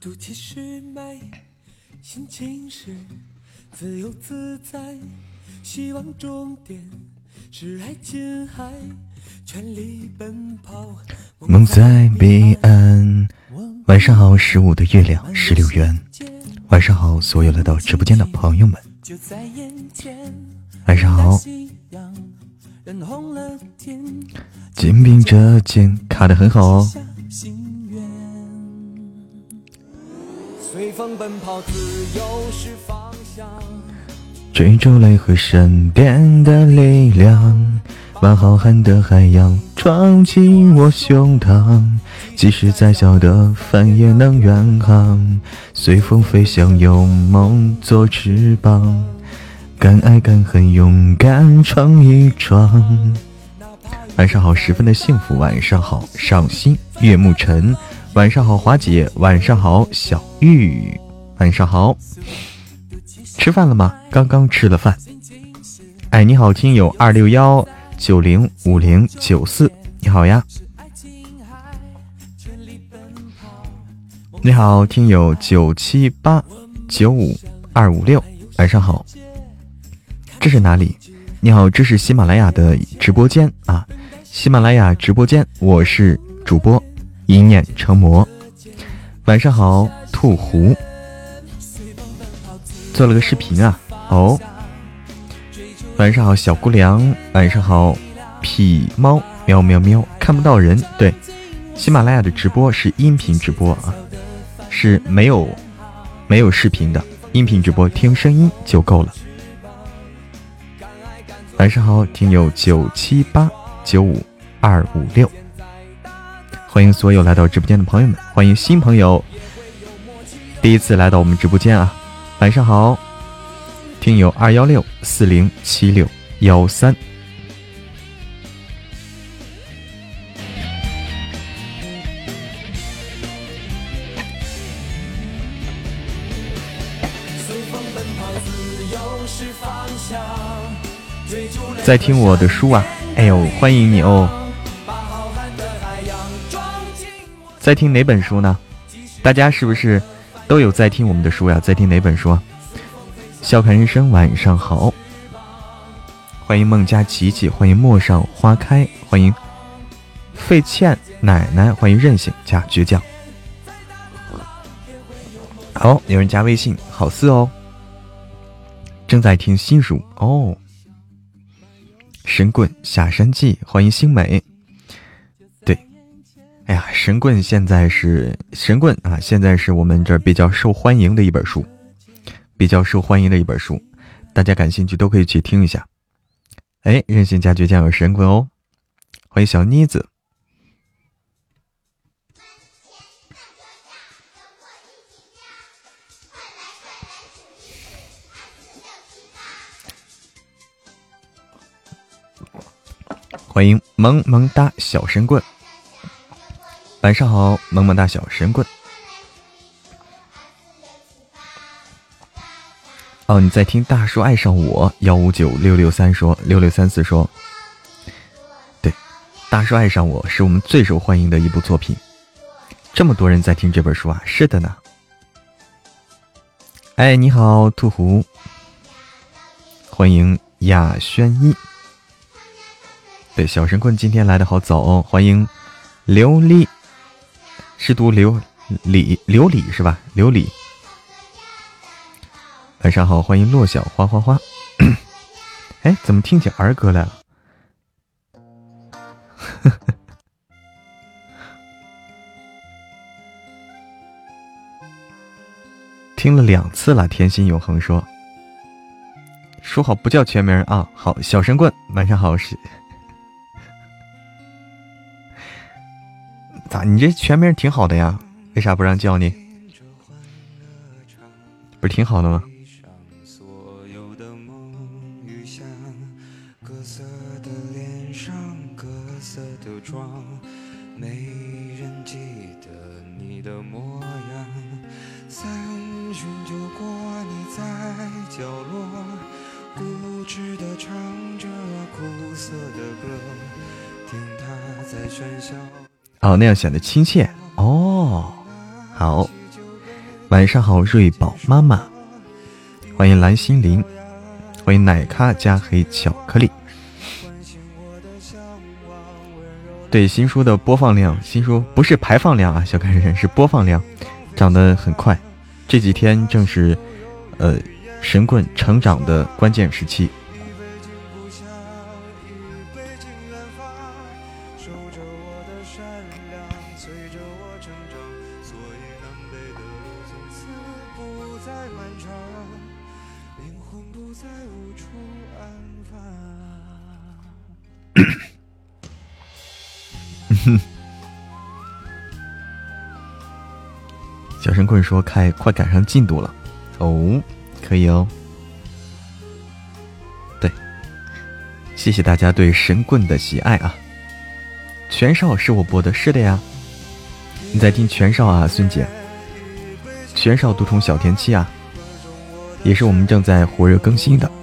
赌气是美，心情是自由自在，希望终点是爱琴海，全力奔跑， 梦在彼岸。晚上好，15的月亮16圆。晚上好，所有来到直播间的朋友们。晚上好。肩并着肩，卡得很好哦。追逐雷和闪电的力量，把浩瀚的海洋装进我胸膛，即使再小的帆也能远航，随风飞翔，有梦做翅膀，敢爱敢恨，勇敢闯一闯。晚上好，十分的幸福。晚上好，赏心岳沐晨。晚上好，华姐。晚上好，小玉。晚上好，吃饭了吗？刚刚吃了饭。哎，你好，听友261905094，你好呀。你好，听友978955256，晚上好。这是哪里？你好，这是喜马拉雅的直播间啊，喜马拉雅直播间，我是主播一念成魔。晚上好，兔狐。做了个视频啊，哦。晚上好，小姑娘。晚上好，痞猫喵喵喵。看不到人，对，喜马拉雅的直播是音频直播啊，是没有视频的，音频直播听声音就够了。晚上好，听友978955256，欢迎所有来到直播间的朋友们，欢迎新朋友，第一次来到我们直播间啊。晚上好，听友216407613。在听我的书啊，哎呦，欢迎你哦。在听哪本书呢？大家是不是都有在听我们的书呀？在听哪本书啊？笑看人生，晚上好。欢迎孟佳琪琪，欢迎陌上花开，欢迎费倩奶奶，欢迎任性加倔强。好，有人加微信，好似哦。正在听新书哦。神棍下山记，欢迎星美。对，哎呀，神棍现在是神棍啊，现在是我们这儿比较受欢迎的一本书，大家感兴趣都可以去听一下。哎，任性加倔强有神棍哦，欢迎小妮子。欢迎萌萌哒小神棍。晚上好，萌萌哒小神棍。哦，你在听大叔爱上我，159663说，6634说，对，大叔爱上我是我们最受欢迎的一部作品，这么多人在听这本书啊，是的呢。哎，你好，兔狐。欢迎雅轩一。对，小神棍今天来的好早哦，欢迎琉璃，是读琉璃是吧？琉璃。晚上好，欢迎落小花花花。哎，怎么听起儿歌来了？听了2次了，甜心永恒说好不叫全名啊。好，小神棍，晚上好。是咋？你这全名挺好的呀，为啥不让叫你？不是挺好的吗？哦，那样显得亲切哦。好， 晚上好，瑞宝妈妈，欢迎蓝心灵，欢迎奶咖加黑巧克力。对，新书的播放量，新书不是排放量啊，小看人是播放量，涨得很快。这几天正是神棍成长的关键时期。小神棍说快赶上进度了哦，可以哦。对，谢谢大家对神棍的喜爱啊。全少是我播的，是的呀。你在听全少啊，孙姐。全少独宠小甜妻啊，也是我们正在火热更新的。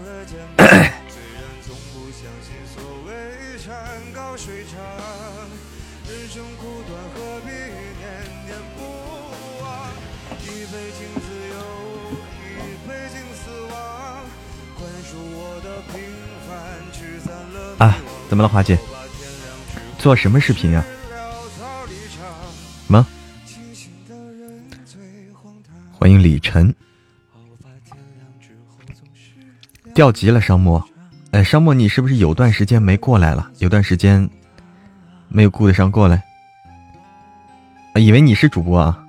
啊，怎么了，华姐？做什么视频呀？什么？欢迎李晨。调级了，商墨。哎，商墨，你是不是有段时间没过来了？有段时间没有顾得上过来。以为你是主播啊。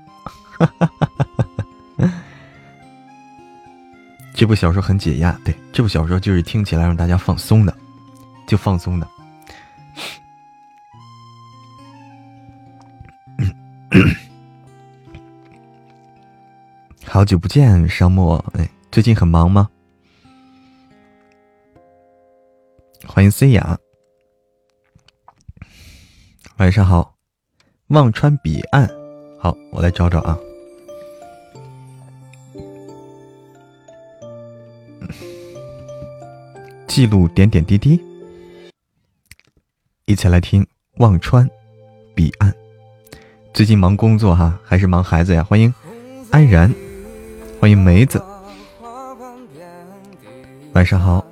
这部小说很解压，对，这部小说就是听起来让大家放松的，就放松的。好久不见，商墨，哎，最近很忙吗？欢迎 C 雅，晚上好。忘川彼岸，好，我来找找啊。记录点点滴滴，一起来听忘川彼岸。最近忙工作哈，还是忙孩子呀？欢迎安然，欢迎梅子，晚上好。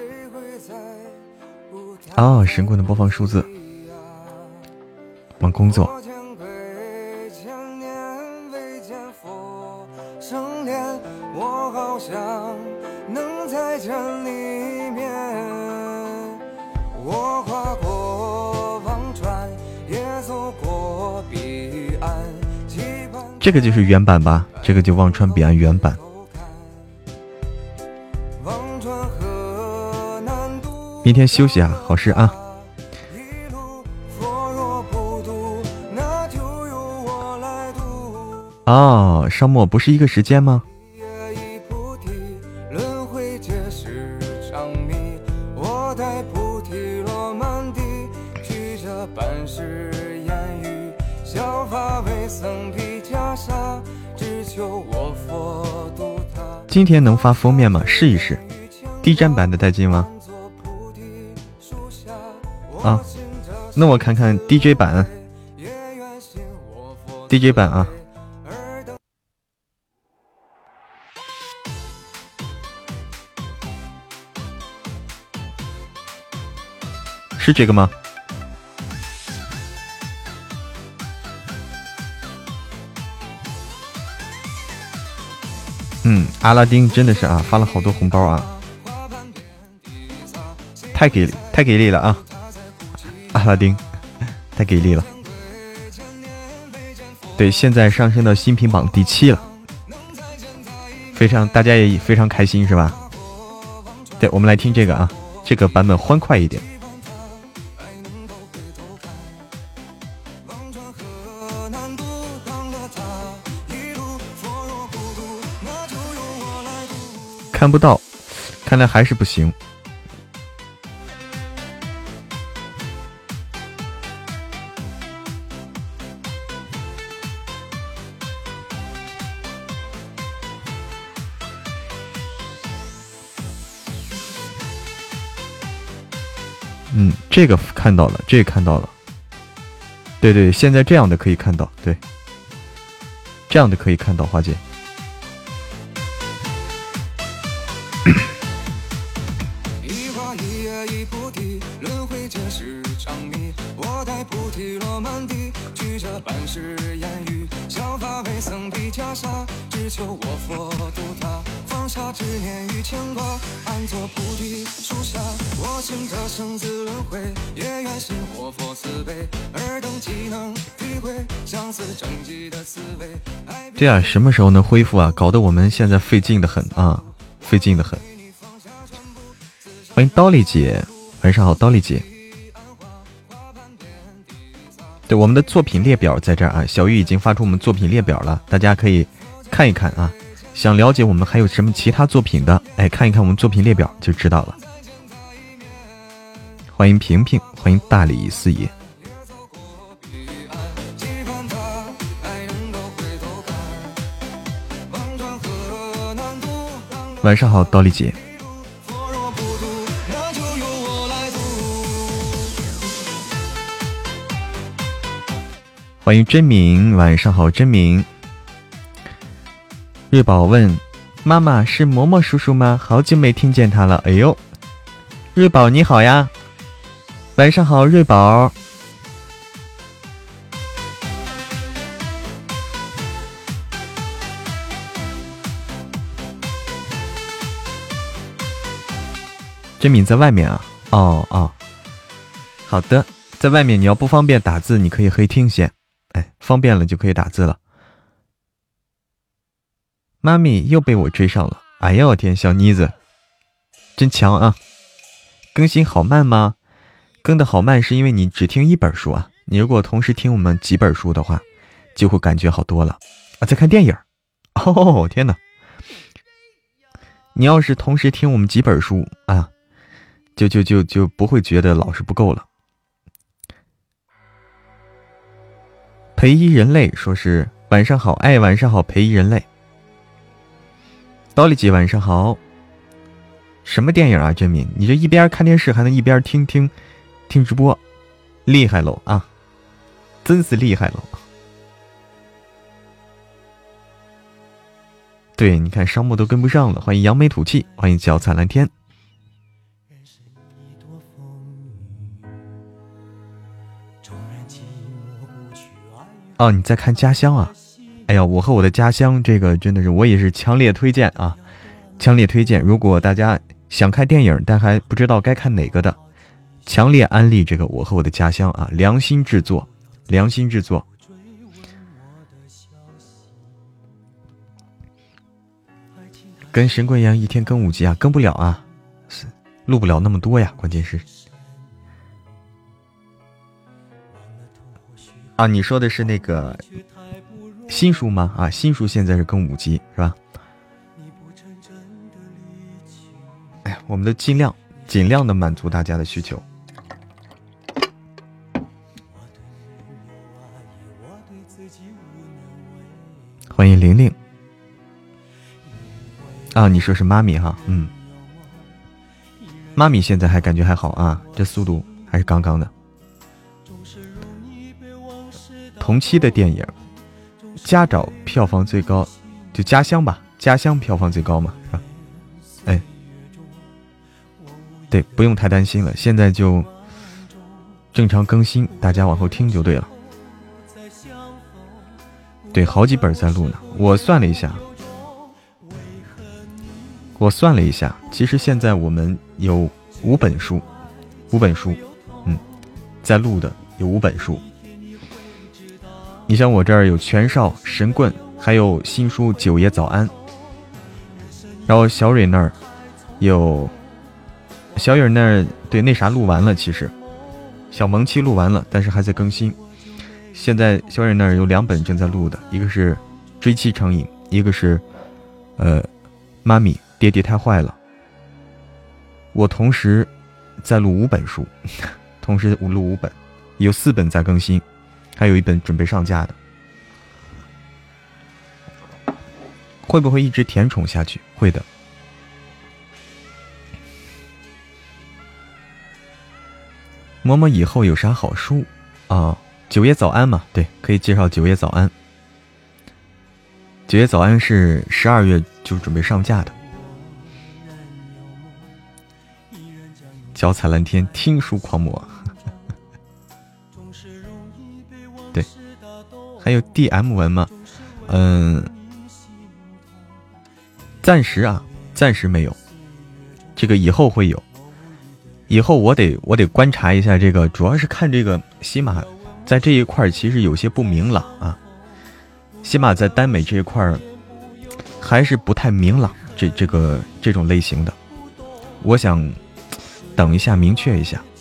哦，神棍的播放数字，忙工作。我好像能在这里面，我跨过忘川，也走过彼岸。这个就是原版吧？这个就忘川彼岸原版。明天休息啊，好事啊。哦，商墨不是一个时间吗？今天能发封面吗？试一试。D 站版的带劲吗？啊，那我看看 DJ 版 ，DJ 版啊。是这个吗？阿拉丁真的是啊，发了好多红包啊，太给力了啊！阿拉丁太给力了。对，现在上升到新品榜第7了，大家也非常开心是吧？对，我们来听这个啊，这个版本欢快一点。看不到，看来还是不行。这个看到了，这个看到了。对对，现在这样的可以看到，对，这样的可以看到，花姐。 的半世言语，效法为僧比袈裟，只求我佛度他，放下执念与牵挂，安坐菩提树下。我行这生死轮回，也愿信活佛慈悲，尔等既能体会相思成疾的滋味。 对啊，什么时候能恢复啊？搞得我们现在费劲的很啊，费劲的很。欢迎刀丽姐，晚上好，刀丽姐。对，我们的作品列表在这儿啊，小玉已经发出我们作品列表了，大家可以看一看啊。想了解我们还有什么其他作品的，哎，看一看我们作品列表就知道了。欢迎平平，欢迎大理四爷。晚上好，刀丽姐。欢迎真明，晚上好，真明。瑞宝问妈妈是嬷嬷叔叔吗？好久没听见他了。哎呦，瑞宝你好呀，晚上好，瑞宝。真敏在外面啊？哦哦，好的，在外面你要不方便打字，你可以黑听先。哎，方便了就可以打字了。妈咪又被我追上了，哎呀我天，小妮子真强啊！更新好慢吗？更的好慢是因为你只听一本书啊，你如果同时听我们几本书的话，就会感觉好多了啊。在看电影哦，天哪！你要是同时听我们几本书啊，就不会觉得老是不够了。陪医人类说是晚上好，哎，晚上好，陪医人类。刀丽姐晚上好。什么电影啊，真敏？你这一边看电视还能一边听直播，厉害喽啊！真是厉害喽。对，你看商木都跟不上了。欢迎扬眉吐气，欢迎脚踩蓝天。哦，你在看家乡啊？哎呀，我和我的家乡，这个真的是我也是强烈推荐啊，强烈推荐。如果大家想看电影但还不知道该看哪个的，强烈安利这个我和我的家乡啊，良心制作，良心制作。跟神棍一样，一天更5集啊，更不了啊，录不了那么多呀，关键是。啊，你说的是那个新书吗？啊，新书现在是更5集是吧？哎呀，我们都尽量的满足大家的需求。欢迎玲玲。啊，你说是妈咪哈？嗯，妈咪现在还感觉还好啊，这速度还是刚刚的。同期的电影家找票房最高，就家乡吧，家乡票房最高嘛，是吧？哎，对，不用太担心了，现在就正常更新，大家往后听就对了。对，好几本在录呢，我算了一下，其实现在我们有5本书，在录的有5本书。你像我这儿有全少、神棍，还有新书《九爷早安》，然后小蕊那儿有，小蕊那儿对那啥录完了，其实小萌期录完了，但是还在更新。现在小蕊那儿有2本正在录的，一个是《追妻成瘾》，一个是妈咪爹爹太坏了。我同时在录5本书，同时录5本，有4本在更新。还有1本准备上架的，会不会一直甜宠下去？会的。嬷嬷以后有啥好书啊？九爷早安嘛，对，可以介绍九爷早安。九爷早安是12月就准备上架的。脚踩蓝天，听书狂魔。对， 还有 DM 文吗？暂时啊，暂时没有，这个以后会有。以后我得观察一下这个，主要是看这个喜马在这一块其实有些不明朗啊。喜马在耽美这一块还是不太明朗，这种类型的，我想等一下明确一下。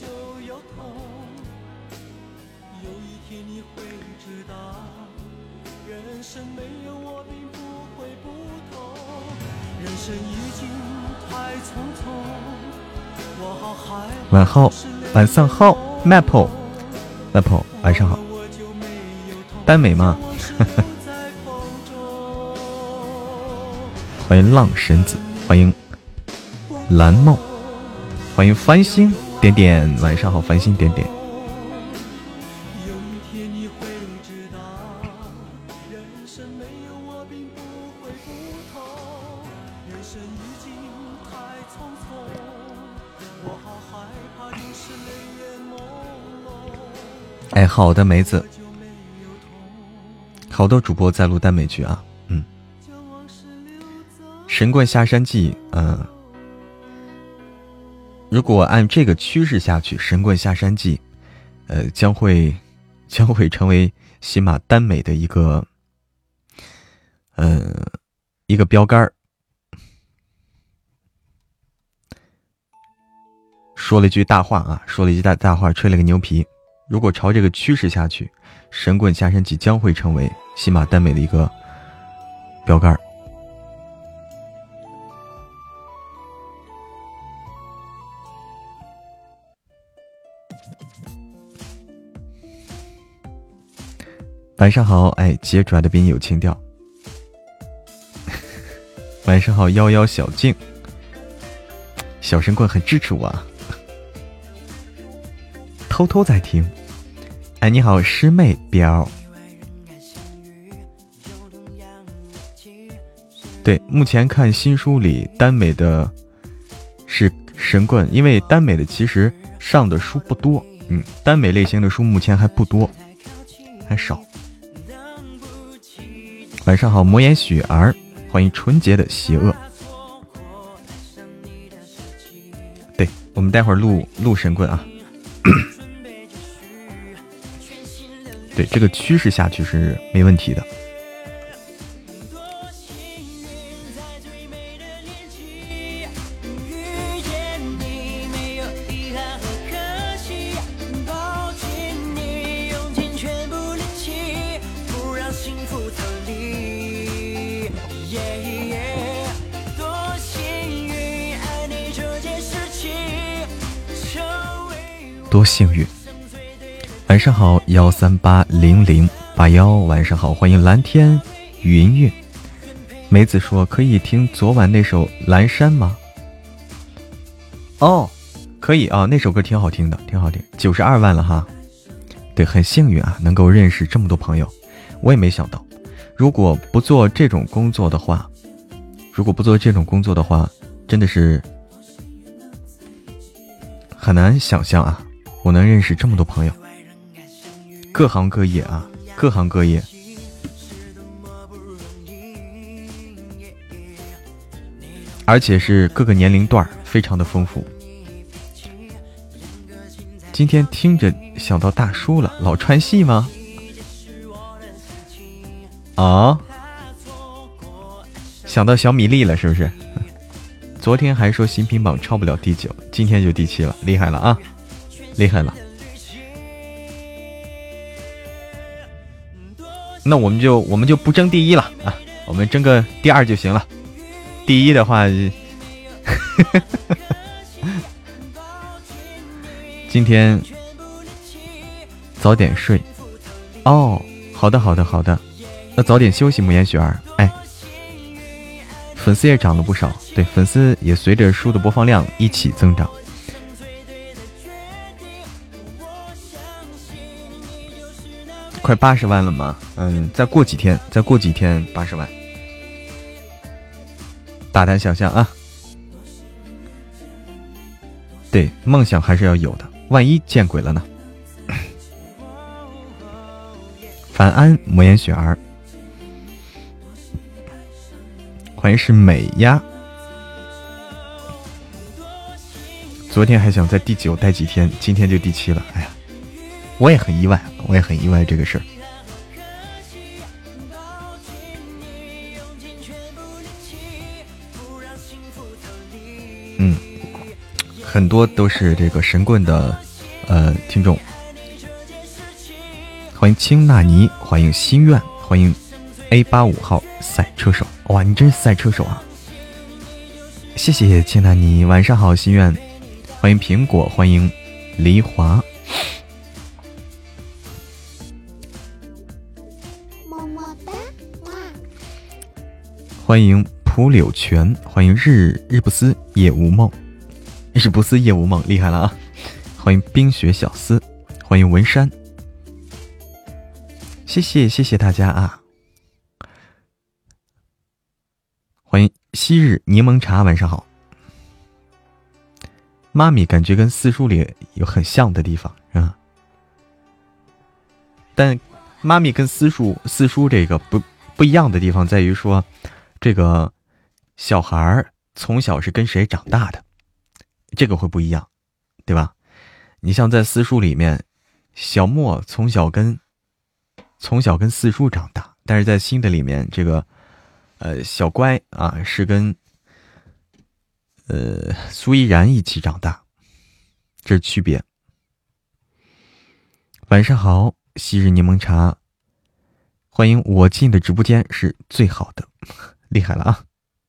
晚上好 Maple 晚上好。耽美吗？欢迎浪神子，欢迎蓝梦，欢迎繁星点点，晚上好繁星点点。哎，好的梅子，好多主播在录耽美剧啊。神棍下山记，如果按这个趋势下去，神棍下山记将会成为喜马耽美的一个标杆。说了一句大话啊，大话，吹了个牛皮。如果朝这个趋势下去，神棍下山记将会成为喜马耽美的一个标杆。晚上好，哎，接出来的比你有情调。晚上好，夭夭小静，小神棍很支持我啊，偷偷在听。哎，你好，师妹表。对，目前看新书里耽美的是神棍，因为耽美的其实上的书不多，耽美类型的书目前还不多，还少。晚上好，魔眼雪儿，欢迎纯洁的邪恶。对，我们待会儿录神棍啊。对，这个趋势下去是没问题的。多幸运！晚上好1380081，晚上好，欢迎蓝天云韵。梅子说可以听昨晚那首《蓝山》吗？哦，可以啊，那首歌挺好听的，挺好听，92万了哈。对，很幸运啊，能够认识这么多朋友，我也没想到，如果不做这种工作的话，真的是很难想象啊。我能认识这么多朋友，各行各业啊，各行各业。而且是各个年龄段，非常的丰富。今天听着想到大叔了，老川戏吗？啊，想到小米粒了是不是？昨天还说新品榜超不了第9，今天就第7了，厉害了啊！厉害了，那我们就不争第1了啊，我们争个第2就行了。第1的话，今天早点睡。哦，好的，那早点休息，木言雪儿。哎，粉丝也涨了不少，对，粉丝也随着书的播放量一起增长。快80万了吗？再过几天80万，大胆想象啊！对，梦想还是要有的，万一见鬼了呢？ 晚安魔岩雪儿，欢迎是美呀。昨天还想在第9待几天，今天就第7了，哎呀，我也很意外，这个事儿。很多都是这个神棍的听众，欢迎青纳尼，欢迎心愿，欢迎 A85号赛车手，哇，你真是赛车手啊！谢谢青纳尼，晚上好，心愿，欢迎苹果，欢迎黎华，么么哒，欢迎蒲柳泉，欢迎日不思夜无梦。日不思夜无梦，厉害了啊！欢迎冰雪小司，欢迎文山，谢谢大家啊！欢迎昔日柠檬茶，晚上好。妈咪感觉跟四叔里有很像的地方啊，但妈咪跟四叔这个不一样的地方在于说，这个小孩从小是跟谁长大的。这个会不一样，对吧？你像在四叔里面，小莫从小跟四叔长大，但是在新的里面，这个小乖啊是跟苏依然一起长大，这是区别。晚上好，昔日柠檬茶，欢迎我进的直播间是最好的，厉害了啊！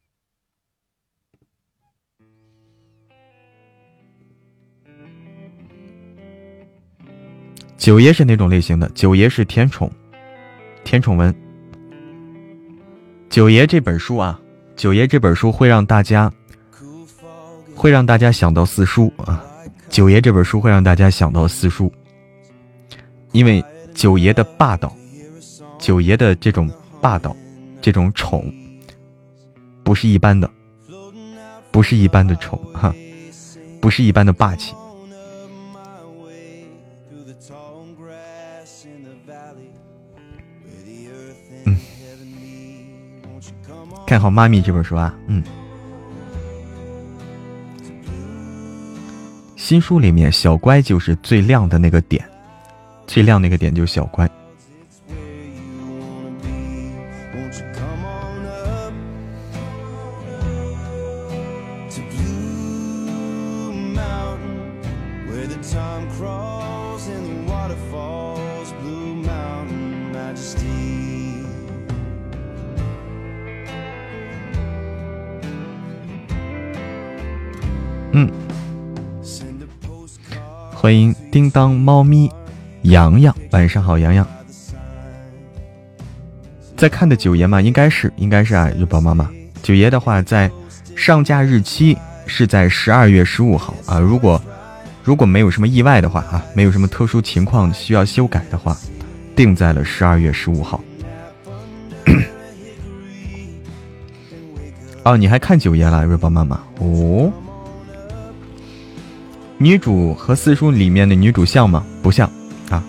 九爷是哪种类型的？九爷是甜宠文。九爷这本书啊，九爷这本书会让大家想到四叔啊。九爷这本书会让大家想到四叔，因为九爷的霸道，九爷的这种霸道，这种宠，不是一般的宠哈，不是一般的霸气。看好妈咪这本书啊，新书里面小乖就是最亮的那个点，最亮那个点就是小乖。欢迎叮当猫咪洋洋，晚上好，洋洋。在看的九爷嘛，应该是啊，日宝妈妈。九爷的话，在上架日期是在12月15号啊。如果没有什么意外的话啊，没有什么特殊情况需要修改的话，定在了12月15号。哦，你还看九爷了，日宝妈妈哦。女主和四叔里面的女主像吗？不像啊。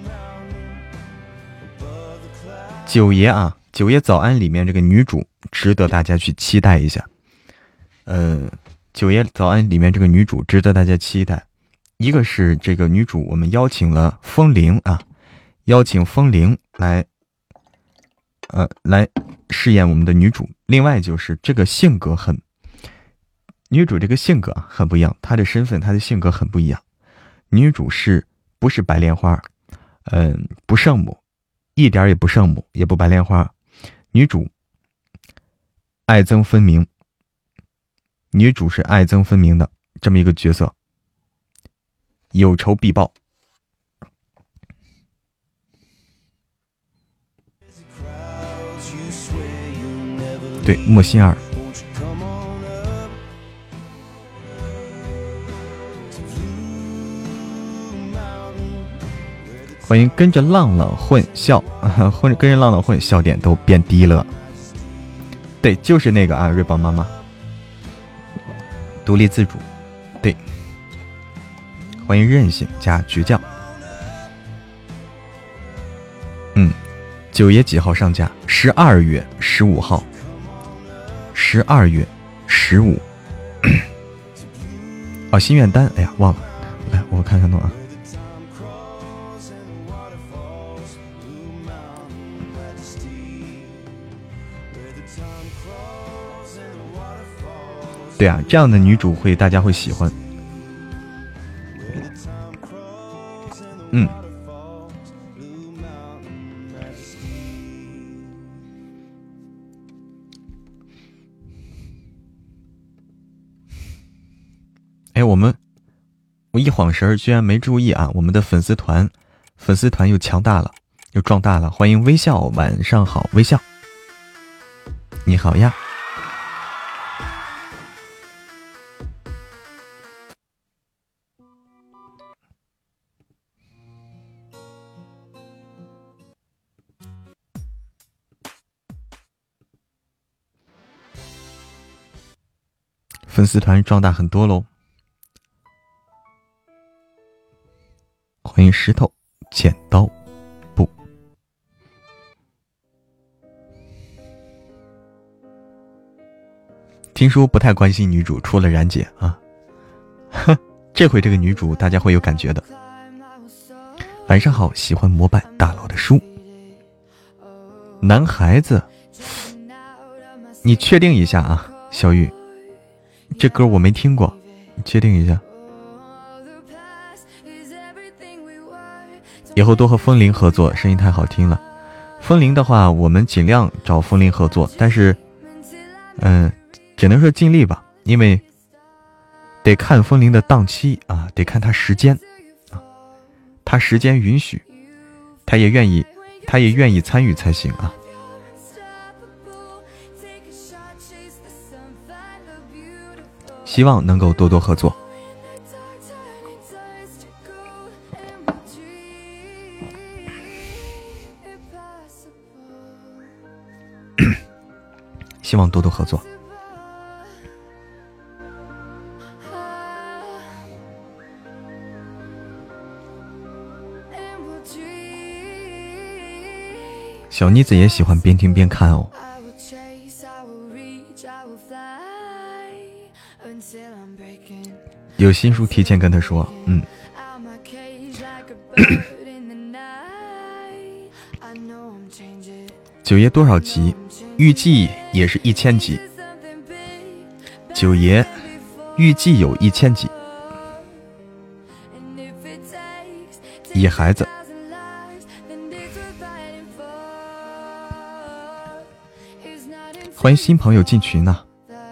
九爷啊，九爷早安里面这个女主值得大家去期待一下。九爷早安里面这个女主值得大家期待。一个是这个女主，我们邀请了风铃啊，邀请风铃来饰演我们的女主。另外就是这个性格女主这个性格很不一样，她的身份她的性格很不一样。女主是不是白莲花？不圣母，一点也不圣母，也不白莲花。女主爱憎分明，女主是爱憎分明的这么一个角色，有仇必报。对，莫心儿。欢迎跟着浪浪混笑，跟着浪浪混，笑点都变低了。对，就是那个啊，瑞宝妈妈，独立自主。对，欢迎任性加倔强。 9爷几号上架？12月15号。12月15。哦，心愿单，哎呀，忘了。来，我看看弄啊。对啊，这样的女主大家会喜欢。哎，我一晃神儿，居然没注意啊！我们的粉丝团又强大了，又壮大了。欢迎微笑，晚上好，微笑，你好呀。粉丝团壮大很多喽。欢迎石头剪刀布。听说不太关心女主，除了然姐啊。这回这个女主大家会有感觉的。晚上好，喜欢膜拜大佬的书。男孩子，你确定一下啊，小玉，这歌我没听过，你确定一下。以后多和风铃合作，声音太好听了。风铃的话，我们尽量找风铃合作，但是，只能说尽力吧，因为得看风铃的档期啊，得看他时间啊，他时间允许，他也愿意参与才行啊。希望能够多多合作。希望多多合作。小妮子也喜欢边听边看哦。有新书提前跟他说，九爷多少集？预计也是1000集。九爷预计有1000集。野孩子，欢迎新朋友进群呢。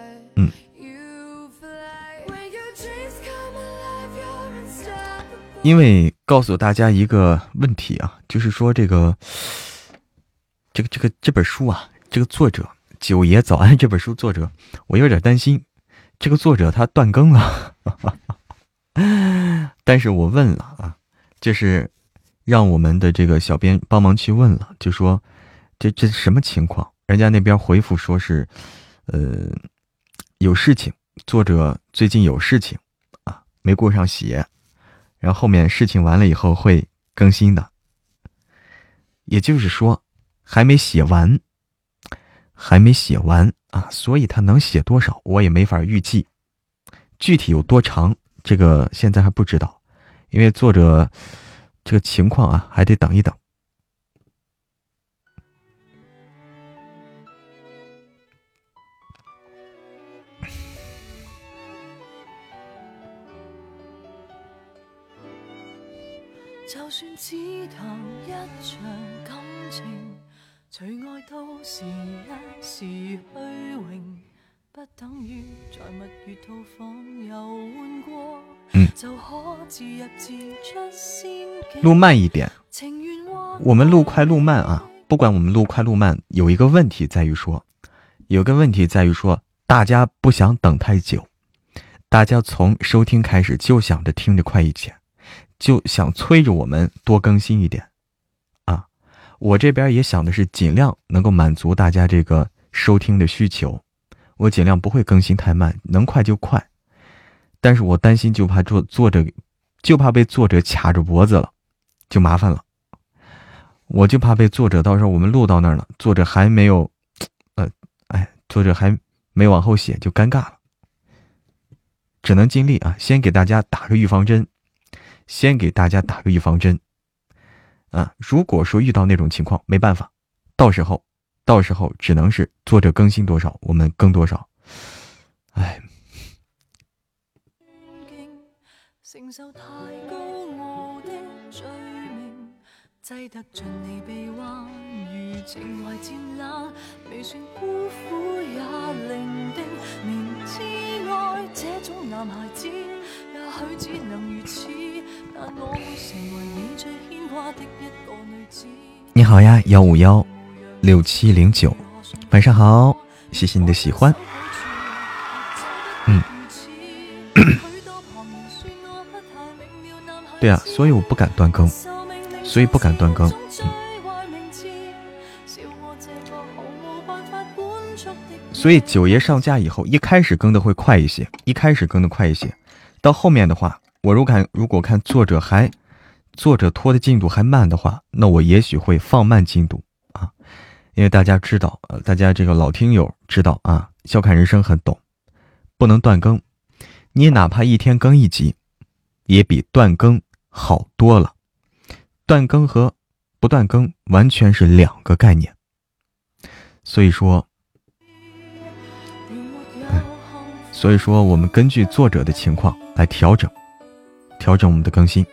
因为告诉大家一个问题啊，就是说这本书啊，这个作者九爷早安这本书作者，我有点担心这个作者他断更了。但是我问了啊，就是让我们的这个小编帮忙去问了，就说这是什么情况？人家那边回复说是有事情，作者最近有事情啊，没顾上写，然后后面事情完了以后会更新的。也就是说还没写完啊，所以他能写多少我也没法预计，具体有多长这个现在还不知道，因为作者这个情况啊还得等一等。 就算只談一場感情，隨愛都是一時虛榮，不等於在蜜月套房遊玩過，就可自入自出仙境。 錄慢一點，我們錄快錄慢啊，不管我們錄快錄慢，有一個問題在於說，大家不想等太久，大家從收聽開始就想着聽着快一點，就想催着我们多更新一点啊！我这边也想的是尽量能够满足大家这个收听的需求，我尽量不会更新太慢，能快就快。但是我担心就怕被作者卡着脖子了，就麻烦了。 我就怕被作者到时候我们录到那儿了，作者还没有，作者还没往后写就尴尬了，只能尽力啊，先给大家打个预防针，如果说遇到那种情况，没办法，到时候只能是作者更新多少我们更多少。哎，承受太高傲的罪名，擠得盡你臂彎，如情懷漸冷，未算孤苦也伶仃。明知愛這種男孩子，也許只能如此，但我會成為你最牽掛的一個女子。你好呀，1516709，晚上好，謝謝你的喜歡。对啊，所以我不敢断更，所以九爷上架以后，一开始更的会快一些，到后面的话，我如果看作者拖的进度还慢的话，那我也许会放慢进度啊，因为大家知道，大家这个老听友知道啊，笑看人生很懂，不能断更，你哪怕一天更一集，也比断更好多了。断更和不断更完全是两个概念，所以说我们根据作者的情况来调整我们的更新。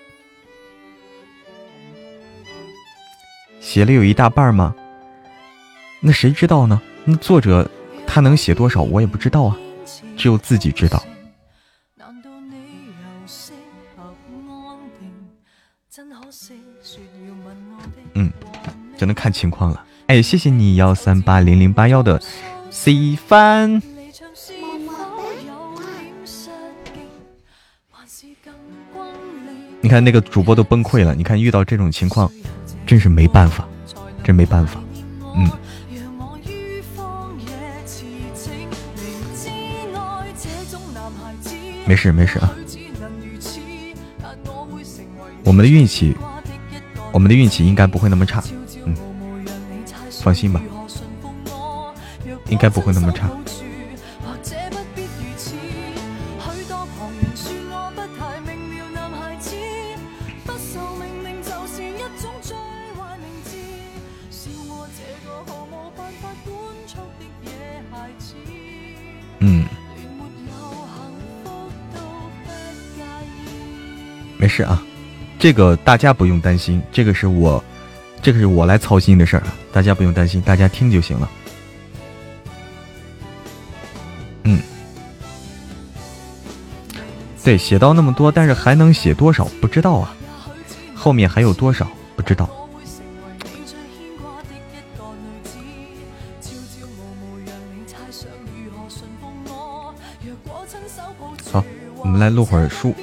写了有一大半吗？那谁知道呢？那作者他能写多少我也不知道啊，只有自己知道。只能看情况了。哎，谢谢你1380081的 C 番。你看那个主播都崩溃了，你看遇到这种情况真是没办法，没事啊，我们的运气应该不会那么差，放心吧，应该不会那么差。没事啊，这个大家不用担心，这个是我来操心的事儿，大家不用担心，大家听就行了。对，写到那么多，但是还能写多少不知道啊，后面还有多少不知道。好，我们来录会儿书。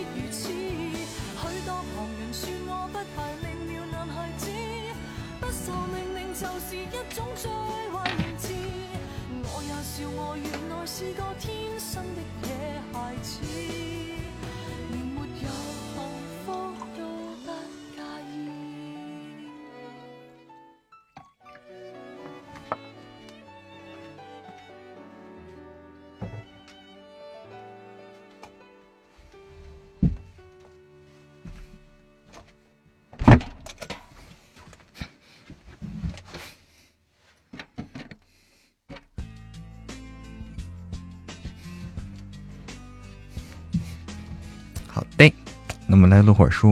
那么来录会儿书。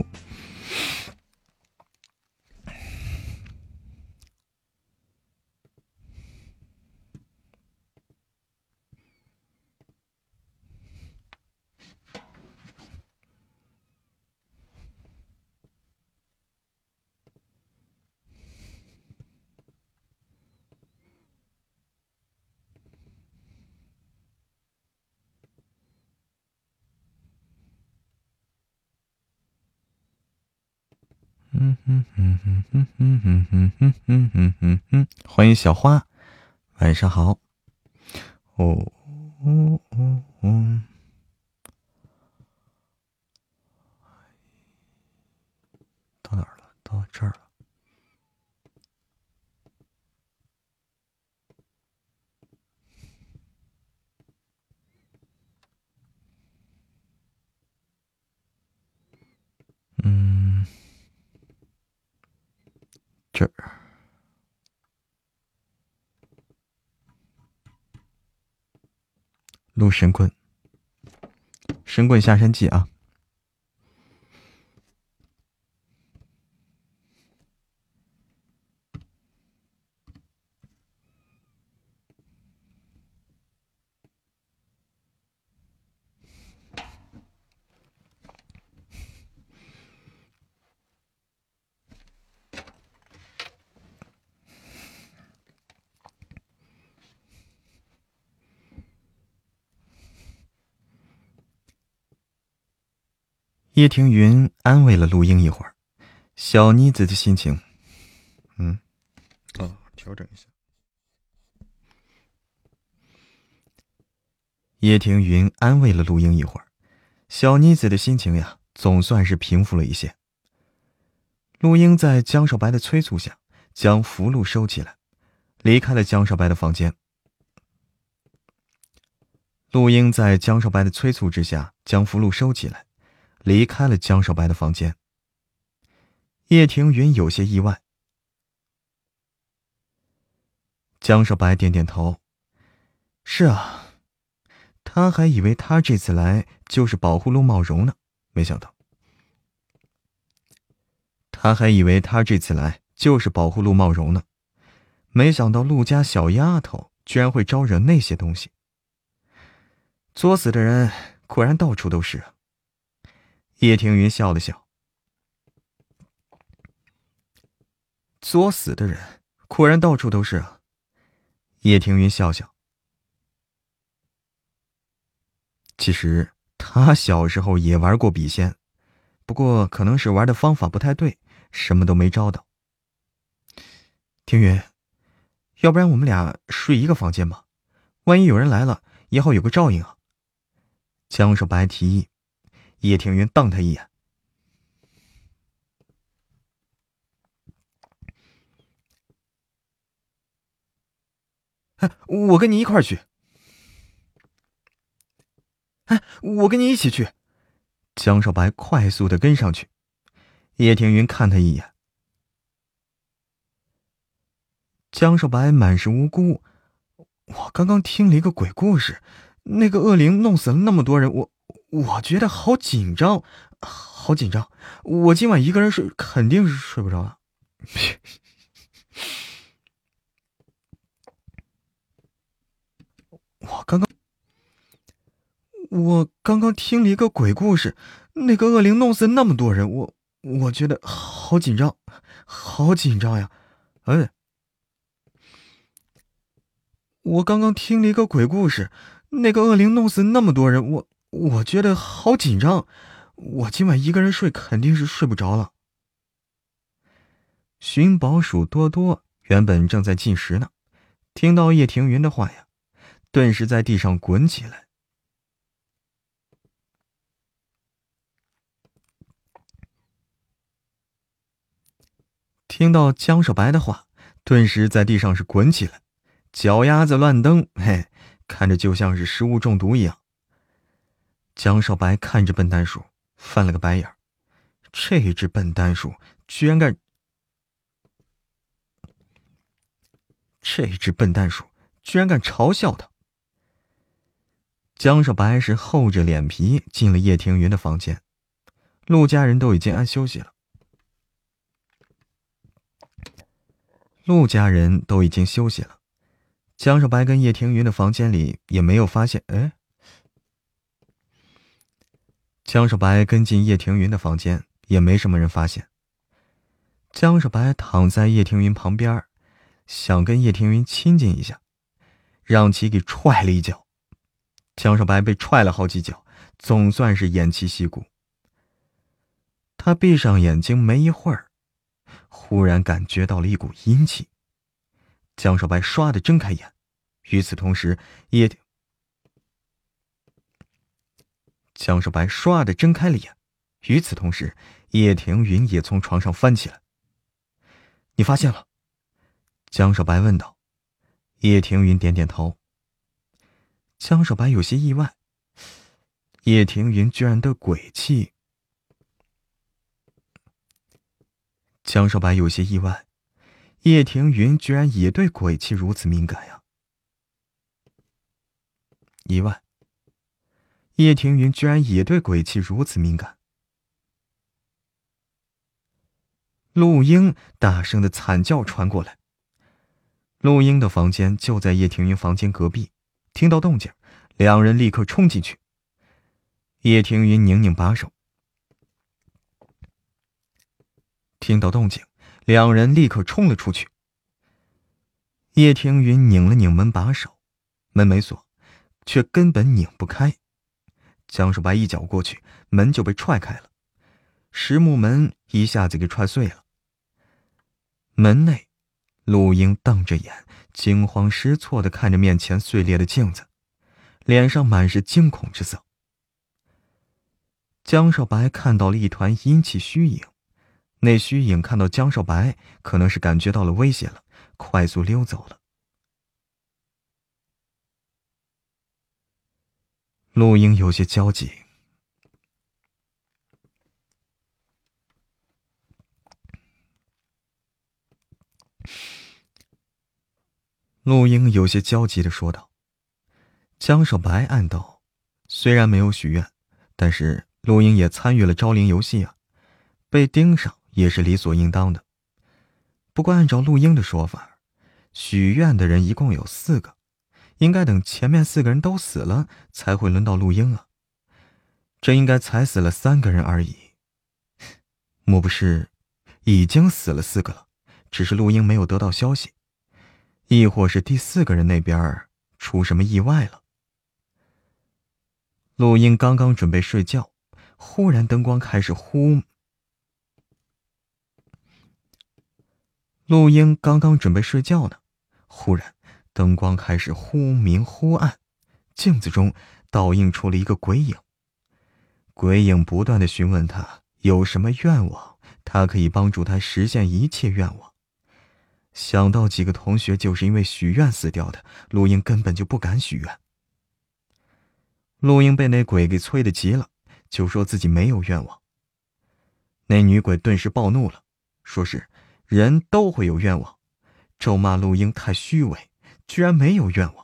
欢迎小花，晚上好。到哪儿了？到这儿了。 这儿。录神棍，神棍下山记啊！叶庭云安慰了陆英一会儿，小妮子的心情，调整一下。叶庭云安慰了陆英一会儿，小妮子的心情呀，总算是平复了一些。陆英在江少白的催促下，将符箓收起来，离开了江少白的房间。陆英在江少白的催促之下，将符箓收起来，离开了江少白的房间。叶庭云有些意外。江少白点点头，是啊，他还以为他这次来就是保护陆茂荣呢，没想到。他还以为他这次来就是保护陆茂荣呢，没想到陆家小丫头居然会招惹那些东西。作死的人果然到处都是啊。叶庭云笑了笑，作死的人果然到处都是啊。叶庭云笑笑，其实他小时候也玩过笔仙，不过可能是玩的方法不太对，什么都没招到。庭云，要不然我们俩睡一个房间吧，万一有人来了也好有个照应啊。江少白提议。叶庭云瞪他一眼，我跟你一块儿去。我跟你一起去。江少白快速的跟上去。叶庭云看他一眼。江少白满是无辜，我刚刚听了一个鬼故事，那个恶灵弄死了那么多人，我觉得好紧张，好紧张。我今晚一个人睡，肯定是睡不着了。我刚刚听了一个鬼故事，那个恶灵弄死那么多人，我觉得好紧张，好紧张呀！我刚刚听了一个鬼故事，那个恶灵弄死那么多人，我觉得好紧张，我今晚一个人睡肯定是睡不着了。寻宝鼠多多原本正在进食呢，听到叶庭云的话呀，顿时在地上滚起来。听到江少白的话，顿时在地上是滚起来，脚丫子乱蹬，看着就像是食物中毒一样。江少白看着笨蛋鼠，翻了个白眼，这只笨蛋鼠居然敢嘲笑他。江少白是厚着脸皮进了叶庭云的房间，陆家人都已经安休息了。江少白跟叶庭云的房间里也没有发现，江少白跟进叶庭云的房间也没什么人发现。江少白躺在叶庭云旁边，想跟叶庭云亲近一下，让其给踹了一脚。江少白被踹了好几脚，总算是偃旗息鼓。他闭上眼睛没一会儿，忽然感觉到了一股阴气。江少白唰地睁开眼，与此同时叶庭云也从床上翻起来。你发现了？江少白问道。叶庭云点点头。江少白有些意外，叶庭云居然的鬼气。江少白有些意外， 叶庭云居然也对鬼气如此敏感呀！意外，叶庭云居然也对鬼气如此敏感。陆英大声的惨叫传过来。陆英的房间就在叶庭云房间隔壁，听到动静，两人立刻冲进去。叶庭云拧拧把手，听到动静，两人立刻冲了出去。叶庭云拧了拧门把手，门没锁，却根本拧不开。江少白一脚过去，门就被踹开了，实木门一下子给踹碎了。门内，陆英瞪着眼，惊慌失措地看着面前碎裂的镜子，脸上满是惊恐之色。江少白看到了一团阴气虚影，那虚影看到江少白，可能是感觉到了威胁了，快速溜走了。陆英有些焦急。陆英有些焦急地说道。江少白暗道，虽然没有许愿，但是陆英也参与了招灵游戏啊，被盯上也是理所应当的。不过按照陆英的说法，许愿的人一共有4个，应该等前面4个人都死了才会轮到陆英啊。这应该才死了3个人而已，莫不是已经死了4个了，只是陆英没有得到消息，亦或是第4个人那边出什么意外了。陆英刚刚准备睡觉，忽然灯光开始陆英刚刚准备睡觉呢，忽然灯光开始忽明忽暗，镜子中倒映出了一个鬼影。鬼影不断地询问他有什么愿望，他可以帮助他实现一切愿望。想到几个同学就是因为许愿死掉的，陆英根本就不敢许愿。陆英被那鬼给催得急了，就说自己没有愿望。那女鬼顿时暴怒了，说是人都会有愿望，咒骂陆英太虚伪，居然没有愿望。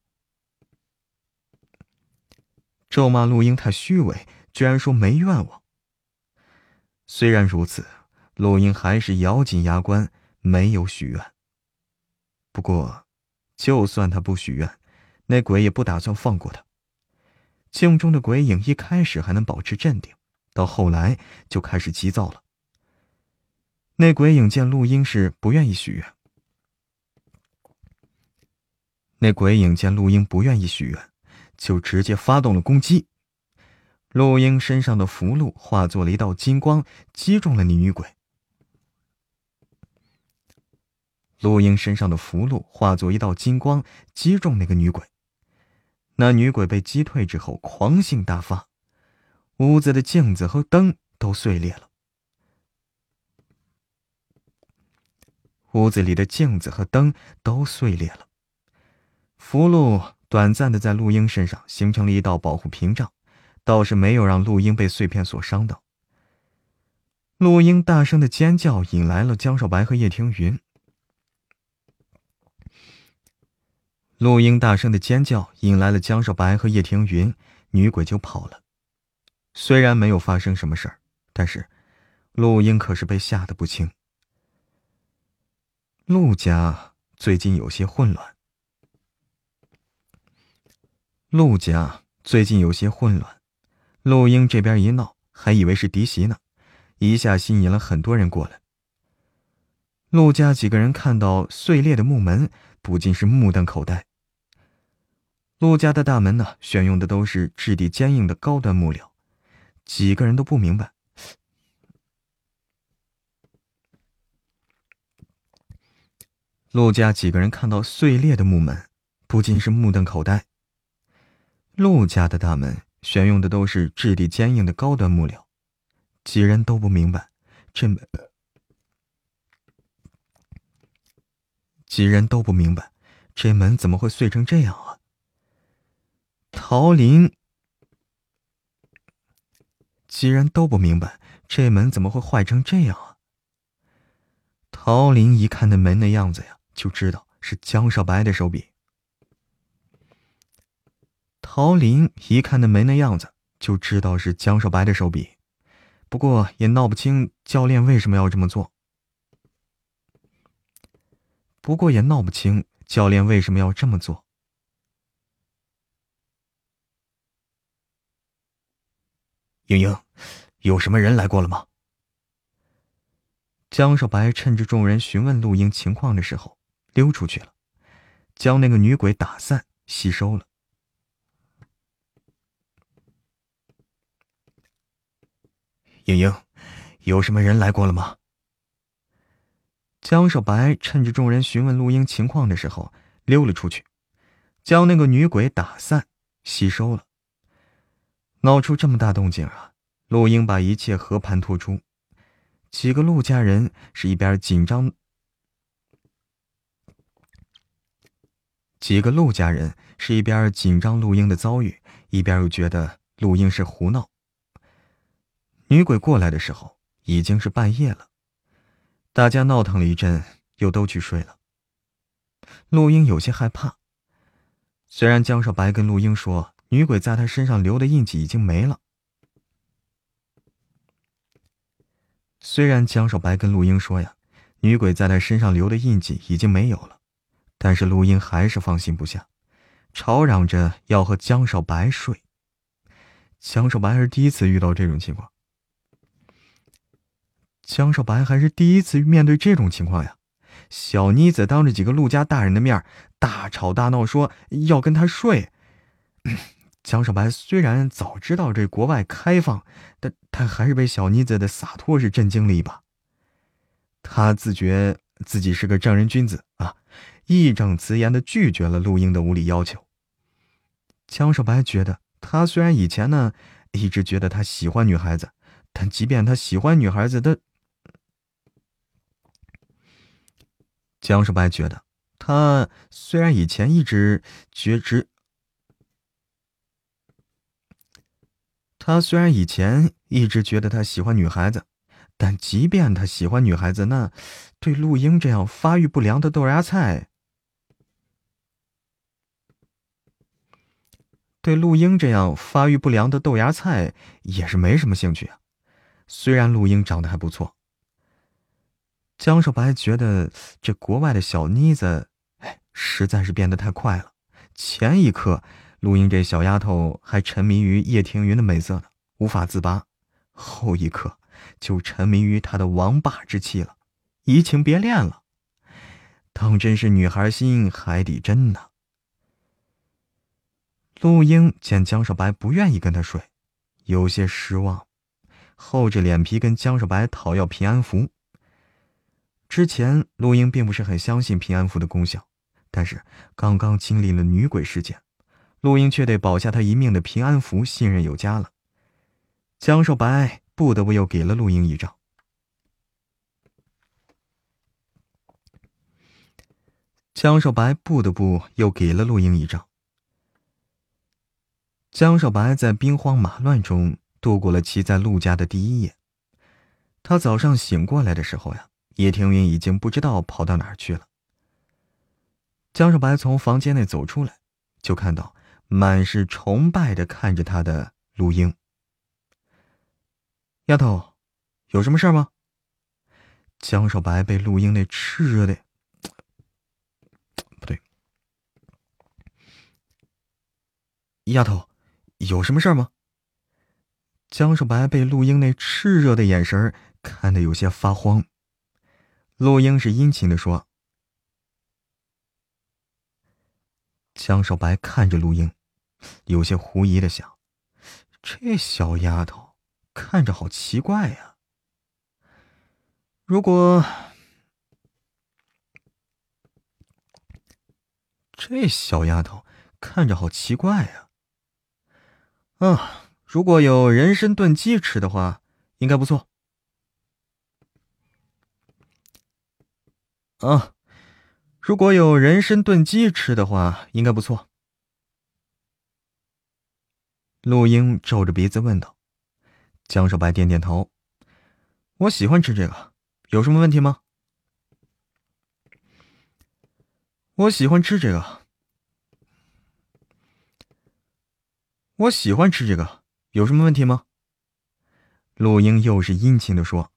咒骂陆英太虚伪，居然说没愿望。虽然如此，陆英还是咬紧牙关，没有许愿。不过，就算他不许愿，那鬼也不打算放过他。镜中的鬼影一开始还能保持镇定，到后来就开始急躁了。那鬼影见陆英是不愿意许愿，就直接发动了攻击。陆英身上的符箓化作了一道金光，击中了那女鬼。那个女鬼。那女鬼被击退之后狂性大发，屋子的镜子和灯都碎裂了。符箓短暂的在陆英身上形成了一道保护屏障，倒是没有让陆英被碎片所伤到。陆英大声的尖叫引来了江少白和叶庭云。女鬼就跑了。虽然没有发生什么事儿，但是陆英可是被吓得不轻。陆家最近有些混乱。陆英这边一闹，还以为是嫡媳呢，一下吸引了很多人过来。陆家几个人看到碎裂的木门，不禁是目瞪口呆。陆家的大门呢，选用的都是质地坚硬的高端木料，几个人都不明白。陆家几个人看到碎裂的木门，不禁是目瞪口呆。陆家的大门选用的都是质地坚硬的高端木料，几人都不明白这门怎么会碎成这样啊？几人都不明白这门怎么会坏成这样啊？ 陶林一看那门的样子呀，就知道是江少白的手笔。陶林一看那门的样子，就知道是江少白的手笔，不过也闹不清教练为什么要这么做。莹莹，有什么人来过了吗？江少白趁着众人询问陆英情况的时候溜出去了，将那个女鬼打散吸收了。莹莹，有什么人来过了吗？江少白趁着众人询问陆英情况的时候溜了出去，将那个女鬼打散吸收了。闹出这么大动静啊，陆英把一切和盘托出。几个陆家人是一边紧张陆英的遭遇，一边又觉得陆英是胡闹。女鬼过来的时候已经是半夜了，大家闹腾了一阵，又都去睡了。陆英有些害怕，虽然江少白跟陆英说女鬼在他身上留的印记已经没了，但是陆英还是放心不下，吵嚷着要和江少白睡。江少白还是第一次遇到这种情况，面对这种情况呀。小妮子当着几个陆家大人的面大吵大闹，说要跟他睡。江少白虽然早知道这国外开放，但他还是被小妮子的洒脱是震惊了一把。他自觉自己是个正人君子啊，义正辞严地拒绝了陆英的无理要求。江少白觉得他虽然以前呢一直觉得他喜欢女孩子，但即便他喜欢女孩子的，江少白觉得他虽然以前一直觉得他喜欢女孩子，但即便他喜欢女孩子，那对陆英这样发育不良的豆芽菜，也是没什么兴趣啊。虽然陆英长得还不错，江少白觉得这国外的小妮子实在是变得太快了。前一刻陆英这小丫头还沉迷于叶庭云的美色呢，无法自拔，后一刻就沉迷于她的王霸之气了，移情别恋了。当真是女孩心海底针呢。陆英见江少白不愿意跟她睡，有些失望，厚着脸皮跟江少白讨要平安符。之前陆英并不是很相信平安符的功效，但是刚刚经历了女鬼事件，陆英却对保下她一命的平安符信任有加了。江少白不得不又给了陆英一张。江少白在兵荒马乱中度过了其在陆家的第一夜。他早上醒过来的时候呀，叶庭云已经不知道跑到哪儿去了。江少白从房间内走出来，就看到满是崇拜地看着他的陆英。丫头，有什么事吗？江少白被陆英那炽热的丫头，有什么事吗？江少白被陆英那炽热的眼神看得有些发慌。陆英是殷勤地说。江少白看着陆英，有些狐疑地想，这小丫头看着好奇怪呀。如果如果有人参炖鸡吃的话，应该不错。如果有人参炖鸡吃的话，应该不错。陆英皱着鼻子问道。江少白点点头，我喜欢吃这个，有什么问题吗？ 我喜欢吃这个。我喜欢吃这个，有什么问题吗？陆英又是殷勤地说。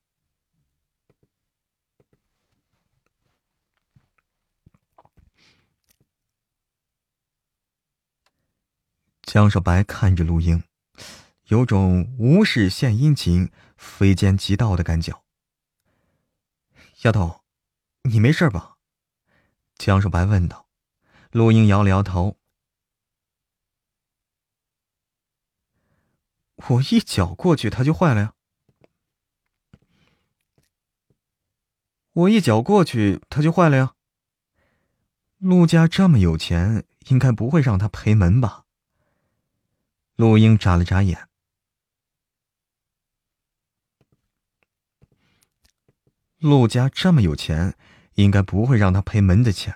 江少白看着陆英，有种无事献殷勤，非奸即盗的感觉。丫头，你没事吧？江少白问道。陆英摇了摇头。我一脚过去它就坏了呀。我一脚过去它就坏了呀。陆家这么有钱，应该不会让他赔门吧？陆英眨了眨眼。陆家这么有钱，应该不会让他赔门的钱。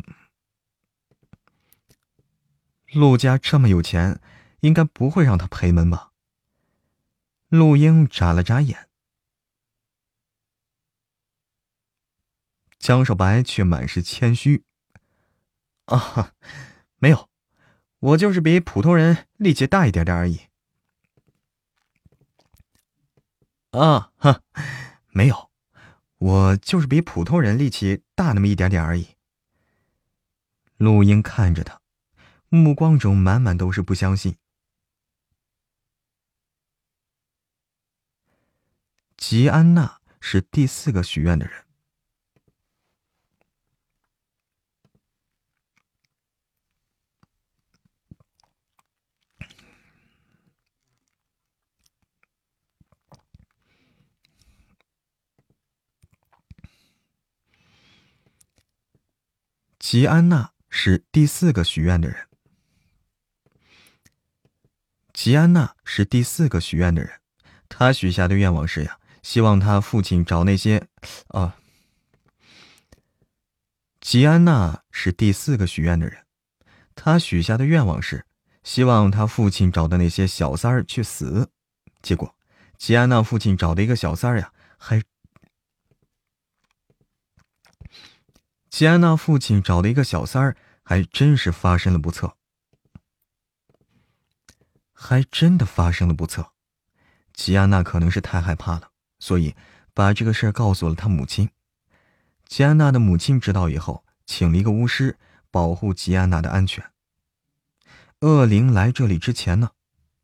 陆家这么有钱，应该不会让他赔门吧？陆英眨了眨眼。江少白却满是谦虚。啊，没有，我就是比普通人力气大一点点而已。啊哈，没有，我就是比普通人力气大那么一点点而已。陆英看着他，目光中满满都是不相信。吉安娜是第4个许愿的人。吉安娜是第4个许愿的人。吉安娜是第4个许愿的人，她许下的愿望是呀，希望她父亲找那些吉安娜是第4个许愿的人，她许下的愿望是希望她父亲找的那些小三儿去死。结果吉安娜父亲找的一个小三儿呀，吉安娜父亲找的一个小三儿还真是发生了不测。还真的发生了不测。吉安娜可能是太害怕了，所以把这个事儿告诉了她母亲。吉安娜的母亲知道以后，请了一个巫师保护吉安娜的安全。恶灵来这里之前呢，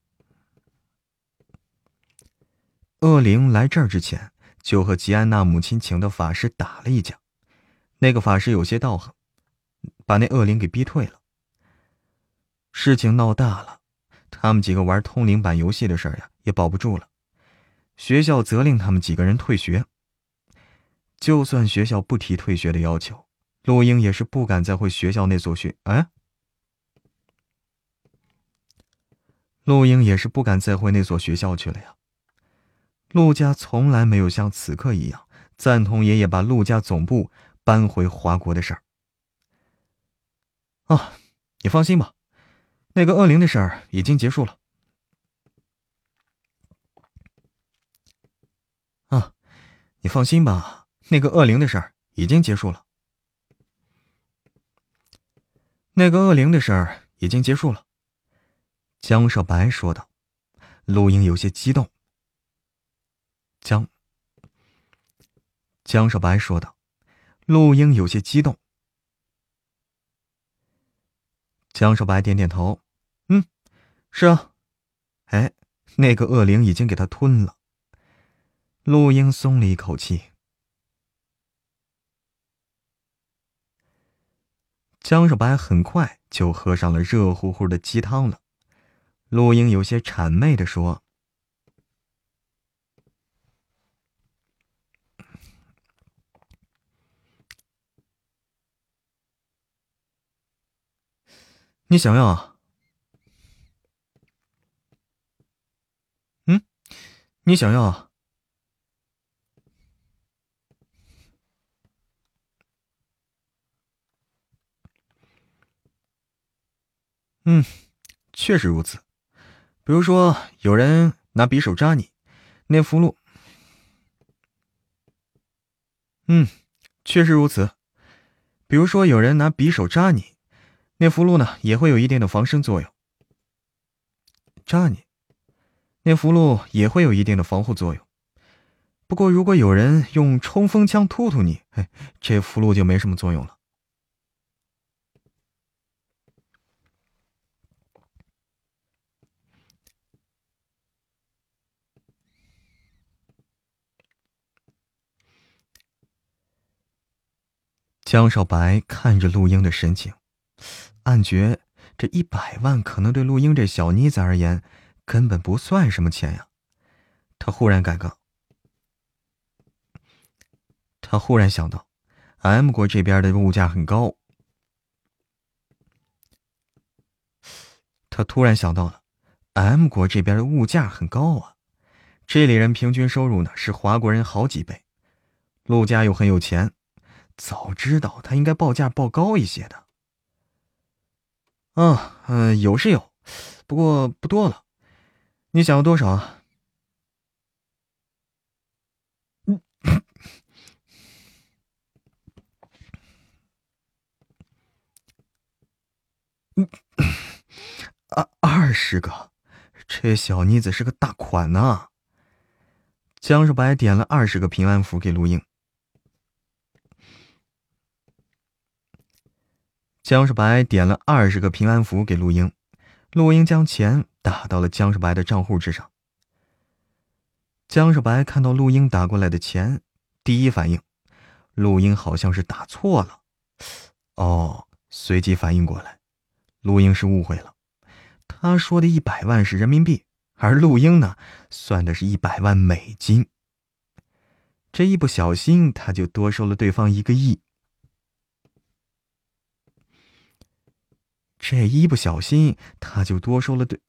恶灵来这儿之前就和吉安娜母亲请的法师打了一架，那个法师有些道行，把那恶灵给逼退了。事情闹大了，他们几个玩通灵版游戏的事儿呀，也保不住了。学校责令他们几个人退学。就算学校不提退学的要求，陆英也是不敢再回学校那所陆英也是不敢再回那所学校去了呀。陆家从来没有像此刻一样赞同爷爷把陆家总部搬回华国的事儿。你放心吧，那个恶灵的事儿已经结束了。你放心吧，那个恶灵的事儿已经结束了。那个恶灵的事儿已经结束了。江少白说道。陆英有些激动。江少白说道。陆英有些激动。江少白点点头。是啊。那个恶灵已经给他吞了。陆英松了一口气。江少白很快就喝上了热乎乎的鸡汤了。陆英有些谄媚地说：“你想要啊？你想要啊？”确实如此。比如说，有人拿匕首扎你，那符箓……确实如此。 比如说有人拿匕首扎你，那符箓呢也会有一定的防身作用。扎你，那符箓也会有一定的防护作用。不过如果有人用冲锋枪突突你，这符箓就没什么作用了。江少白看着陆英的神情，暗觉这100万可能对陆英这小妮子而言根本不算什么钱呀。他忽然想到 M 国这边的物价很高。他突然想到了 M 国这边的物价很高啊，这里人平均收入呢是华国人好几倍，陆家又很有钱，早知道他应该报价报高一些的。有是有，不过不多了。你想要多少啊？20个，这小妮子是个大款呐。江少白点了20个平安符给陆英。陆英将钱打到了江少白的账户之上。江少白看到陆英打过来的钱，第一反应，陆英好像是打错了。随即反应过来，陆英是误会了，他说的100万是人民币，而陆英呢，算的是100万美金。这一不小心，他就多收了对方1个亿。这一不小心，他就多收了对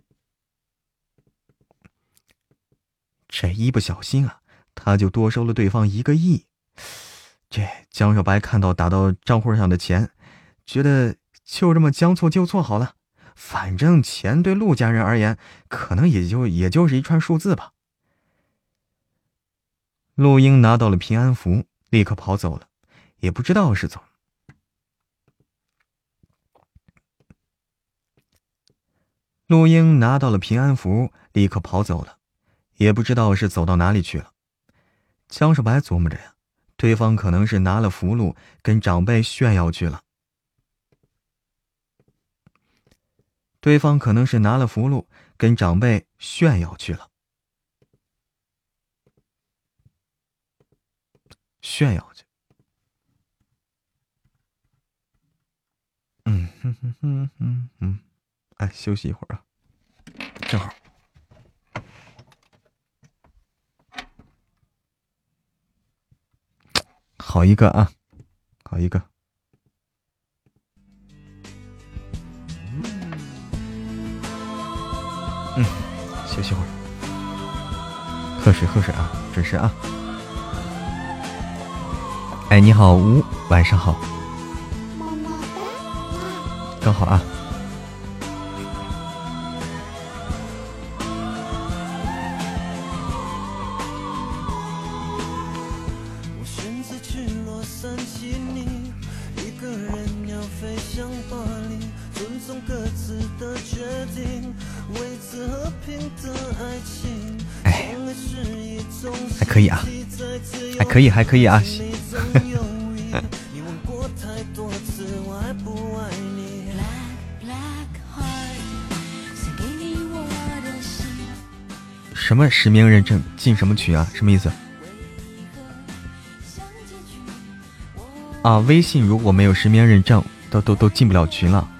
方1个亿。这江少白看到打到账户上的钱，觉得就这么将错就错好了，反正钱对陆家人而言，可能也就是一串数字吧。陆英拿到了平安符，立刻跑走了，也不知道是走。陆英拿到了平安符，立刻跑走了，也不知道是走到哪里去了。江少白琢磨着呀，对方可能是拿了符箓跟长辈炫耀去了。休息一会儿啊，正好。好一个啊，好一个。休息会儿，喝水啊，准时啊。你好吴，晚上好。刚好啊。还可以啊，还可以啊。什么实名认证进什么群啊？什么意思？微信如果没有实名认证，都进不了群了。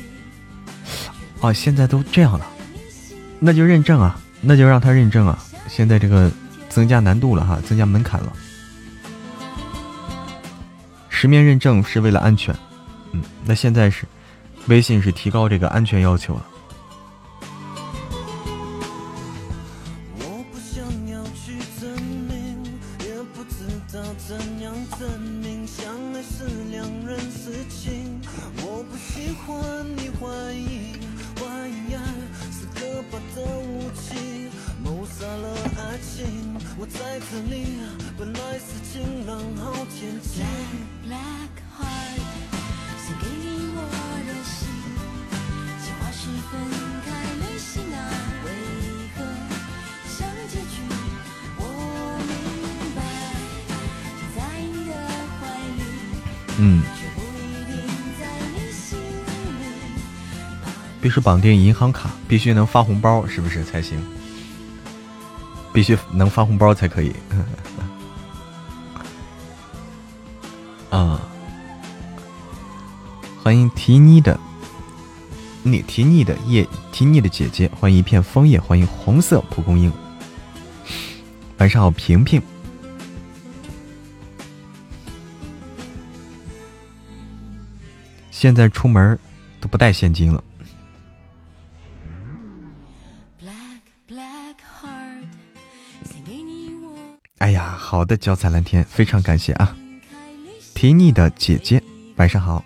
现在都这样了，那就认证啊，那就让他认证啊。现在这个增加难度了哈，增加门槛了。实名认证是为了安全，那现在是微信是提高这个安全要求了。 在这里本来是晴朗好天气。 必须绑定银行卡，必须能发红包，是不是才行？必须能发红包才可以。欢迎提妮的姐姐，欢迎一片枫叶，欢迎红色蒲公英。晚上好，平平。现在出门都不带现金了。哎呀，好的，脚踩蓝天，非常感谢啊！提妮的姐姐，晚上好。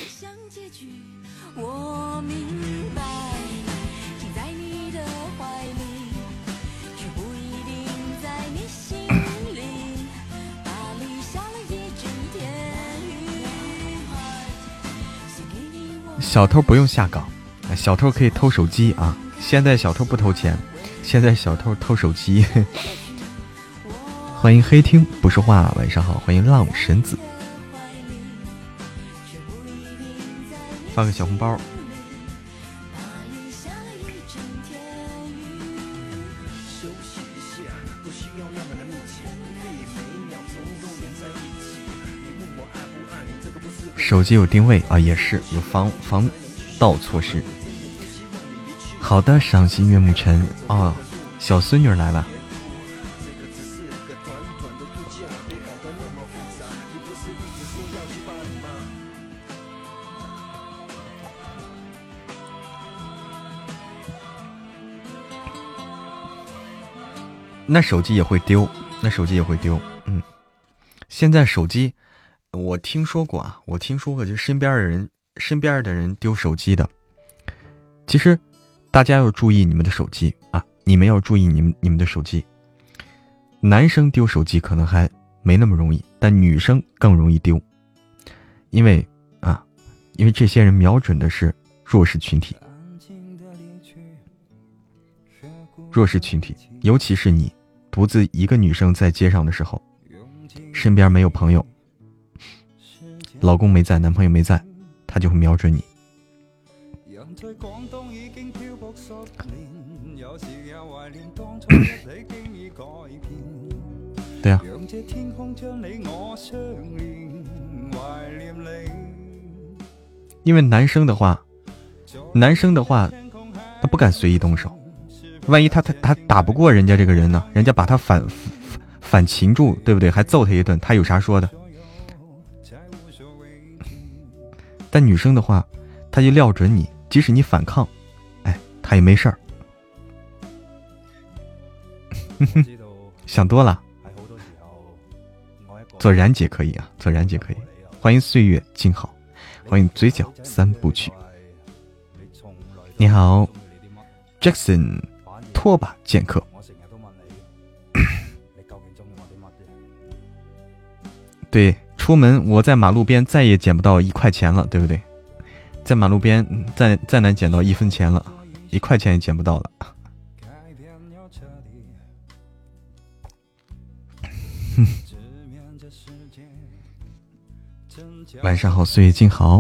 小偷不用下岗，小偷可以偷手机啊！现在小偷不偷钱，现在小偷偷手机。欢迎黑听不说话，晚上好，欢迎浪神子，发个小红包。手机有定位啊，也是有防盗措施。好的，赏心悦目晨啊，小孙女来了。那手机也会丢，现在手机，我听说过，就身边的人丢手机的。其实大家要注意你们的手机啊，你们要注意你们的手机。男生丢手机可能还没那么容易，但女生更容易丢，因为这些人瞄准的是弱势群体，尤其是你独自一个女生在街上的时候，身边没有朋友，老公没在，男朋友没在，他就会瞄准你。对啊，因为男生的话他不敢随意动手，万一他打不过人家这个人呢，人家把他反擒住，对不对？还揍他一顿，他有啥说的？但女生的话，他就料准你，即使你反抗，他也没事儿。想多了。做冉姐可以啊，欢迎岁月静好，欢迎嘴角三部曲。你好 Jackson 拖把剑客。对，出门我在马路边再也捡不到1块钱了，对不对？在马路边再难捡到1分钱了，1块钱也捡不到了。晚上好，岁月静好。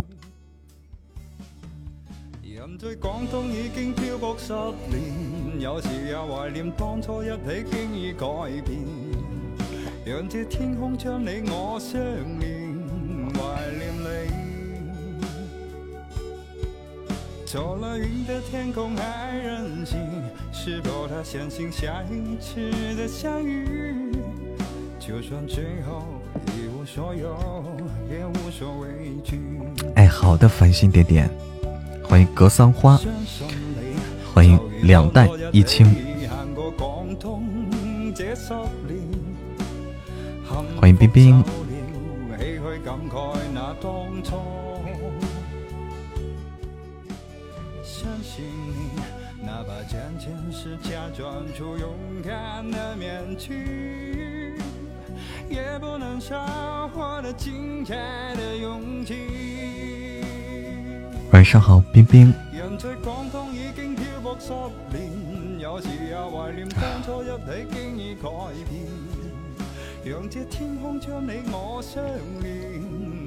廣東已經漂泊10年，有時也懷念當初一起經已改變，讓這天空將你我相連，懷念你。走了雲的天空還任性，是否他相信下一次的相遇，就算最後一無所有，也無所畏懼。好的，繁星點點。歡迎格桑花，歡迎兩代一清，歡迎冰冰。晚上好，冰冰。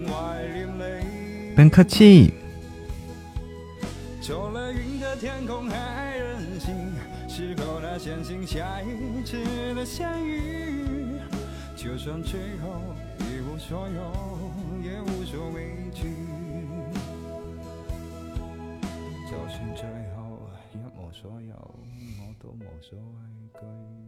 不用客气。 除了云的天空还任性，是否那相信下一次的相遇？就算最后一无所有，也无所畏惧。就算最后一无所有，我都无所畏惧。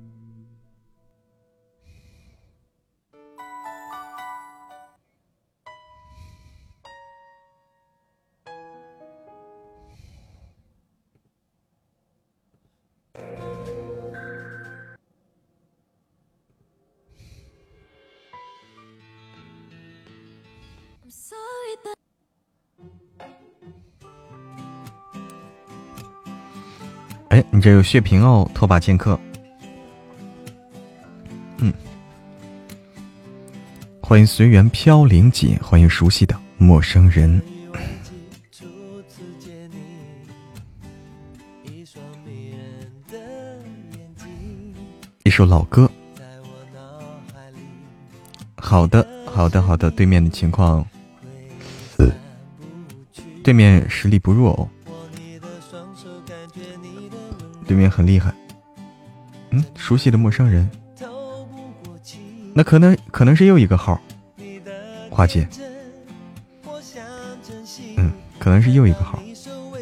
哎，你这有血瓶哦，拖把剑客。欢迎随缘飘零姐，欢迎熟悉的陌生人。一首老歌。好的，好的，好的。对面的情况，对面实力不弱哦。对面很厉害。熟悉的陌生人，那可能是又一个号，花姐。可能是又一个号。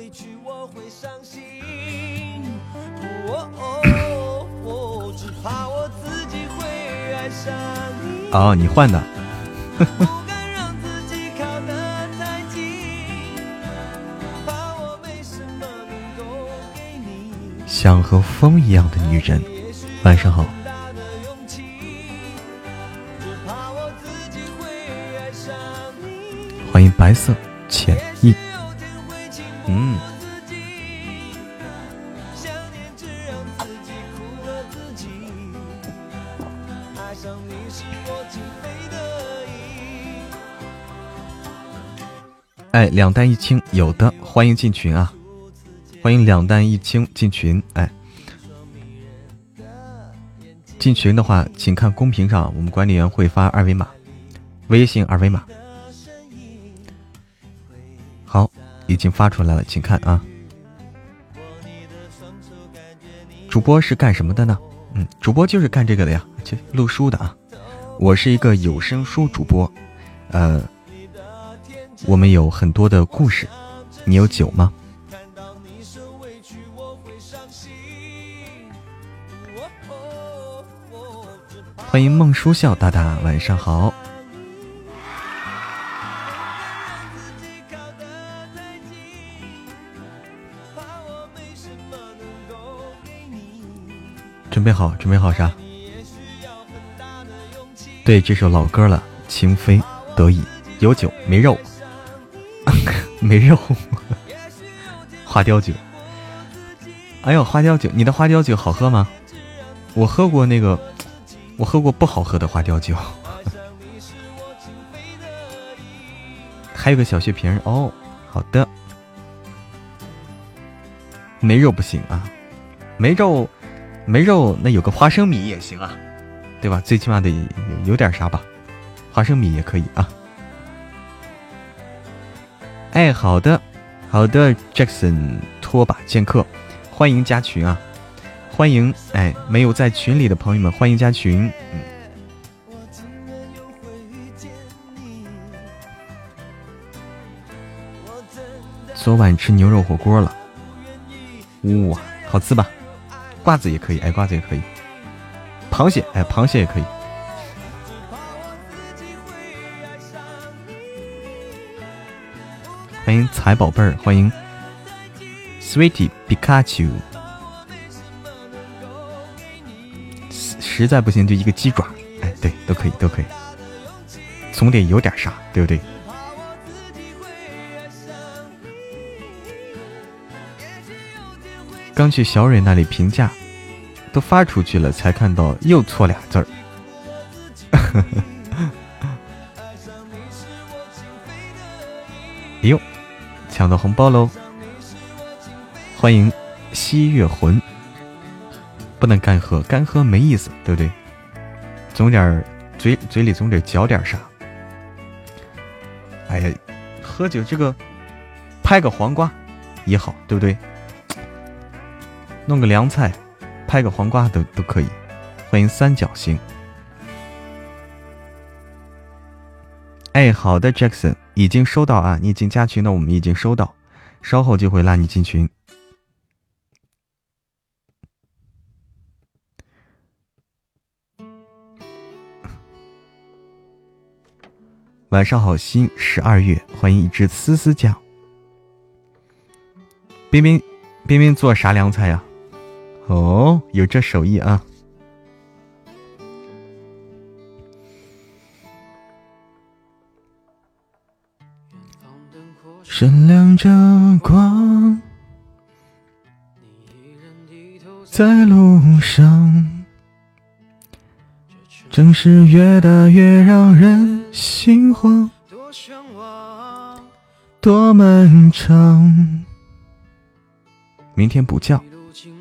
哦，你换的。像和风一样的女人，晚上好。欢迎白色浅意。哎，两弹一清有的，欢迎进群啊！欢迎两弹一清进群。哎，进群的话，请看公屏上，我们管理员会发二维码，微信二维码。好，已经发出来了，请看啊。主播是干什么的呢？主播就是干这个的呀，就录书的啊。我是一个有声书主播，我们有很多的故事。你有酒吗？欢迎梦书笑大大，晚上好。准备好，准备好啥？对，这首老歌了，情非得已。有酒没肉。没肉。花雕酒。哎呦，花雕酒，你的花雕酒好喝吗？我喝过那个，我喝过不好喝的花雕酒。还有个小血瓶哦，好的。没肉不行啊，没肉，那有个花生米也行啊，对吧？最起码得有点啥吧，花生米也可以啊。哎，好的，好的 ，Jackson 拖把剑客，欢迎加群啊！欢迎，哎，没有在群里的朋友们，欢迎加群。昨晚吃牛肉火锅了，哇，好吃吧？瓜子也可以，哎，瓜子也可以。螃蟹，哎，螃蟹也可以。欢迎财宝贝儿，欢迎 Sweetie Pikachu。实在不行就一个鸡爪，哎，对，都可以，都可以，总得有点啥，对不对？刚去小蕊那里评价，都发出去了，才看到又错俩字儿。哎呦，抢到红包喽！欢迎西月魂。不能干喝，干喝没意思，对不对？总点嘴里总得嚼点啥。 哎呀，喝酒这个拍个黄瓜也好，对不对？弄个凉菜，拍个黄瓜都可以。欢迎三角形。哎，好的 ，Jackson 已经收到啊，你已经加群了，我们已经收到，稍后就会拉你进群。晚上好心12月，欢迎一只丝丝酱。冰冰做啥凉菜呀？哦，有这手艺啊。闪亮着光，在路上，城市越大越让人心慌，多漫长。明天补觉，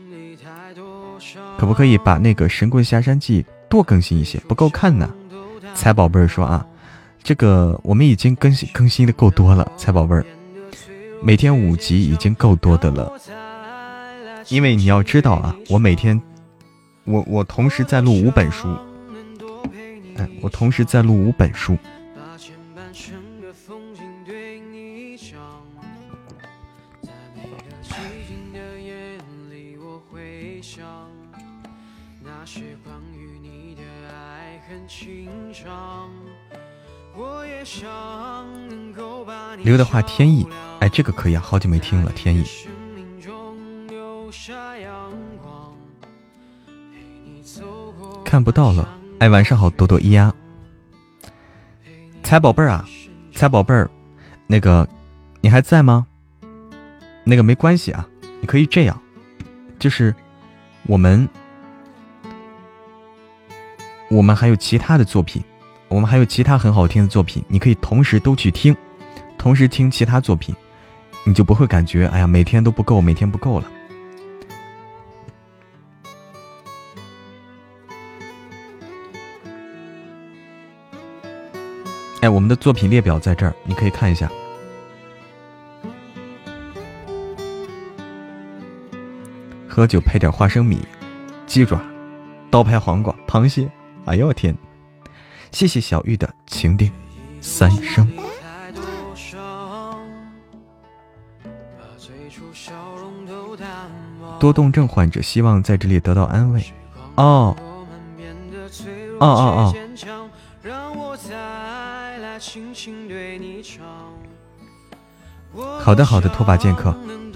可不可以把那个《神棍下山记》多更新一些？不够看呢。财宝贝儿说啊，这个我们已经更新的够多了，财宝贝儿，每天5集已经够多的了。因为你要知道啊，我每天我同时在录5本书，哎，我同时在录5本书。刘德华天意，哎，这个可以啊，好久没听了。天意看不到了，哎，晚上好，多多一呀。财宝贝儿啊，财宝贝儿，那个你还在吗？那个没关系啊，你可以这样，就是我们还有其他的作品，我们还有其他很好听的作品，你可以同时都去听，同时听其他作品，你就不会感觉哎呀每天都不够，每天不够了。哎，我们的作品列表在这儿，你可以看一下。喝酒配点花生米、鸡爪、刀拍黄瓜、螃蟹。哎呦我天！谢谢小玉的情定3声。多动症患者希望在这里得到安慰。哦，好的好的，拓跋剑客。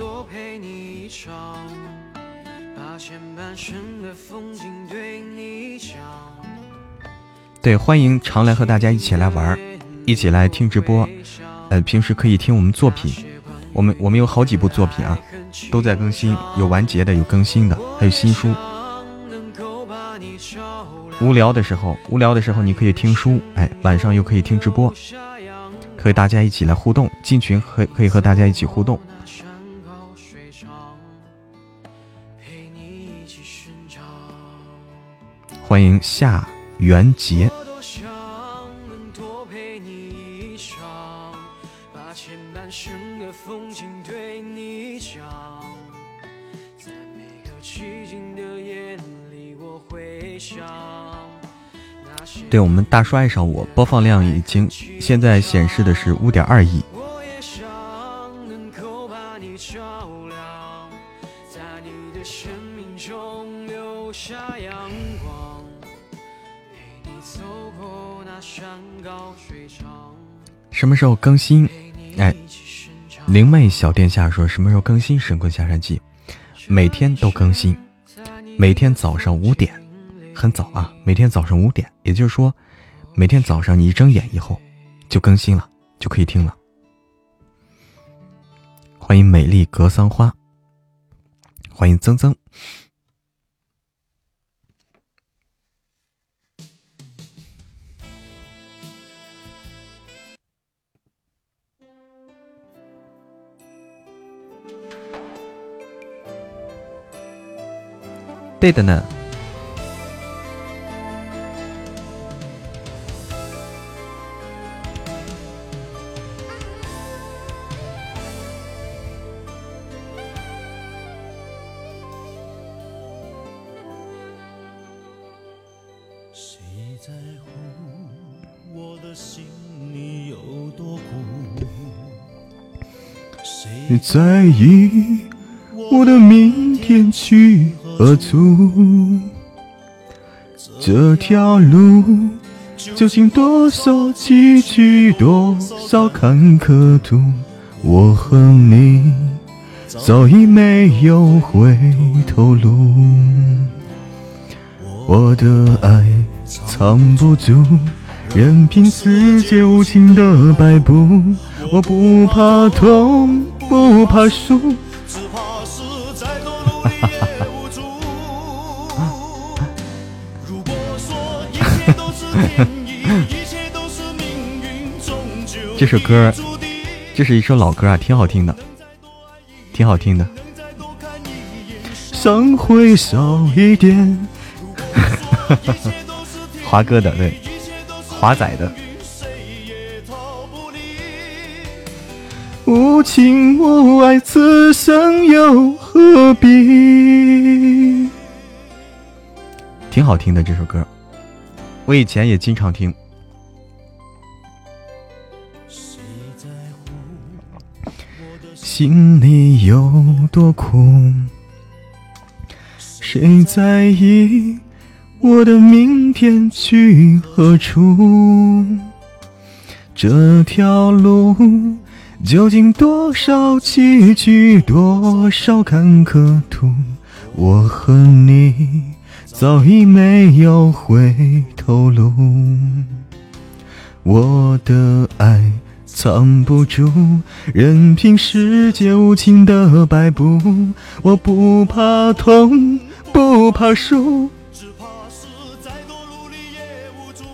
对，欢迎常来和大家一起来玩，一起来听直播。平时可以听我们作品，我们有好几部作品啊，都在更新，有完结的，有更新的，还有新书。无聊的时候你可以听书，哎，晚上又可以听直播，可以大家一起来互动，进群可以和大家一起互动。欢迎夏元杰。对，我们大叔爱上我播放量已经现在显示的是5.2亿。什么时候更新？哎，灵妹小殿下说什么时候更新《神棍下山记》？每天都更新，每天早上5点，很早啊，每天早上5点，也就是说，每天早上你一睁眼以后就更新了，就可以听了。欢迎美丽格桑花，欢迎曾曾。对的呢。 谁在意我的明天去何处？这条路究竟多少崎岖，多少坎坷途？我和你早已没有回头路。我的爱藏不住，任凭世界无情的摆布。我不怕痛，不怕输，只怕是再多努力也无助。如果说一切都是天意，一切都是命运，终究这首歌，这是一首老歌啊，挺好听的，挺好听的。伤会少一点。华哥的，对，华仔的。无情无爱，此生又何必？挺好听的这首歌，我以前也经常听。心里有多苦，谁在意我的明天去何处？这条路究竟多少崎岖，多少坎坷途？我和你早已没有回头路。我的爱藏不住，任凭世界无情的摆布。我不怕痛，不怕输，只怕是再多努力也无助。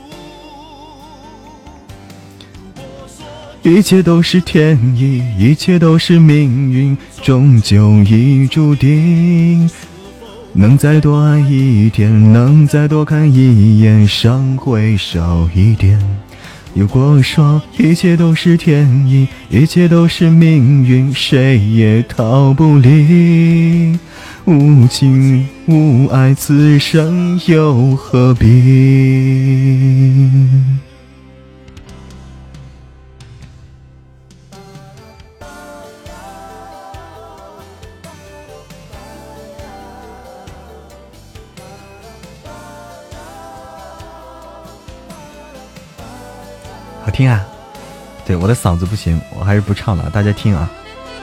一切都是天意，一切都是命运，终究已注定。能再多爱一点，能再多看一眼，伤会少一点。如果说一切都是天意，一切都是命运，谁也逃不离。无情无爱，此生又何必？好听啊！对，我的嗓子不行，我还是不唱了，大家听啊。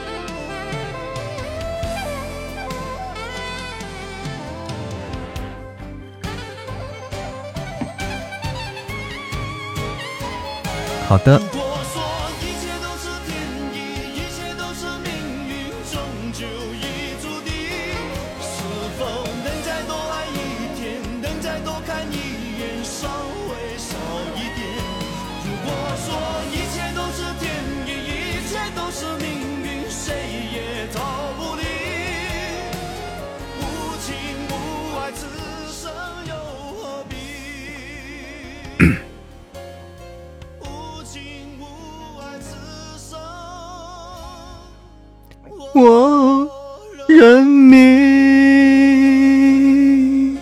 好的。我认命。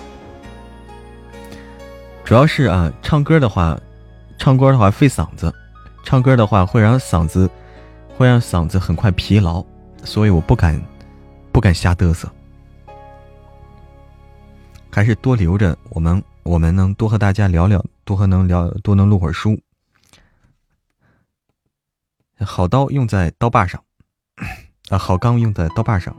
主要是啊，唱歌的话费嗓子，唱歌的话会让嗓子很快疲劳，所以我不敢瞎嘚瑟，还是多留着我们能多和大家聊聊，多能录会儿书。好刀用在刀把上。好钢用在刀把上。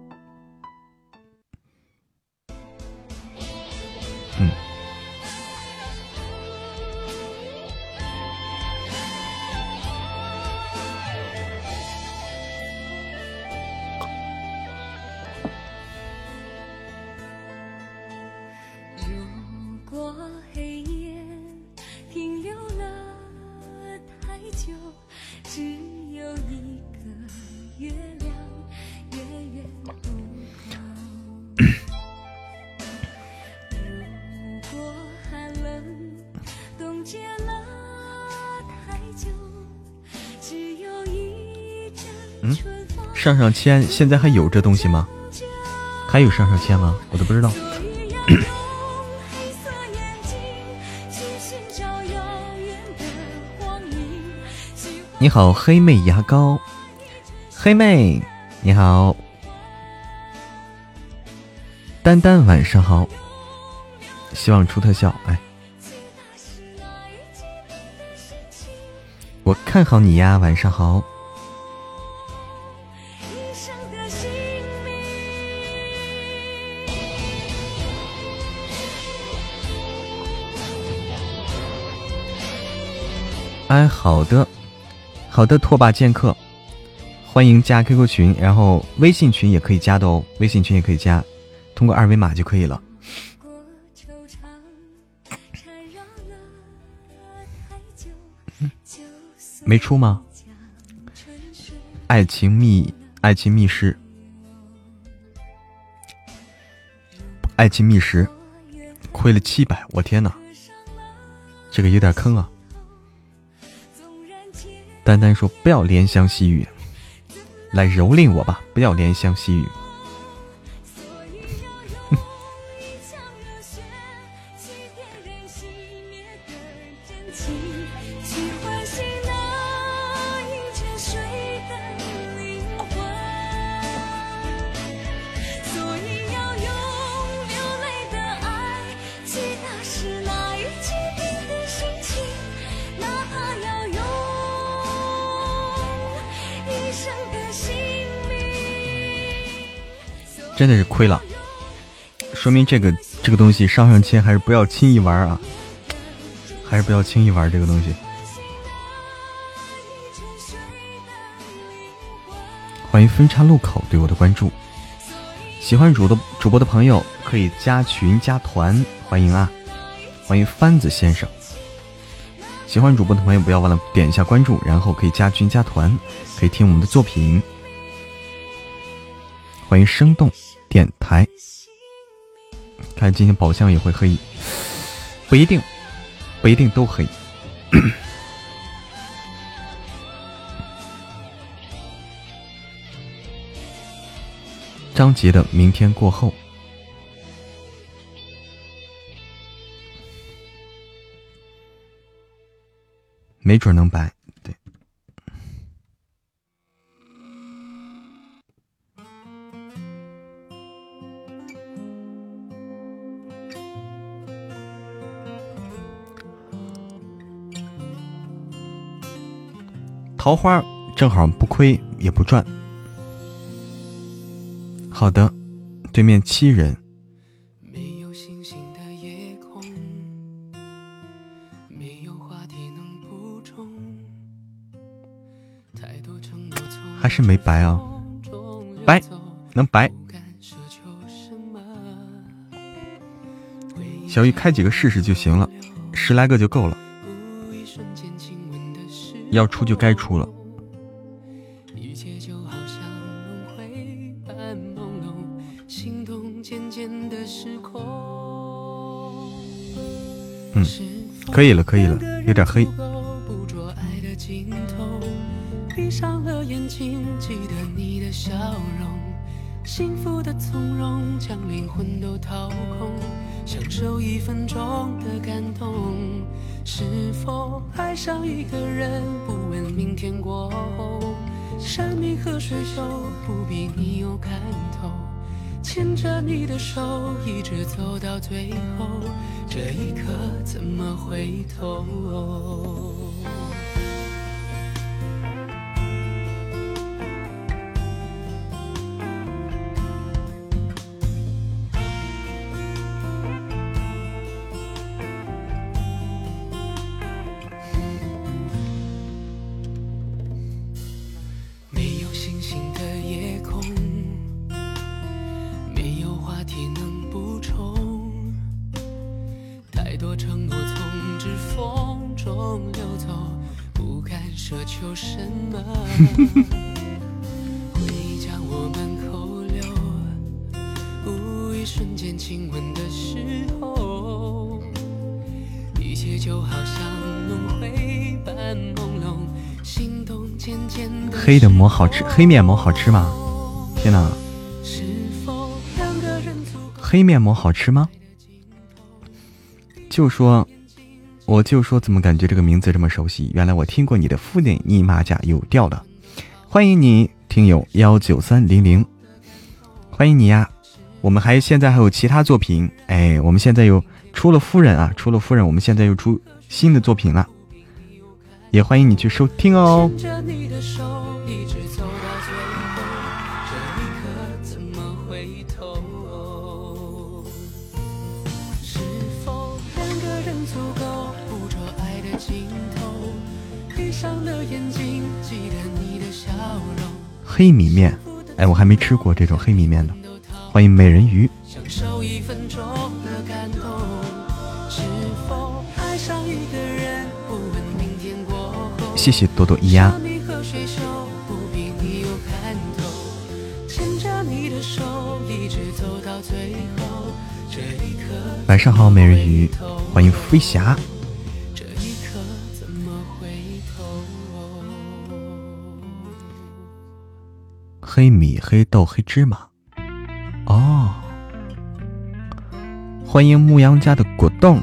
如果黑夜停留了太久，只有一个月亮远远不够。如果寒冷冻结了太久，只有一阵春风。 上签现在还有这东西吗？还有上签吗？我都不知道。 你好，黑妹牙膏，黑妹你好，丹丹晚上好，希望出特效。哎，我看好你呀，晚上好。哎，好的，好的，拓跋剑客，欢迎加 QQ 群，然后微信群也可以加的哦，微信群也可以加，通过二维码就可以了。没出吗？爱情密室，爱情密室，亏了700，我天哪，这个有点坑啊。丹丹说不要怜香惜玉，来蹂躏我吧，不要怜香惜玉。真的是亏了，说明这个东西上签还是不要轻易玩啊，还是不要轻易玩这个东西。欢迎分岔路口对我的关注，喜欢主播的朋友可以加群加团，欢迎啊，欢迎番子先生。喜欢主播的朋友不要忘了点一下关注，然后可以加群加团，可以听我们的作品。欢迎生动电台，看今天宝箱也会黑，不一定都黑。张杰的明天过后，没准能白。对，桃花正好不亏也不赚。好的，对面7人。 没有星星的夜空，没有话题能补充，太多承诺还是没白啊，白能白。小玉开几个试试就行了，10来个就够了，要出就该出了。可以了，可以了，有点黑。 闭上了眼睛，记得你的笑容，幸福的从容，将灵魂都掏空，享受1分钟的感动。是否爱上一个人，不问明天过后，山明和水秀，不必你有看头，牵着你的手，一直走到最后，这一刻怎么回头？没有星星的夜空，没有话题能补充，太多承诺从指缝中流走，不敢奢求什么。回忆将我们扣留，无意瞬间亲吻的时候，一切就好像轮回般朦胧，心动渐渐的。 黑的馍好吃，黑面膜好吃吗？天哪！黑面膜好吃吗？就说我就说怎么感觉这个名字这么熟悉？原来我听过你的夫人尼玛甲有调的。欢迎你，听友19300，欢迎你呀！我们现在还有其他作品，哎，我们现在有出了夫人啊，出了夫人，我们现在又出新的作品了，也欢迎你去收听哦。黑米面，哎，我还没吃过这种黑米面呢。欢迎美人鱼。谢谢多多一呀。晚上好，美人鱼，欢迎飞侠。黑米、黑豆、黑芝麻。哦，欢迎牧羊家的果冻。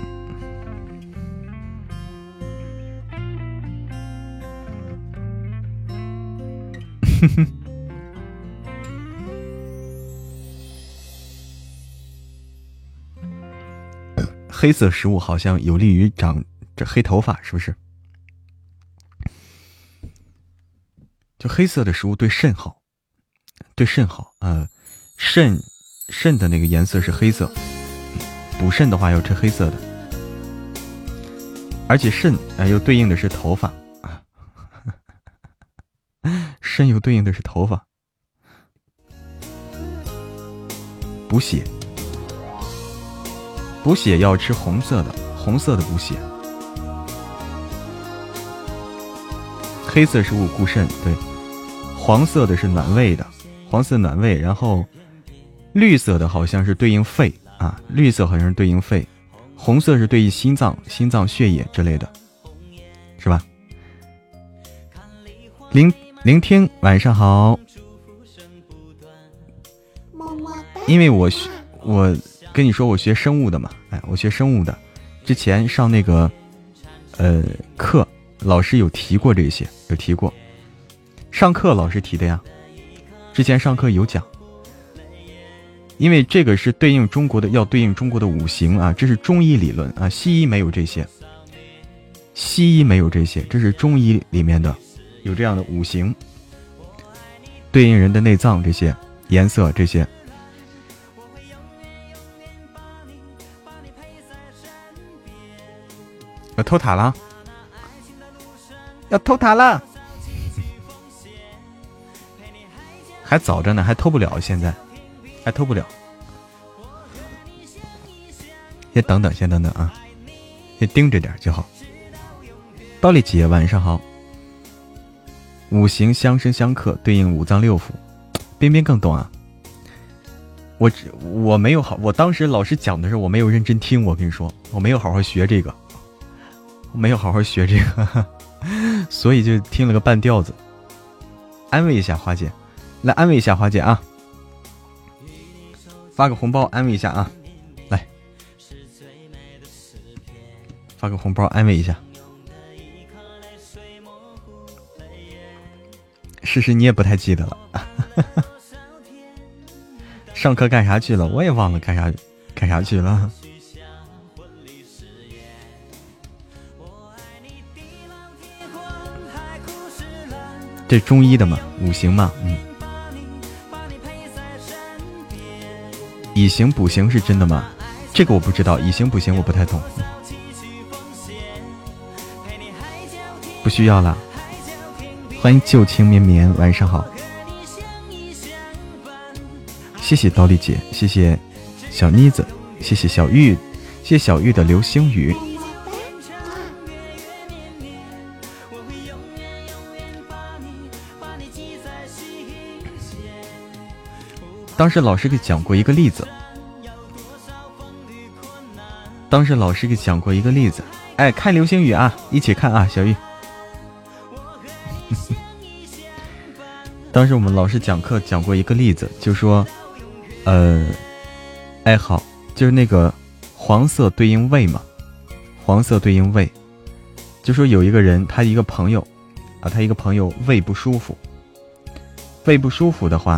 黑色食物好像有利于长这黑头发，是不是？就黑色的食物对肾好，对肾好。肾的那个颜色是黑色，补肾的话要吃黑色的，而且肾又对应的是头发，肾又对应的是头发，补血。补血要吃红色的，红色的补血。黑色食物固肾，对。黄色的是暖胃的，黄色暖胃，然后绿色的好像是对应肺啊，绿色好像是对应肺，红色是对应心脏、心脏血液之类的，是吧？聆听，晚上好。因为我跟你说我学生物的嘛，哎，我学生物的，之前上那个课，老师有提过这些，有提过。上课老师提的呀，之前上课有讲。因为这个是对应中国的，要对应中国的五行啊，这是中医理论啊，西医没有这些，西医没有这些，这是中医里面的，有这样的五行，对应人的内脏这些颜色这些。要偷塔了，要偷塔了，还早着呢，还偷不了，现在还偷不了，先等等，先等等啊，先盯着点就好。刀力姐晚上好。五行相生相克，对应五脏六腑，边边更懂啊。我没有好，我当时老师讲的时候我没有认真听，我跟你说，我没有好好学这个，我没有好好学这个，所以就听了个半调子。安慰一下花姐，来安慰一下花姐啊，发个红包安慰一下啊，来发个红包安慰一下。事实你也不太记得了。上课干啥去了？我也忘了干啥去了。这中医的嘛，五行嘛，以形补形是真的吗？这个我不知道，以形补形我不太懂。不需要了。欢迎旧情绵绵，晚上好。谢谢刀力姐，谢谢小妮子，谢谢小玉，谢谢小玉的流星雨。当时老师给讲过一个例子，哎，看流星雨啊，一起看啊，小玉。当时我们老师讲课讲过一个例子，就说好，就是那个黄色对应胃嘛， 黄色对应胃，就说有一个人，他一个朋友啊，他一个朋友胃不舒服，胃不舒服的话，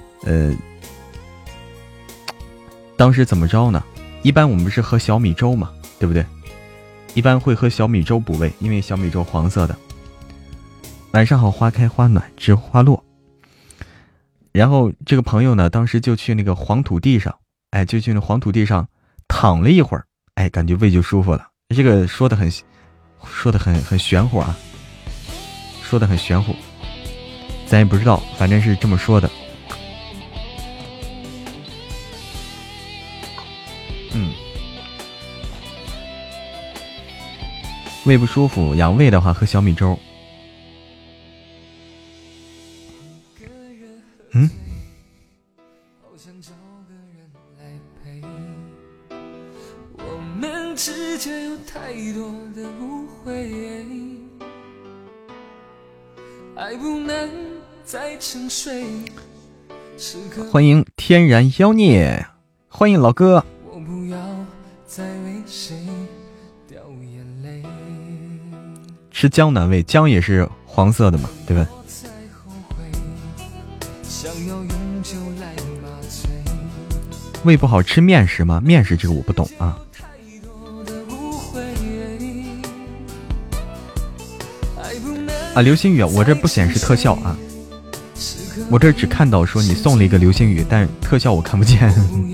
当时怎么着呢？一般我们是喝小米粥嘛，对不对？一般会喝小米粥补胃，因为小米粥黄色的。晚上好，花开花暖知花落。然后这个朋友呢，当时就去那个黄土地上，哎，就去那黄土地上躺了一会儿，哎，感觉胃就舒服了。这个说的很玄乎啊，说的很玄乎，咱也不知道，反正是这么说的。胃不舒服养胃的话，喝小米粥。 我们之间有太多的误会，爱不能再沉睡。 欢迎天然妖孽，欢迎老哥。 我不要再为谁掉眼泪。 吃江南味，姜也是黄色的嘛，对吧？胃不好吃面食吗？面食这个我不懂啊。啊，流星雨，我这不显示特效啊，我这只看到说你送了一个流星雨，但特效我看不见。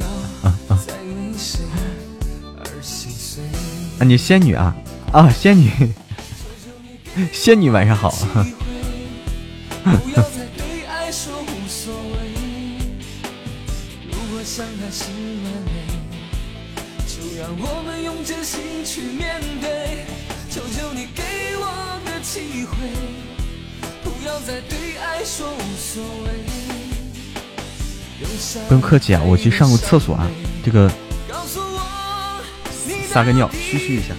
啊，你仙女啊？啊，仙女，仙女晚上好。 我们用真心去面对，求求你给我个机会，不要再对爱说无所谓。 不用客气啊，我去上个厕所啊，这个撒个尿，嘘嘘一下。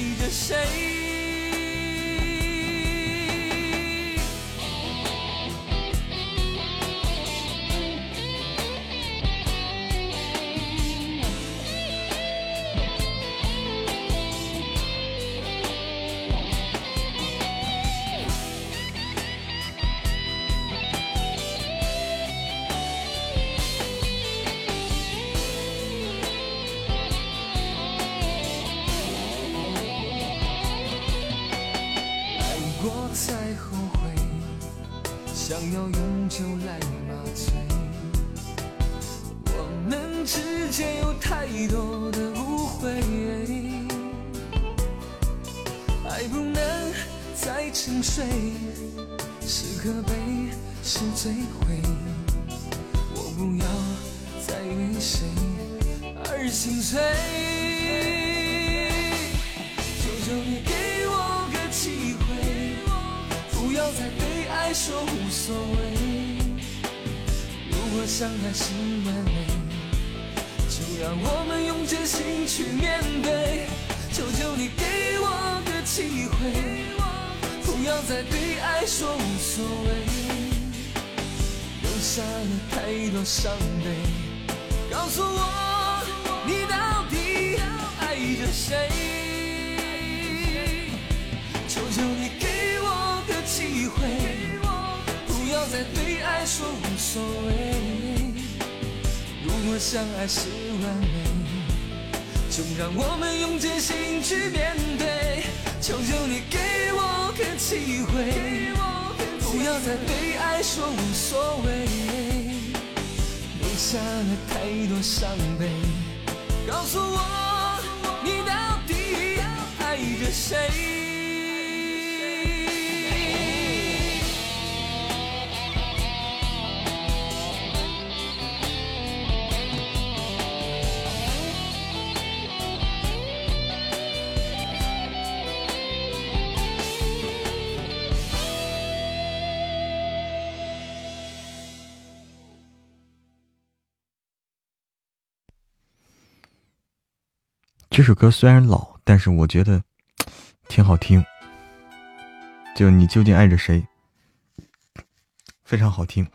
这首歌虽然老，但是我觉得挺好听。就你究竟爱着谁，非常好听。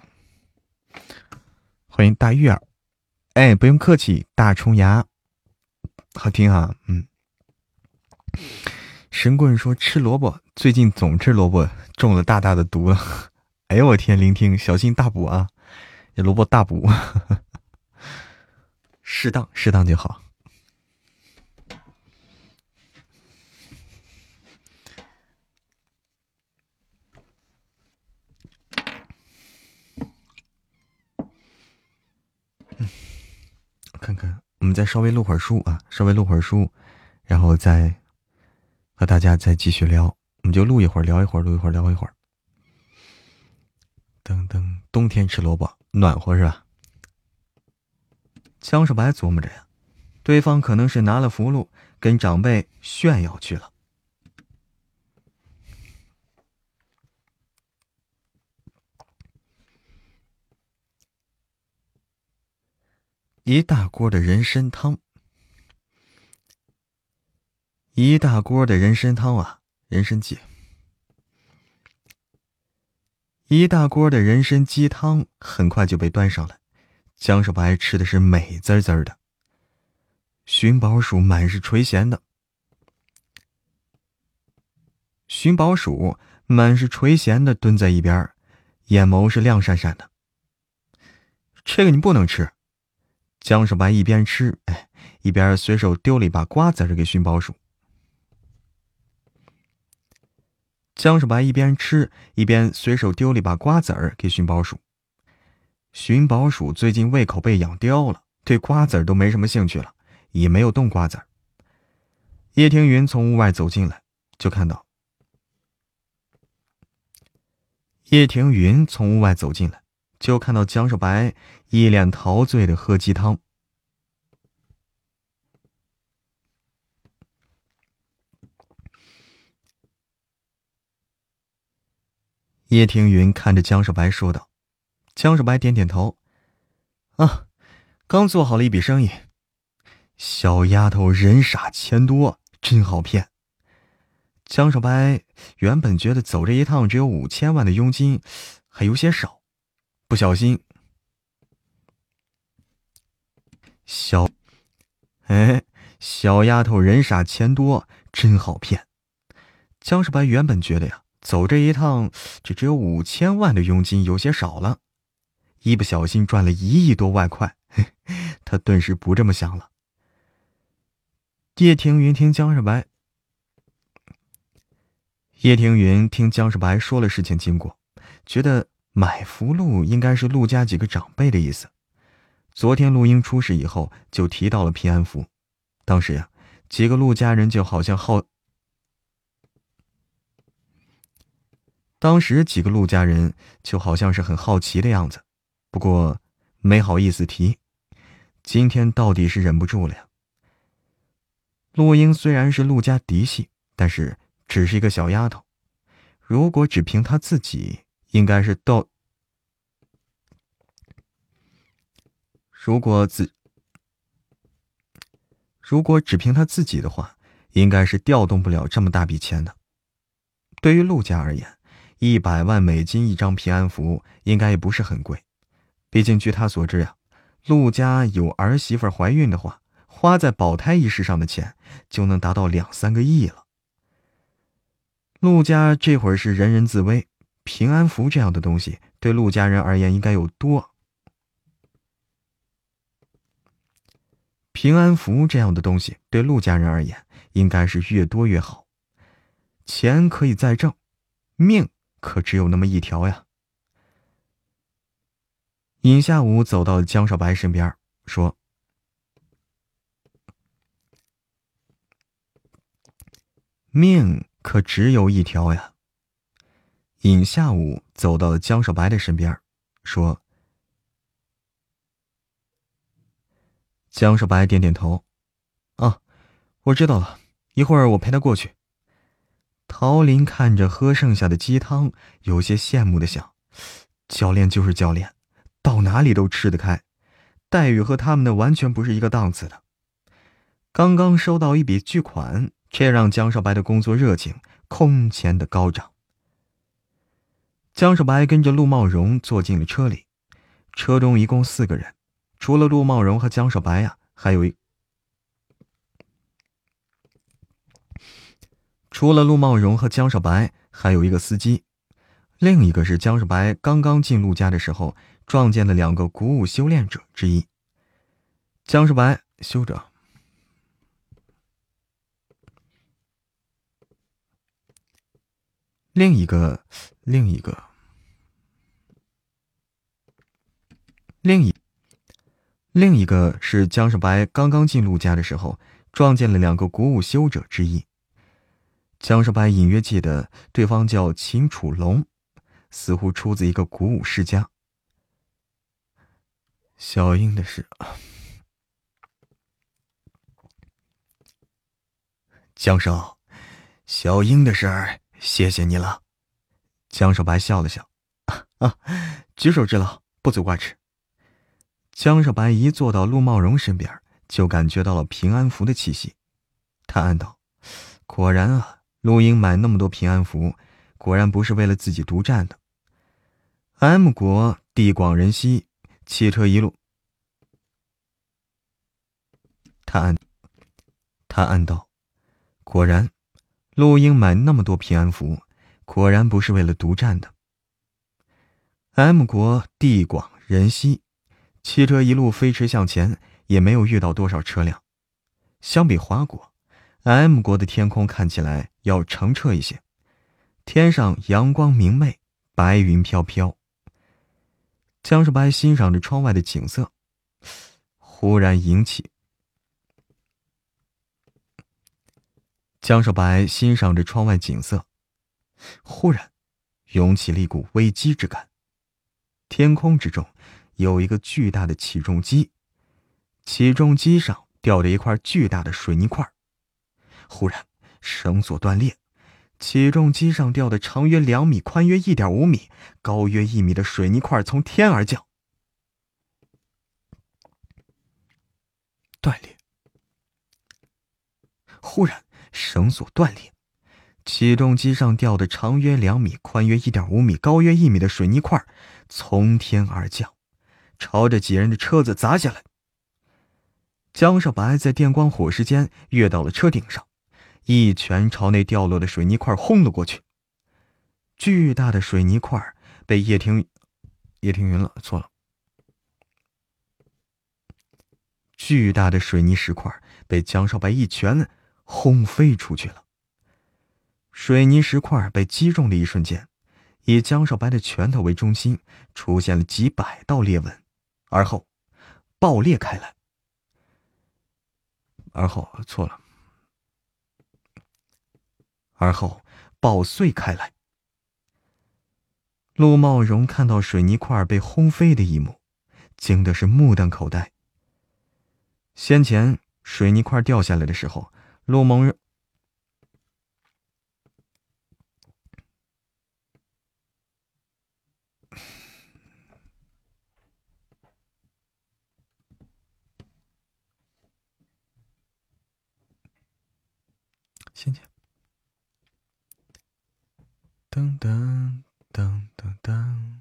欢迎大玉儿，哎，不用客气，大虫牙，好听啊， 神棍说吃萝卜，最近总吃萝卜，中了大大的毒了。哎呦我天，聆听小心大补啊，这萝卜大补，适当就好。看看，我们再稍微录会儿书啊，然后再和大家再继续聊。我们就录一会儿，聊一会儿，录一会儿，聊一会儿。噔噔，冬天吃萝卜暖和是吧？江少白琢磨着呀，对方可能是拿了符箓跟长辈炫耀去了。一大锅的人参汤，一大锅的人参汤啊，人参鸡，一大锅的人参鸡汤很快就被端上来。江少白吃的是美滋滋的，寻宝鼠满是垂涎的，寻宝鼠满是垂涎的蹲在一边，眼眸是亮闪闪的。这个你不能吃。江少白一边吃，一边随手丢了一把瓜子儿给寻宝鼠。江少白一边吃，一边随手丢了一把瓜子儿给寻宝鼠。寻宝鼠最近胃口被养刁了，对瓜子儿都没什么兴趣了，也没有动瓜子儿。叶庭云从屋外走进来，就看到江少白一脸陶醉的喝鸡汤。叶庭云看着江少白说道。江少白点点头，啊，刚做好了一笔生意，小丫头人傻钱多，真好骗。江少白原本觉得走这一趟只有5000万的佣金还有些少，不小心小丫头人傻钱多，真好骗。江少白原本觉得呀，走这一趟这只有5000万的佣金有些少了，一不小心赚了1亿多外快，他顿时不这么想了。叶庭云听江少白说了事情经过，觉得买符箓应该是陆家几个长辈的意思。昨天陆英出事以后就提到了平安符，当时呀，几个陆家人就好像是很好奇的样子，不过没好意思提。今天到底是忍不住了呀。陆英虽然是陆家嫡系，但是只是一个小丫头，如果只凭她自己，应该是如果只凭她自己的话，应该是调动不了这么大笔钱的。对于陆家而言，100万美金一张平安符应该也不是很贵，毕竟据他所知呀，陆家有儿媳妇怀孕的话，花在保胎一事上的钱就能达到2-3个亿了。陆家这会儿是人人自危，平安符这样的东西对陆家人而言应该有多？平安符这样的东西对陆家人而言应该是越多越好，钱可以再挣，命可只有那么一条呀。尹夏武走到江少白身边说，命可只有一条呀。尹夏武走到江少白的身边说。江少白点点头，啊，我知道了，一会儿我陪他过去。陶林看着喝剩下的鸡汤，有些羡慕的想，教练就是教练，到哪里都吃得开，待遇和他们的完全不是一个档次的。刚刚收到一笔巨款，这让江少白的工作热情空前的高涨。江少白跟着陆茂荣坐进了车里，车中一共4个人，除了陆茂荣和江少白呀，还有除了陆茂荣和江少白，还有一个司机，另一个是江少白刚刚进陆家的时候撞见的2个鼓舞修炼者之一。江少白修着，另一个是江少白刚刚进陆家的时候撞见了2个鼓舞修者之一。江少白隐约记得对方叫秦楚龙，似乎出自一个鼓舞世家。小英的事，江少，小英的事儿，谢谢你了。江少白笑了笑，举手之劳，不足挂齿。江少白一坐到陆茂荣身边，就感觉到了平安符的气息。他暗道，果然啊，陆英买那么多平安符，果然不是为了自己独占的。M 国地广人稀，汽车一路。他暗道，果然，陆英买那么多平安符，果然不是为了独占的。M 国地广人稀，汽车一路飞驰向前，也没有遇到多少车辆。相比华国，M 国的天空看起来要澄澈一些，天上阳光明媚，白云飘飘。江少白欣赏着窗外的景色，忽然涌起了一股危机之感。天空之中有一个巨大的起重机，起重机上吊着一块巨大的水泥块。忽然绳索断裂，起重机上吊的长约2米、宽约1.5米、高约1米的水泥块从天而降，断裂。忽然绳索断裂，起重机上吊的长约2米、宽约1.5米、高约1米的水泥块从天而降，朝着几人的车子砸下来。江少白在电光火石间跃到了车顶上，一拳朝那掉落的水泥块轰了过去。巨大的水泥块被叶庭云了，错了。巨大的水泥石块被江少白一拳轰飞出去了。水泥石块被击中的一瞬间，以江少白的拳头为中心，出现了几百道裂纹，而后爆裂开来。而后爆碎开来。陆茂荣看到水泥块被轰飞的一幕，惊的是目瞪口呆。先前水泥块掉下来的时候，陆茂荣噔噔噔噔噔。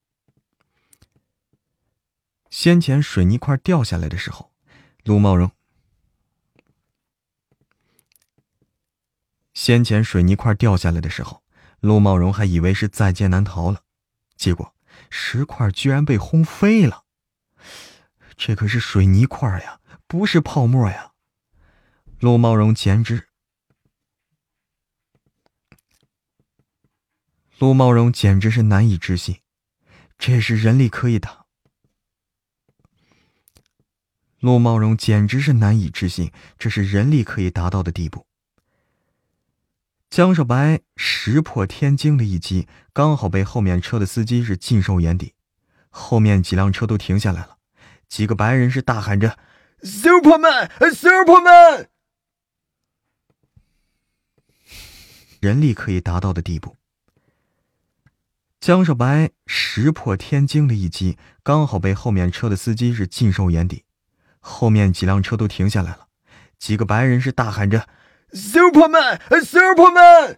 先前水泥块掉下来的时候，陆茂荣还以为是在劫难逃了，结果石块居然被轰飞了。这可是水泥块呀，不是泡沫呀！陆茂荣简直是难以置信，这是人力可以达。陆茂荣简直是难以置信，这是人力可以达到的地步。江少白石破天惊的一击，刚好被后面车的司机是尽收眼底。后面几辆车都停下来了，几个白人是大喊着 Superman Superman， 人力可以达到的地步。江少白石破天惊的一击，刚好被后面车的司机是尽收眼底。后面几辆车都停下来了，几个白人是大喊着 Superman Superman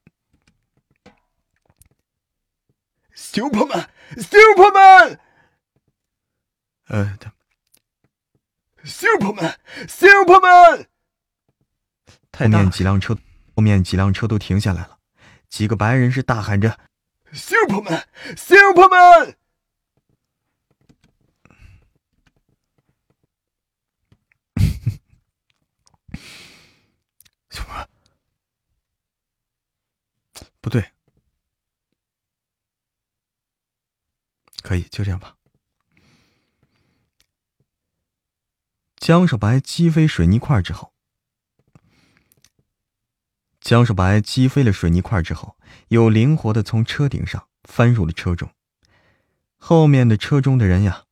Superman Superman Superman Superman， 后面几辆车后面几辆车都停下来了，几个白人是大喊着 Superman Superman。 不对，可以就这样吧。江少白击飞水泥块之后，又灵活地从车顶上翻入了车中。后面的车中的人呀，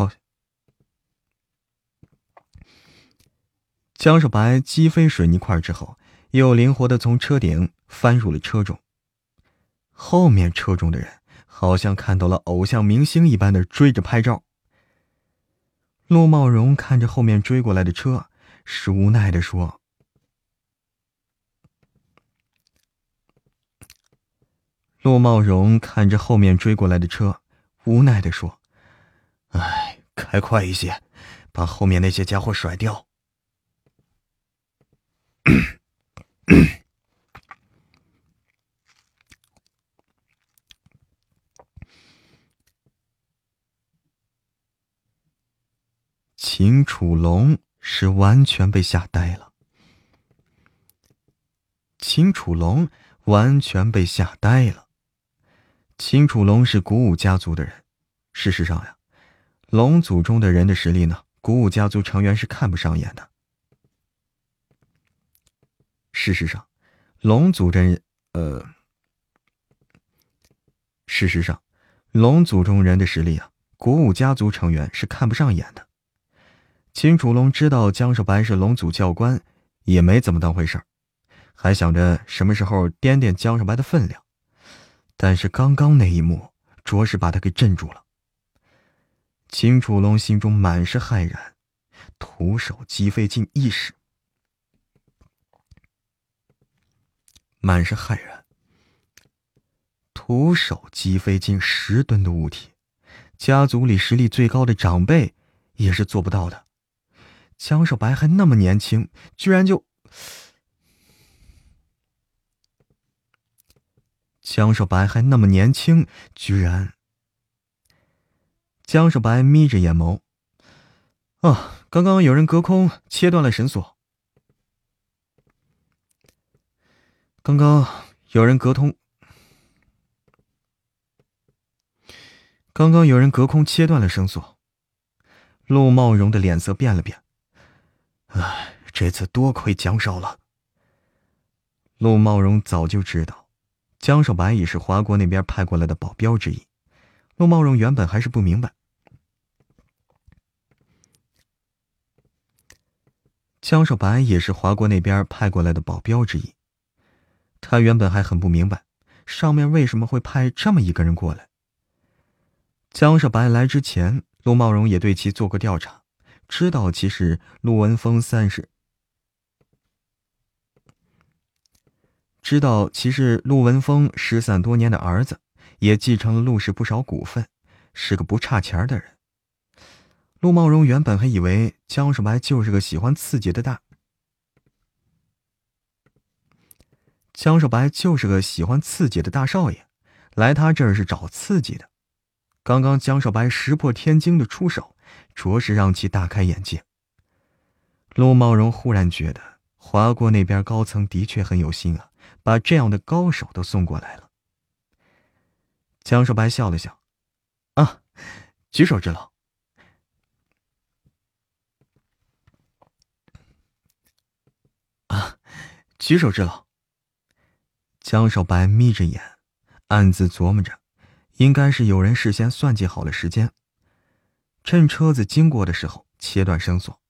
江少白击飞水泥块之后，又灵活地从车顶翻入了车中。后面车中的人好像看到了偶像明星一般的追着拍照。陆茂荣看着后面追过来的车，是无奈地说：“哎，开快一些，把后面那些家伙甩掉。”秦楚龙是完全被吓呆了。秦楚龙是古武家族的人。事实上呀，龙族中的人的实力呢，古武家族成员是看不上眼的。龙族中人的实力啊，古武家族成员是看不上眼的。秦楚龙知道江少白是龙族教官，也没怎么当回事儿，还想着什么时候掂掂江少白的分量。但是刚刚那一幕着实把他给镇住了。秦楚龙心中满是骇然，徒手击飞进意识。徒手击飞进10吨的物体，家族里实力最高的长辈也是做不到的。江少白还那么年轻，居然江少白眯着眼眸，刚刚有人隔空切断了绳索。陆茂荣的脸色变了变。这次多亏江少了。陆茂荣早就知道江少白也是华国那边派过来的保镖之一。陆茂荣原本还是不明白，他原本还很不明白上面为什么会派这么一个人过来。江少白来之前，陆茂荣也对其做过调查，知道其是陆文峰失散多年的儿子，也继承了陆氏不少股份，是个不差钱的人。陆茂荣原本还以为江少白就是个喜欢刺激的大少爷，来他这儿是找刺激的。刚刚江少白石破天惊的出手，着实让其大开眼界。陆茂荣忽然觉得华国那边高层的确很有心啊，把这样的高手都送过来了。江少白笑了笑，举手之劳。江少白眯着眼，暗自琢磨着，应该是有人事先算计好了时间，趁车子经过的时候切断绳索，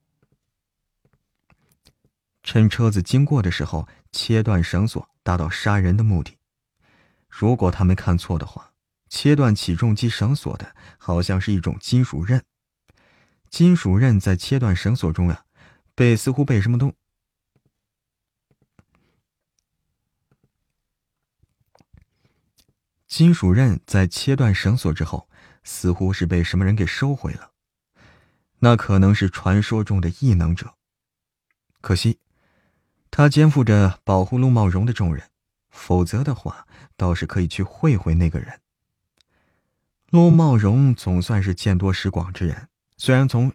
达到杀人的目的。如果他没看错的话，切断起重机绳索的好像是一种金属刃。金属刃在切断绳索中似乎被什么东金属刃在切断绳索之后，似乎是被什么人给收回了。那可能是传说中的异能者。可惜他肩负着保护陆茂荣的重任，否则的话倒是可以去会会那个人。陆茂荣总算是见多识广之人，虽然从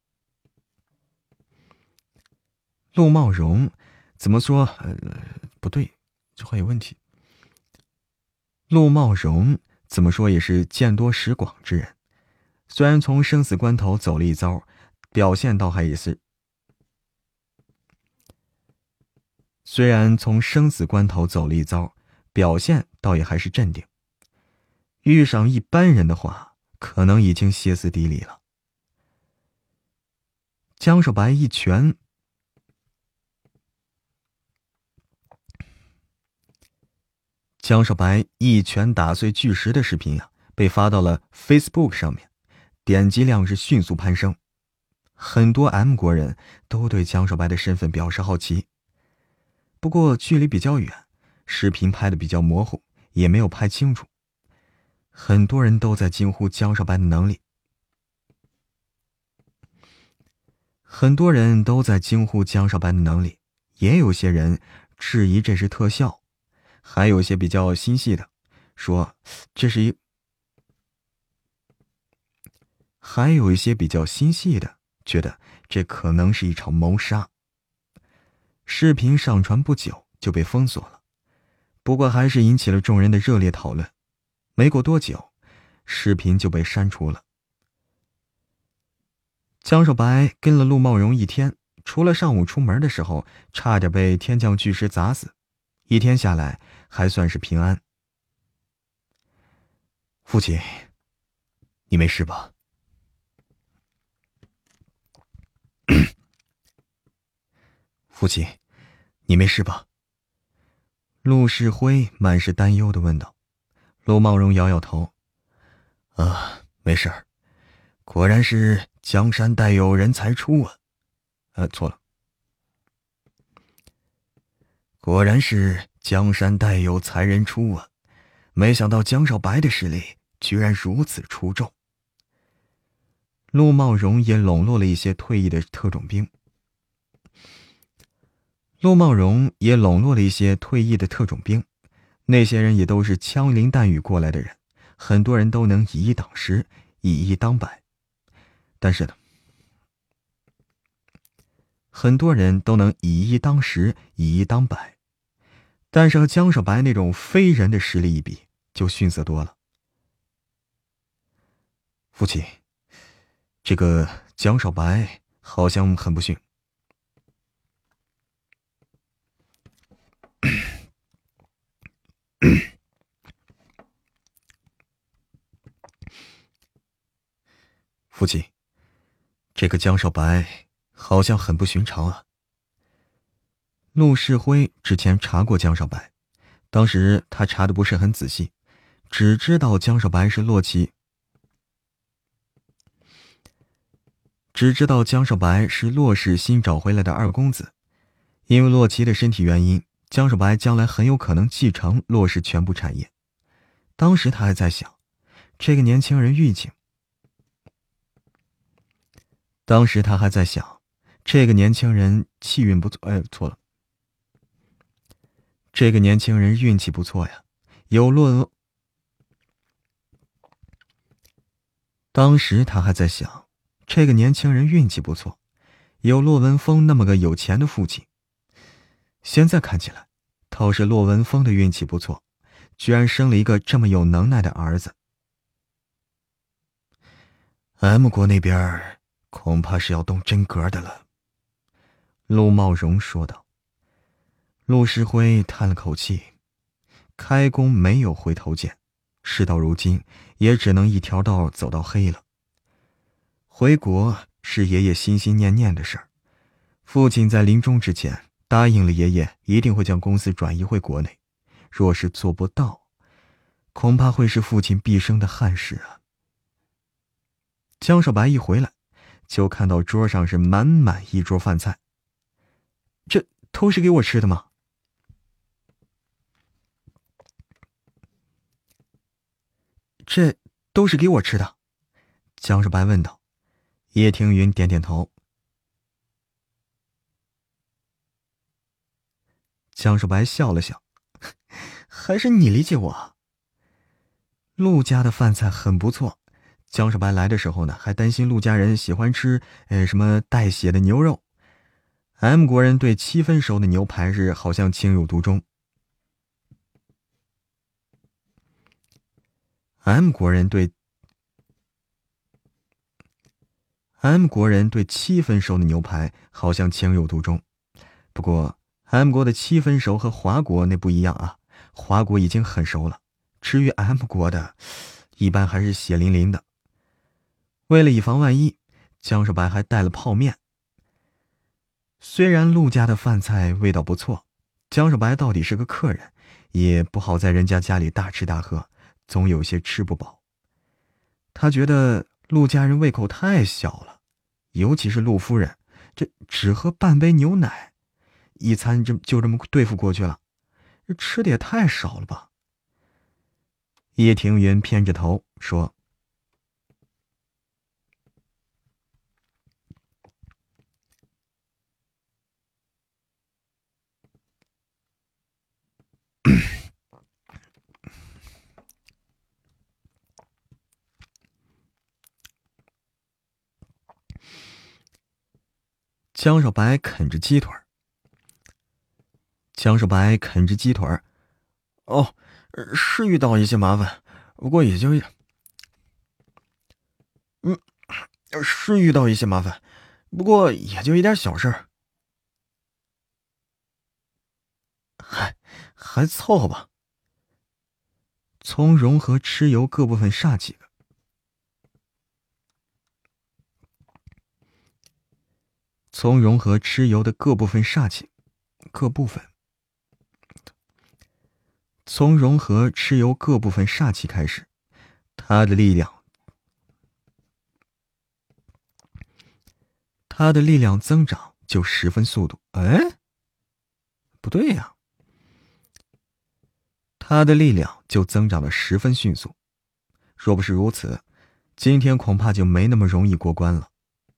陆茂荣怎么说不对，这话有问题。陆茂荣怎么说也是见多识广之人，虽然从生死关头走了一遭，表现倒还也是虽然从生死关头走了一遭，表现倒也还是镇定。遇上一般人的话，可能已经歇斯底里了。江少白一拳，打碎巨石的视频被发到了 Facebook 上面，点击量是迅速攀升。很多 M 国人都对江少白的身份表示好奇。不过距离比较远，视频拍得比较模糊，也没有拍清楚。很多人都在惊呼江少白的能力，也有些人质疑这是特效，还有些比较心细的说这是一，还有一些比较心细的觉得这可能是一场谋杀。视频上传不久就被封锁了，不过还是引起了众人的热烈讨论。没过多久，视频就被删除了。江少白跟了陆茂荣一天，除了上午出门的时候差点被天降巨石砸死，一天下来还算是平安。父亲，你没事吧？父亲，你没事吧？陆世辉满是担忧地问道。陆茂荣摇摇头，没事儿，果然是江山代有人才出啊。错了，果然是江山代有才人出啊，没想到江少白的实力居然如此出众。陆茂荣也笼络了一些退役的特种兵，那些人也都是枪林弹雨过来的人，很多人都能以一挡十，以一当百。但是呢，但是和江少白那种非人的实力一比，就逊色多了。父亲，这个江少白好像很不幸。父亲，这个江少白好像很不寻常啊。陆世辉之前查过江少白，当时他查的不是很仔细，只知道江少白是洛氏新找回来的二公子。因为洛奇的身体原因，江少白将来很有可能继承洛氏全部产业。当时他还在想，这个年轻人运气气运不错，错了。这个年轻人运气不错呀，当时他还在想，这个年轻人运气不错，有骆文峰那么个有钱的父亲。现在看起来，倒是骆文峰的运气不错，居然生了一个这么有能耐的儿子。M 国那边恐怕是要动真格的了，陆茂荣说道。陆世辉叹了口气，开弓没有回头箭，事到如今也只能一条道走到黑了。回国是爷爷心心念念的事儿，父亲在临终之前答应了爷爷一定会将公司转移回国内，若是做不到，恐怕会是父亲毕生的憾事啊。江少白一回来，就看到桌上是满满一桌饭菜。这都是给我吃的吗？这都是给我吃的，江少白问道。叶听云点点头。 江少白笑了笑，还是你理解我。陆家的饭菜很不错，江少白来的时候呢，还担心陆家人喜欢吃什么带血的牛肉。M 国人对7分熟的牛排是好像情有独钟。M 国人对7分熟的牛排好像情有独钟。不过 M 国的7分熟和华国那不一样啊，华国已经很熟了，至于 M 国的一般还是血淋淋的。为了以防万一，江少白还带了泡面。虽然陆家的饭菜味道不错，江少白到底是个客人，也不好在人家家里大吃大喝，总有些吃不饱。他觉得陆家人胃口太小了，尤其是陆夫人，这只喝半杯牛奶，一餐就这么对付过去了，这吃的也太少了吧。叶庭云偏着头说，江少白啃着鸡腿哦，是遇到一些麻烦，不过也就是遇到一些麻烦，不过也就一点小事儿，还凑合吧。从融合蚩尤各部分煞气，从融合蚩尤的各部分煞气开始，他的力量增长就10分速度。哎，不对呀，他的力量就增长了10分迅速。若不是如此，今天恐怕就没那么容易过关了。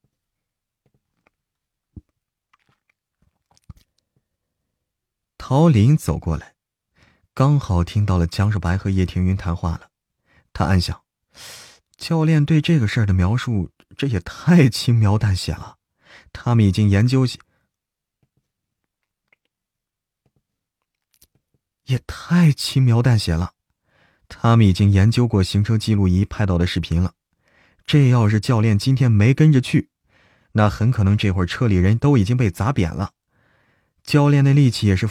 陶林走过来，刚好听到了江少白和叶庭云谈话了。他暗想，教练对这个事儿的描述，这也太轻描淡写了。他们已经研究过行车记录仪拍到的视频了。这要是教练今天没跟着去，那很可能这会儿车里人都已经被砸扁了。教练的力气也是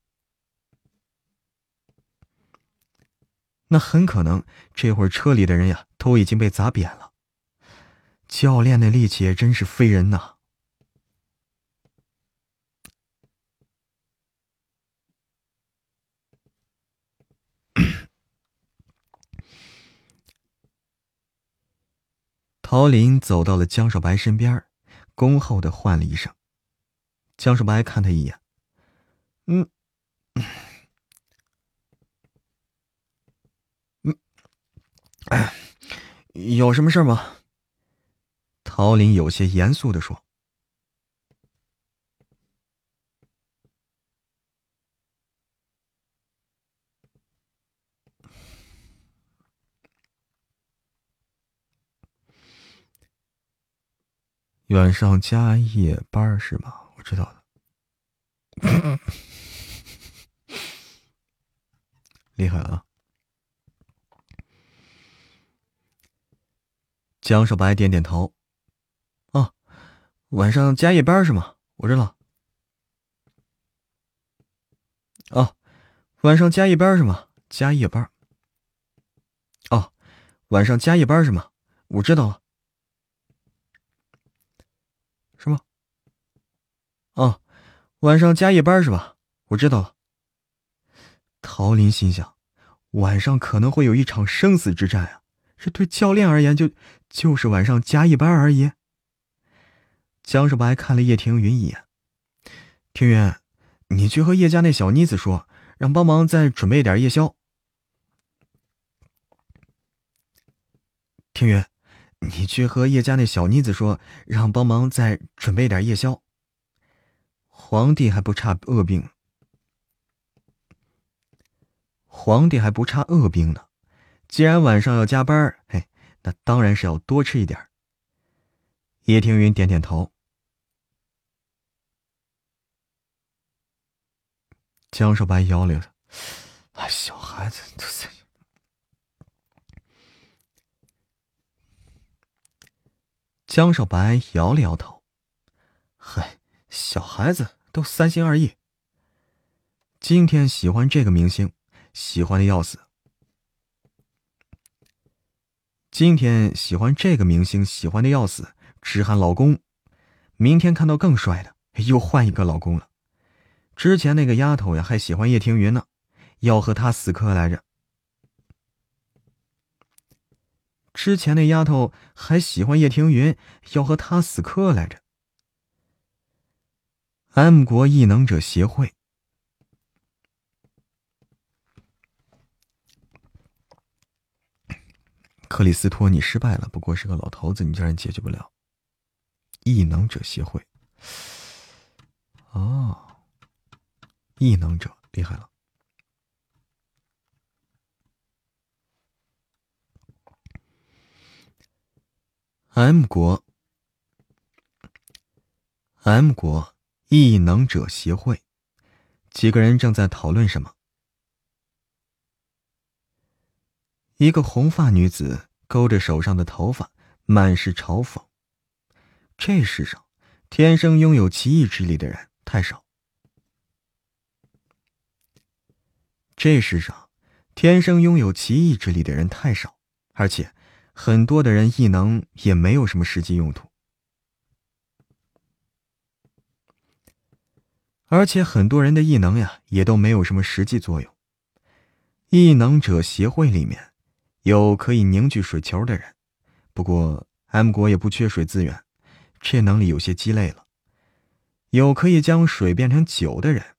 那很可能这会儿车里的人呀都已经被砸扁了。教练的力气也真是非人呐。陶林走到了江少白身边，恭候地唤了一声。江少白看他一眼，有什么事吗？陶林有些严肃地说。晚上加夜班是吗？我知道的。厉害了。江少白点点头。哦，晚上加夜班是吗？我知道。哦，晚上加夜班是吗？加夜班。哦，晚上加夜班是吗？我知道了。是吗？哦，晚上加夜班是吧？我知道了。陶林心想，晚上可能会有一场生死之战啊，这对教练而言就是晚上加夜班而已。江少白看了叶庭云一眼，庭云，你去和叶家那小妮子说，让帮忙再准备点夜宵。庭云，你去和叶家那小妮子说，让帮忙再准备点夜宵。皇帝还不差恶病。 皇帝还不差饿兵呢。既然晚上要加班，嘿，那当然是要多吃一点。叶听云点点头。江少白摇了摇头，小孩子都在。江少白摇了摇头，嗨，小孩子都三心二意。今天喜欢这个明星，喜欢的要死。今天喜欢这个明星，喜欢的要死，直喊老公。明天看到更帅的，又换一个老公了。之前那个丫头呀，还喜欢叶听云呢，要和他死磕来着。之前那丫头还喜欢叶听云，要和他死磕来着。M 国异能者协会。克里斯托，你失败了，不过是个老头子，你竟然解决不了。异能者协会。哦，异能者厉害了。M 国异能者协会，几个人正在讨论什么。一个红发女子勾着手上的头发，满是嘲讽。这世上天生拥有奇异之力的人太少。这世上天生拥有奇异之力的人太少，而且很多的人异能也没有什么实际用途。而且很多人的异能呀，也都没有什么实际作用。异能者协会里面有可以凝聚水球的人，不过 M 国也不缺水资源，这能力有些鸡肋了。有可以将水变成酒的人，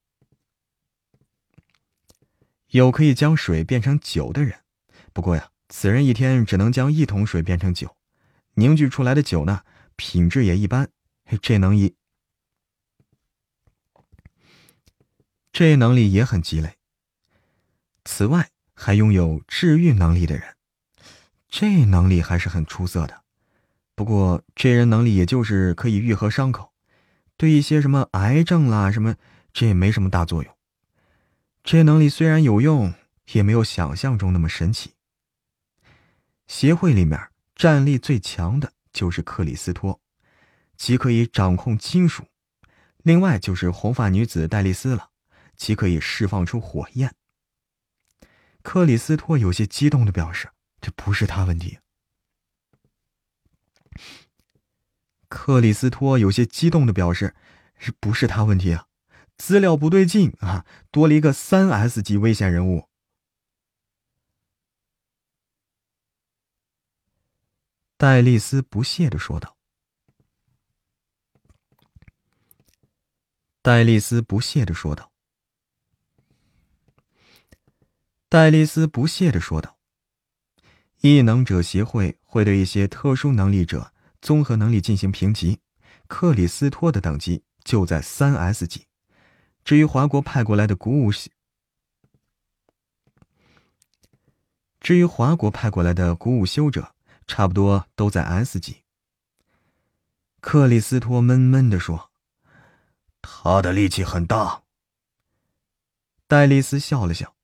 不过呀，此人一天只能将1桶水变成酒，凝聚出来的酒呢，品质也一般。这能力也很鸡肋。此外，还拥有治愈能力的人，这能力还是很出色的。不过这人能力也就是可以愈合伤口，对一些什么癌症啦什么，这也没什么大作用。这能力虽然有用，也没有想象中那么神奇。协会里面战力最强的就是克里斯托，其可以掌控金属。另外就是红发女子戴丽丝了，其可以释放出火焰。克里斯托有些激动地表示，这不是他问题。资料不对劲啊，多了一个3S 级危险人物。戴丽丝不屑地说道。戴丽丝不屑地说道，异能者协会会对一些特殊能力者综合能力进行评级，克里斯托的等级就在3S 级。至于华国派过来的鼓舞修者，差不多都在 S 级。克里斯托闷闷地说，他的力气很大。戴丽丝笑了笑，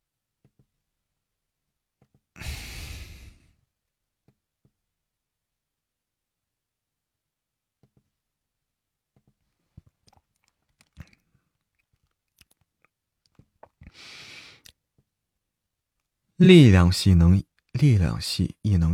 力量系异能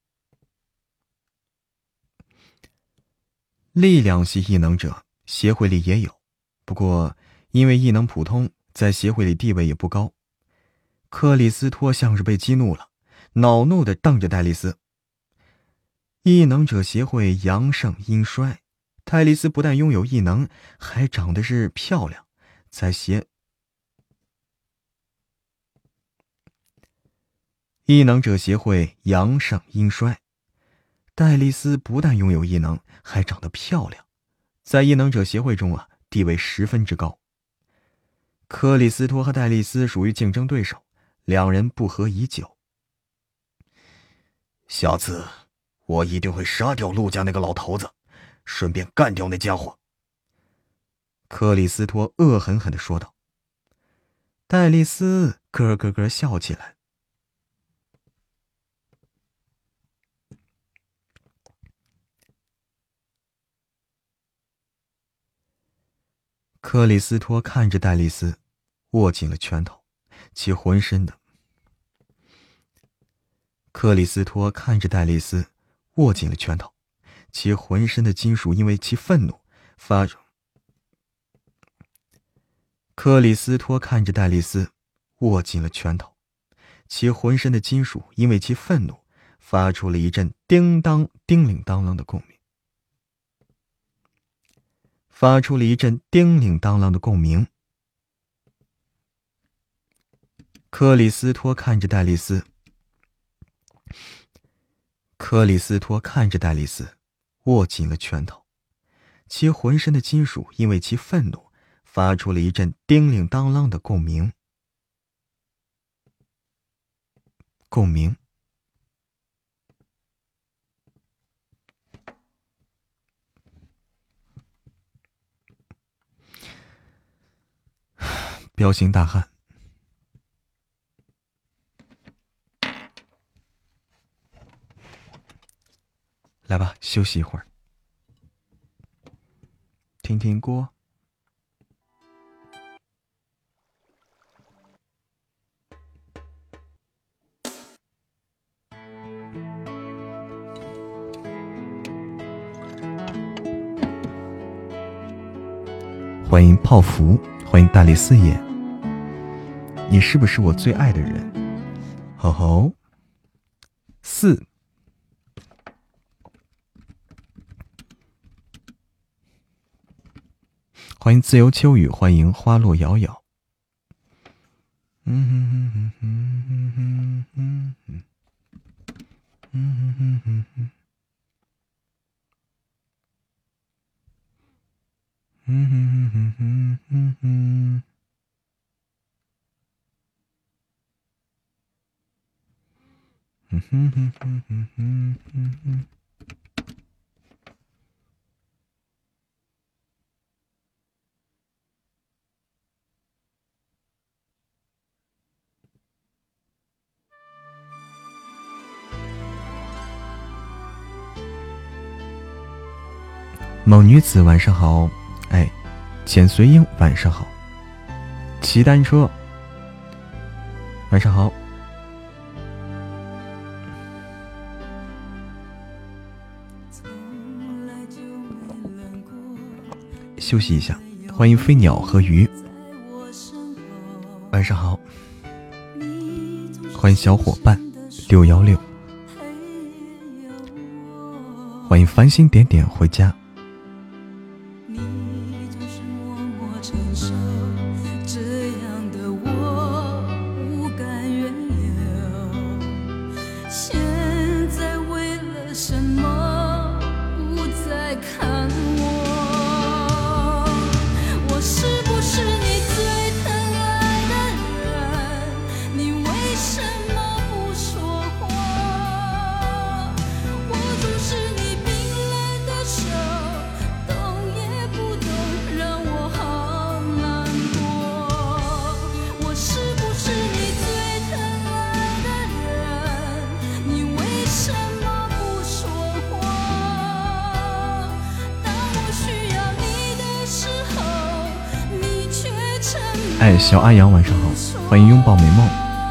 者协会里也有，不过因为异能普通，在协会里地位也不高。克里斯托像是被激怒了，恼怒地瞪着戴丽丝。异能者协会阳盛阴衰，戴丽丝不但拥有异能，还长得是漂亮，异能者协会阳盛阴衰，戴丽丝不但拥有异能，还长得漂亮，在异能者协会中啊，地位十分之高。 克里斯托和戴丽丝属于竞争对手，两人不和已久。 下次我一定会杀掉陆家那个老头子，顺便干掉那家伙。 克里斯托恶狠狠地说道。戴丽丝咯咯咯笑起来。克里斯托看着戴丽丝，握紧了拳头，其浑身的。克里斯托看着戴丽丝，握紧了拳头，其浑身的金属因为其愤怒发出。克里斯托看着戴丽丝，握紧了拳头，其浑身的金属因为其愤怒发出了一阵叮当叮铃当啷的共鸣。发出了一阵叮铃当啷的共鸣。克里斯托看着戴丽丝，克里斯托看着戴丽丝，握紧了拳头，其浑身的金属因为其愤怒发出了一阵叮铃当啷的共鸣。共鸣。彪形大汉，来吧，休息一会儿，听听歌。欢迎泡芙，欢迎大理寺爷。你是不是我最爱的人？吼吼。4。欢迎自由秋雨，欢迎花落遥遥。猛女子晚上好，哎，简随英晚上好，骑单车晚上好，休息一下。欢迎飞鸟和鱼，晚上好。欢迎小伙伴616，欢迎繁星点点回家。哎，小阿阳晚上好，欢迎拥抱美梦。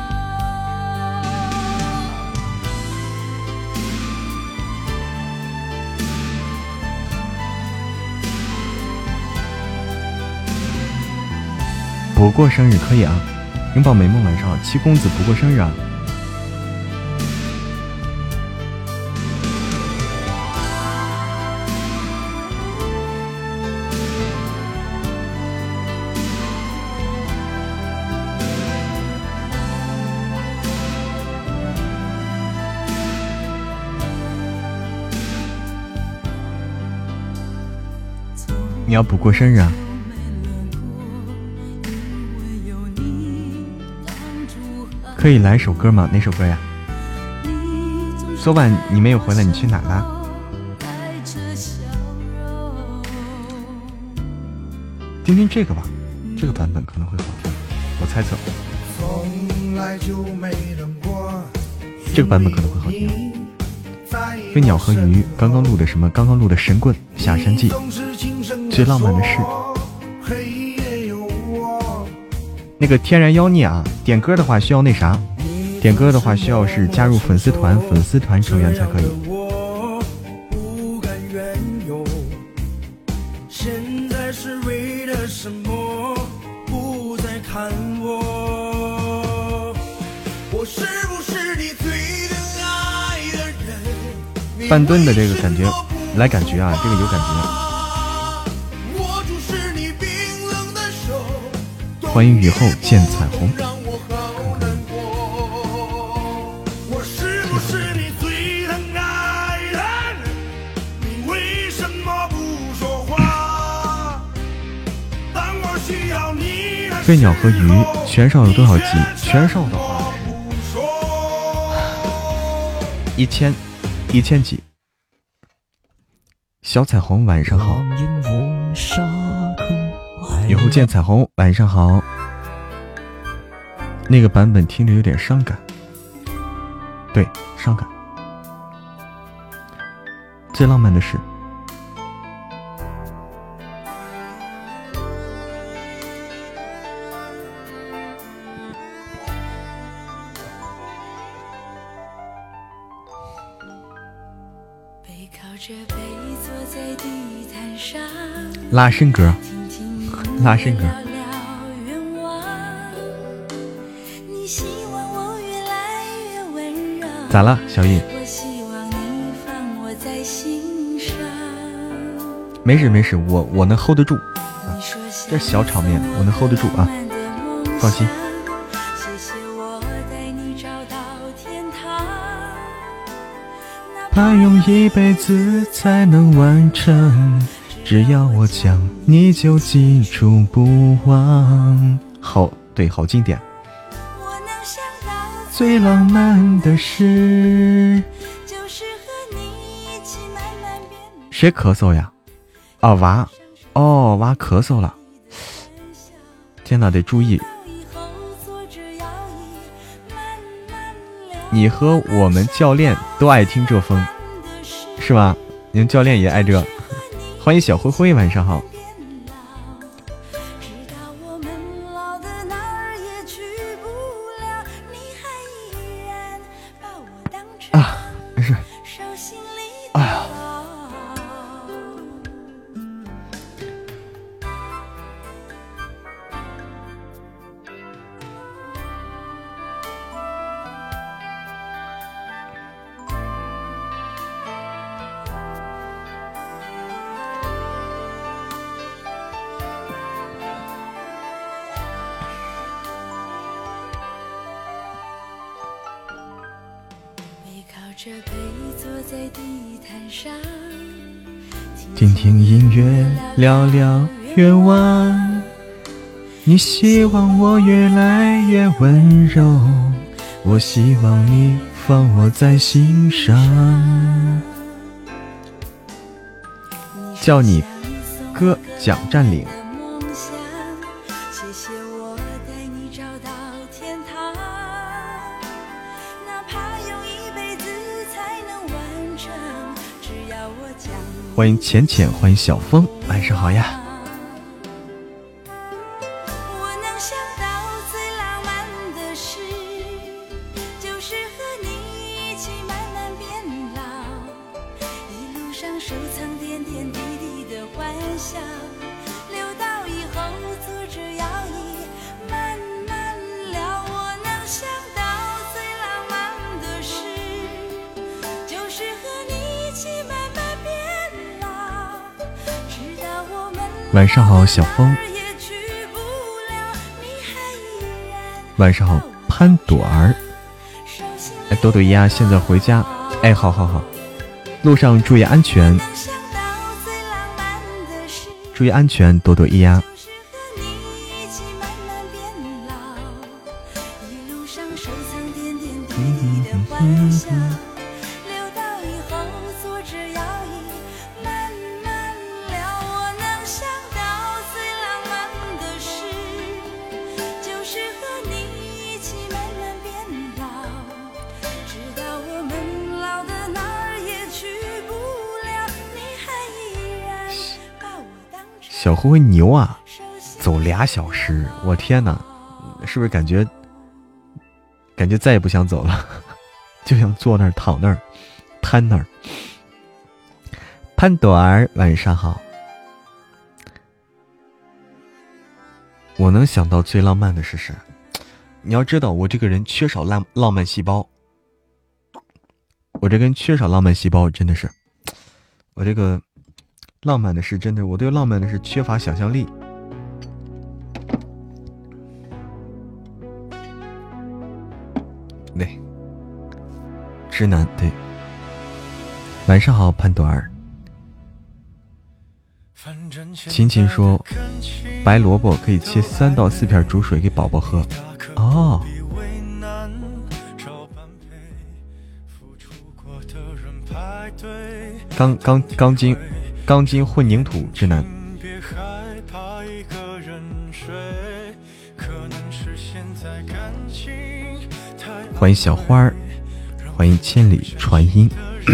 不过生日可以啊，拥抱美梦晚上好，七公子不过生日啊。你要不过生日啊？ 可以来首歌吗？哪首歌呀？昨晚你没有回来，你去哪了？听听这个吧，这个版本可能会好听，我猜测。这个版本可能会好听。飞鸟和鱼刚刚录的什么？刚刚录的《神棍下山记》，最浪漫的事。那个天然妖孽啊，点歌的话需要那啥，点歌的话需要是加入粉丝团，粉丝团成员才可以。半吨的这个感觉，来感觉啊，这个有感觉。欢迎雨后见彩虹。飞鸟和鱼全少有多少集？全少的话1000集。小彩虹晚上好，以后见彩虹晚上好。那个版本听着有点伤感，对，伤感。最浪漫的事。拉伸歌，拉伸歌。咋了，小易？没事没事，我能 hold 得住，这小场面我能 hold 得住啊，放心。怕用一辈子才能完成，只要我讲，你就记住不忘。好，对，好经典。最浪漫的事，谁咳嗽呀？啊，娃，哦，娃咳嗽了。天哪，得注意。你和我们教练都爱听这风，是吧？你们教练也爱这。欢迎小灰灰，晚上好。啊，没事。哎呀，听听音乐，聊聊愿望。你希望我越来越温柔，我希望你放我在心上。叫你哥蒋占领。欢迎浅浅，欢迎小风，晚上好呀。晚上好，小风。晚上好，潘朵儿。哎，多多姨啊，现在回家。哎，好好好，路上注意安全，注意安全，多多姨呀。 留下，留到以后坐着摇椅慢慢聊。我能想到最浪漫的事，就是和你一起慢慢变老，直到我们老的哪儿也去不了，你还依然把我当成小灰灰牛啊，走2小时，我天哪，是不是感觉再也不想走了，就想坐那儿躺那儿瘫那儿。潘朵儿晚上好。我能想到最浪漫的是啥？你要知道我这个人缺少浪漫细胞，我这个人缺少浪漫细胞，真的是我这个浪漫的是真的，我对浪漫的是缺乏想象力。对，直男对。晚上好，潘朵儿。琴琴说，白萝卜可以切3到4片煮水给宝宝喝。哦，钢筋混凝土直男。欢迎小花儿，欢迎千里传音。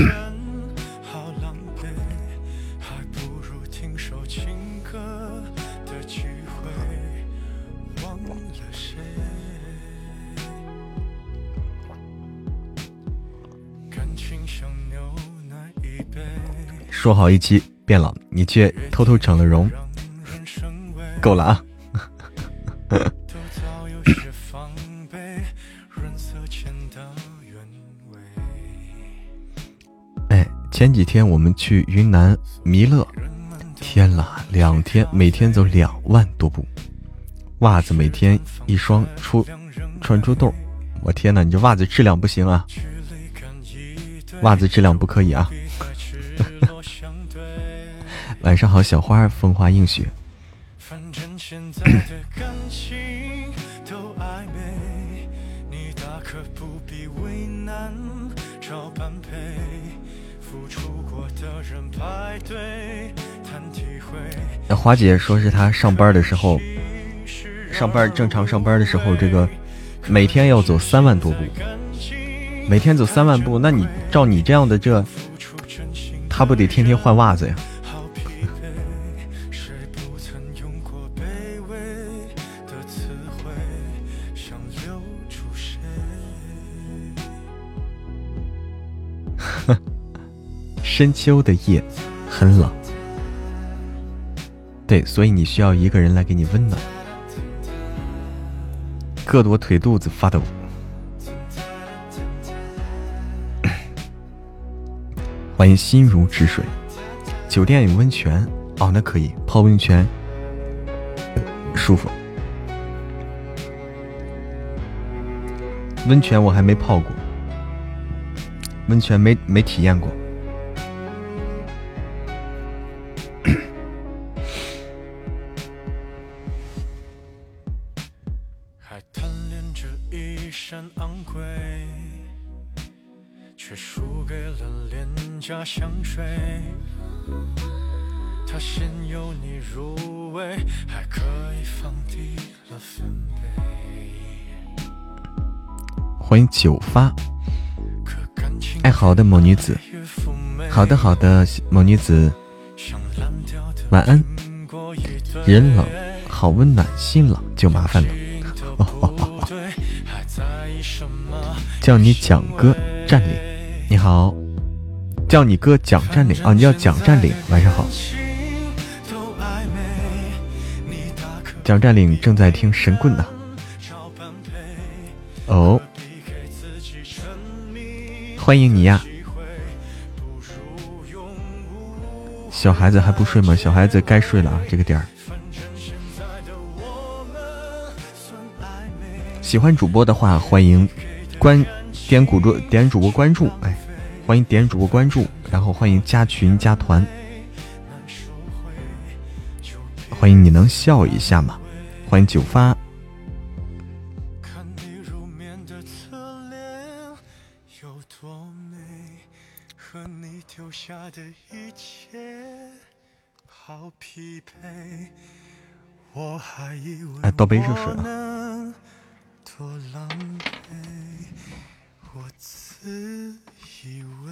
说好一期变老，你却偷偷整了容，够了啊！哎，前几天我们去云南弥勒，天啦，2天每天走2万多步，袜子每天1双穿出洞，我天哪，你这袜子质量不行啊，袜子质量不可以啊！晚上好，小花，风花映雪。那花姐说是她上班的时候，正常上班的时候，这个每天要走3万多步，每天走3万步，那你照你这样的这，她不得天天换袜子呀？深秋的夜很冷，对，所以你需要一个人来给你温暖。硌得我腿肚子发抖。欢迎心如止水。酒店有温泉哦，那可以泡温泉，舒服。温泉我还没泡过，温泉没体验过。香水，它先由你入味，还可以放低了分贝。欢迎久发，爱好的某女子，好的好的某女子，晚安。人冷好温暖，心冷就麻烦了。叫你蒋哥占领，你好。叫你哥蒋占领啊！你叫蒋占领，晚上好。蒋占领正在听神棍呢。哦，欢迎你呀！小孩子还不睡吗？小孩子该睡了啊，这个点儿。喜欢主播的话，欢迎点主播关注，哎。欢迎点主播关注，然后欢迎加群加团，欢迎你能笑一下吗？欢迎久发。 哎，倒杯热水啊。 我自以为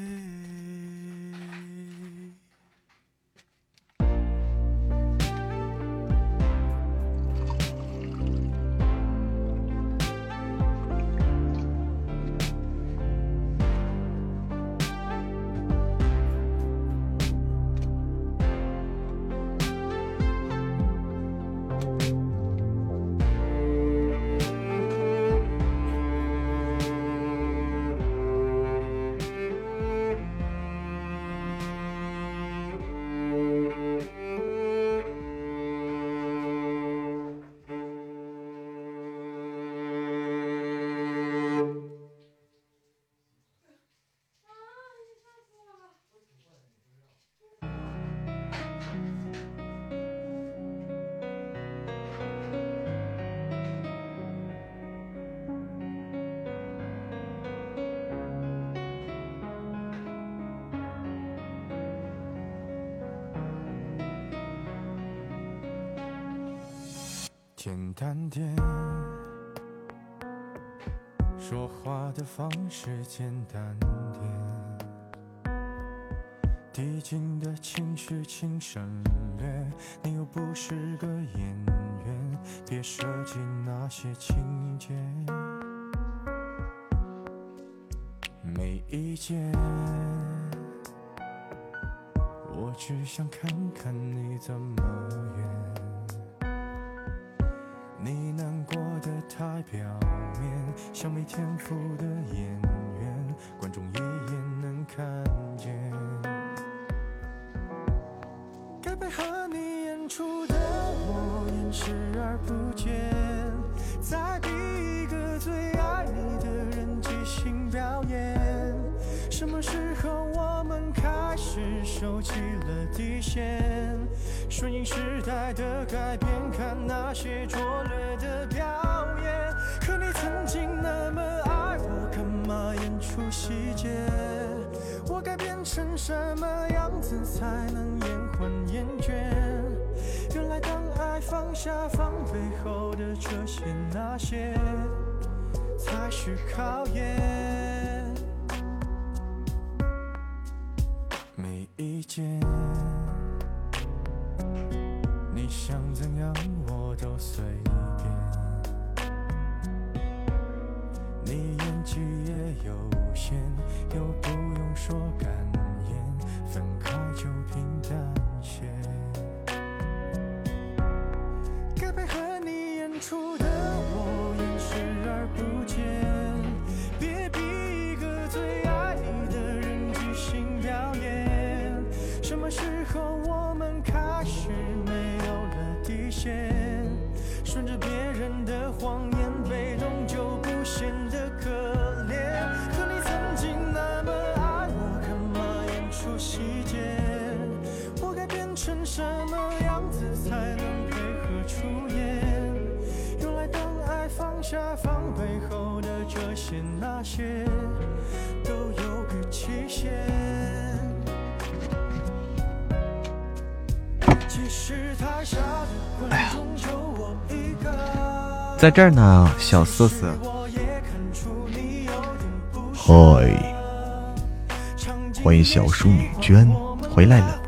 简单点，说话的方式简单点，递进的情绪请省略，你又不是个演员，别设计那些情节。没意见，我只想看看你怎么演。你难过的太表面，像没天赋的演员，观众一眼能看见。该配合你演出的我演视而不见，再逼一个最爱你的人即兴表演。什么时候我们开始收起了底线？顺应时代的改变，看那些拙劣的表演。可你曾经那么爱我，干嘛演出细节？我该变成什么样子才能延缓厌倦？原来当爱放下防备后的这些那些，才是考验。没意见。你想怎样我都随便，你演技也有限，又不用说感言，分开就平淡些。该配合你演出的我演视而不见，别逼一个最爱你的人即兴表演。什么时候我们开始没有了底线？顺着别人的谎言，被动就不显得可怜。可你曾经那么爱我，干嘛演出细节？我该变成什么样子才能配合出演？原来当爱放下防备后的这些那些，都有个期限。 在这儿呢，小瑟瑟。嗨，欢迎小淑女娟回来了。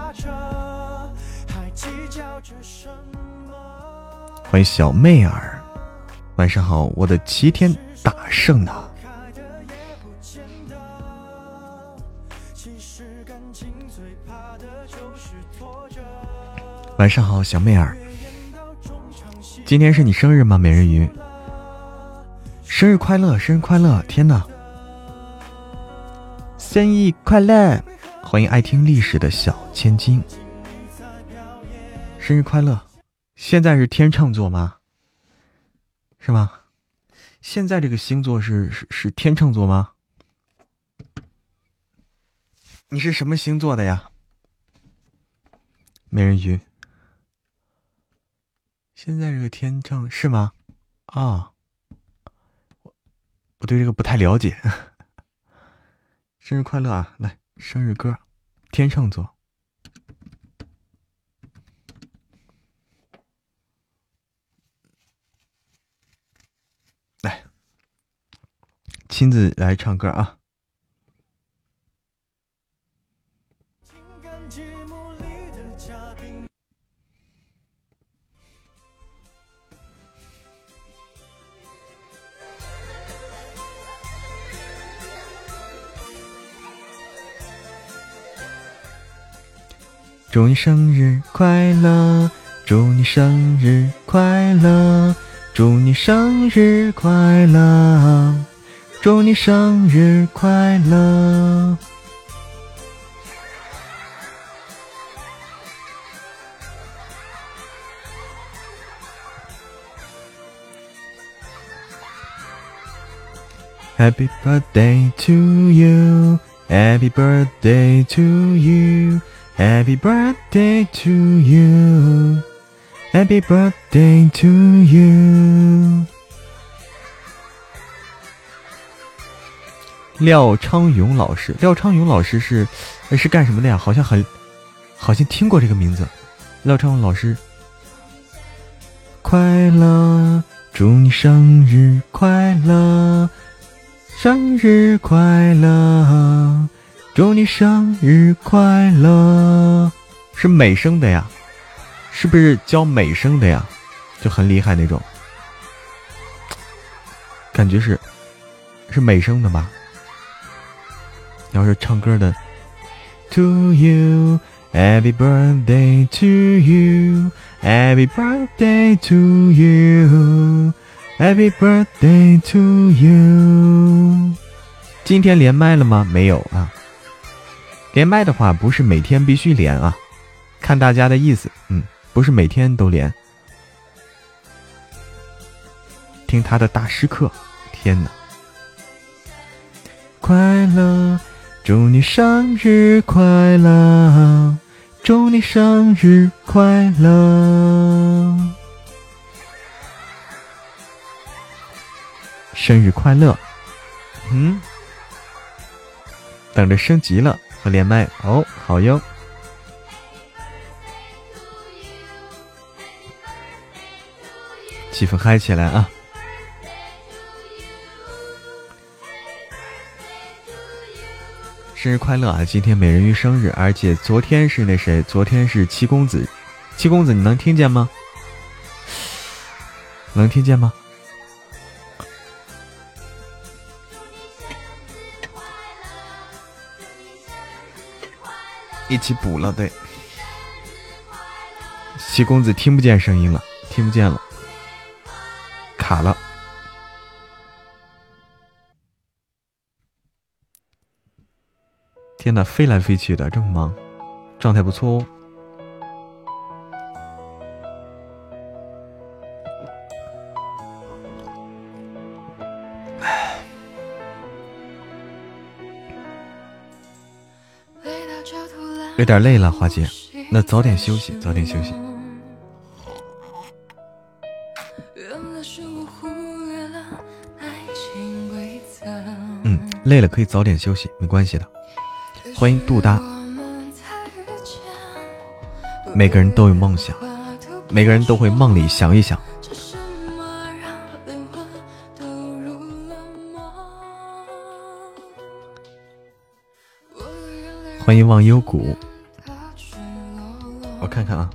欢迎小妹儿，晚上好，我的齐天大圣呢？晚上好，小妹儿，今天是你生日吗？美人鱼，生日快乐，生日快乐！天哪，生日快乐！欢迎爱听历史的小千金，生日快乐！现在是天秤座吗？是吗？现在这个星座是天秤座吗？你是什么星座的呀？美人鱼。现在这个天秤是吗？啊，我对这个不太了解。生日快乐啊！来，生日歌，天秤座。 亲自来唱歌啊。祝你生日快乐，祝你生日快乐，祝你生日快乐，祝你生日快乐。Happy birthday to you, happy birthday to you, happy birthday to you, happy birthday to you。 廖昌永老师，廖昌永老师是干什么的呀？好像听过这个名字。廖昌永老师，快乐，祝你生日快乐，生日快乐，祝你生日快乐。是美声的呀？是不是教美声的呀？就很厉害那种，感觉是美声的吧？要是唱歌的 To you, happy birthday to you, happy birthday to you, happy birthday to you。 今天连麦了吗？没有啊。连麦的话不是每天必须连啊，看大家的意思。不是每天都连。听他的大师课，天哪！快乐，祝你生日快乐，祝你生日快乐，生日快乐。等着升级了和连麦哦，好哟。气氛嗨起来啊！生日快乐啊！今天美人鱼生日，而且昨天是那谁？昨天是七公子。七公子，你能听见吗？能听见吗？一起补了，对。七公子听不见声音了，听不见了，卡了。天哪，飞来飞去的，这么忙，状态不错哦。有点累了，花姐，那早点休息，早点休息。累了可以早点休息，没关系的。欢迎杜达。每个人都有梦想，每个人都会梦里想一想。欢迎忘忧谷。我看看啊，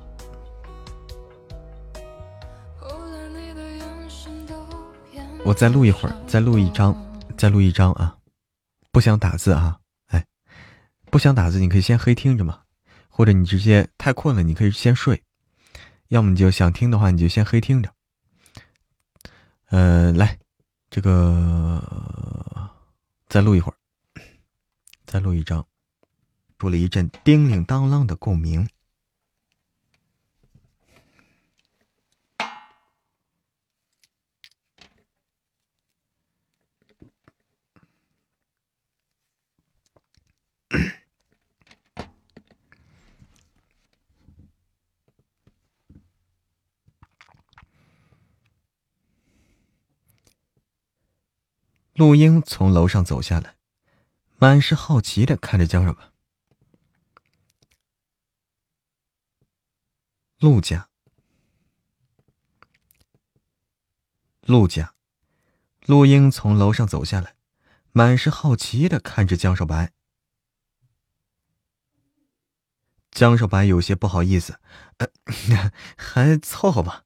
我再录一会儿，再录一张啊。不想打字啊，哎，不想打字你可以先黑听着嘛，或者你直接太困了你可以先睡，要么你就想听的话你就先黑听着。来，这个再录一会儿，再录一张，出了一阵叮铃当啷的共鸣。陆英从楼上走下来，满是好奇的看着江少吧。陆家，陆英从楼上走下来， 满是好奇的看着江少白。江少白有些不好意思，还凑合吧。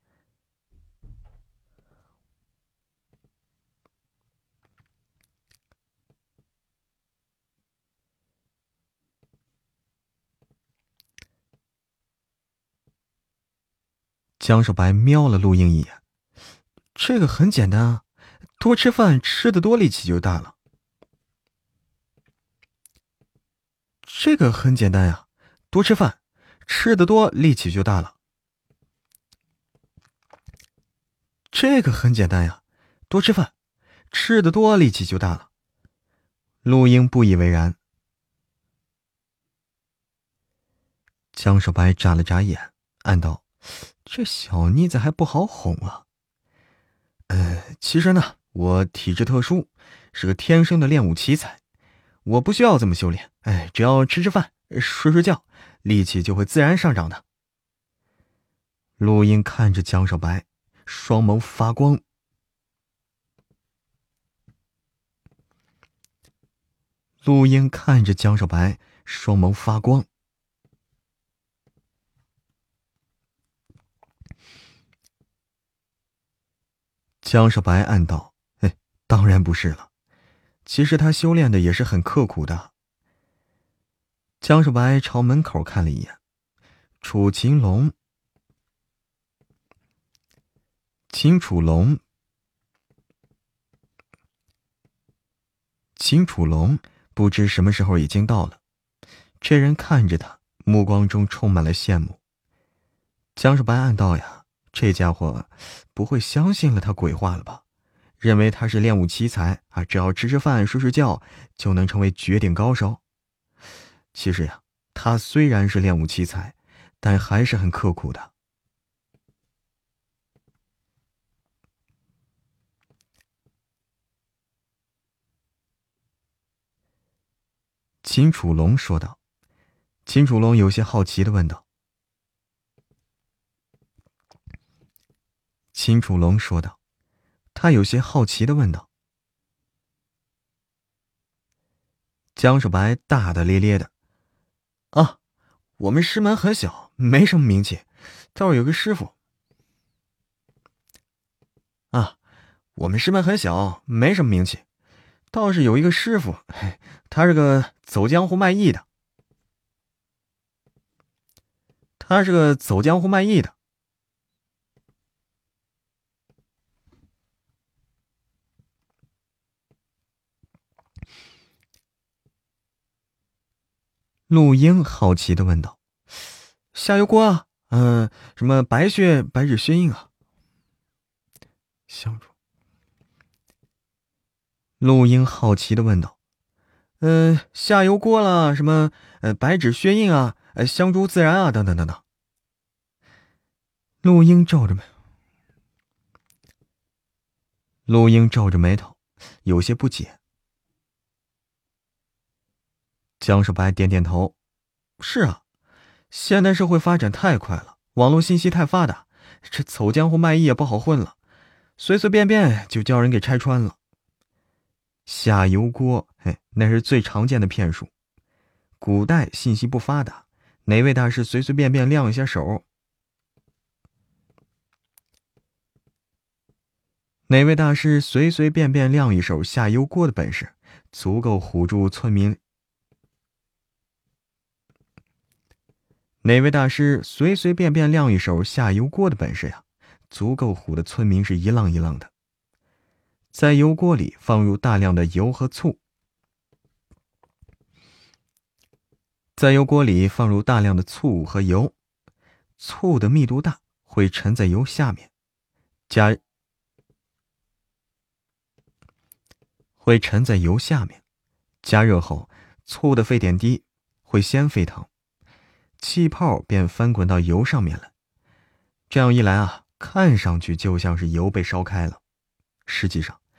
江少白瞄了陆英一眼，这个很简单啊，多吃饭，吃得多力气就大了。这个很简单呀，多吃饭，吃得多力气就大了。这个很简单呀，多吃饭，吃得多力气就大了。陆英不以为然。江少白眨了眨眼，暗道：这小妮子还不好哄啊。其实呢，我体质特殊，是个天生的练武奇才，我不需要这么修炼，只要吃吃饭，睡睡觉，力气就会自然上涨的。陆英看着江少白，双眸发光。陆英看着江少白，双眸发光。江少白暗道：当然不是了，其实他修炼的也是很刻苦的。江少白朝门口看了一眼，楚秦龙、秦楚龙不知什么时候已经到了。这人看着他，目光中充满了羡慕。江少白暗道呀，这家伙不会相信了他鬼话了吧？认为他是练武奇才啊，只要吃吃饭睡睡觉就能成为绝顶高手。其实呀，他虽然是练武奇才，但还是很刻苦的。秦楚龙说道。秦楚龙有些好奇地问道。秦楚龙说道，他有些好奇地问道。江少白大大咧咧的：啊，我们师门很小，没什么名气，倒是有个师傅。啊，我们师门很小，没什么名气，倒是有一个师傅，他是个走江湖卖艺的。陆英好奇地问道：下油锅啊，什么白芷血印啊？香烛。陆英好奇地问道：下油锅了，什么白芷血印啊，香烛自然啊，等等等等。陆英皱着眉头，有些不解。江少白点点头：是啊，现代社会发展太快了，网络信息太发达，这走江湖卖艺也不好混了，随随便便就叫人给拆穿了。下油锅，那是最常见的骗术。古代信息不发达，哪位大师随随便便亮一下手，下油锅的本事，足够唬住村民。哪位大师随随便便亮一手下油锅的本事呀，足够唬的村民是一浪一浪的。在油锅里放入大量的油和醋，醋的密度大，会沉在油下面，加热后，醋的沸点低，会先沸腾，气泡便翻滚到油上面来。这样一来啊，看上去就像是油被烧开了，实际上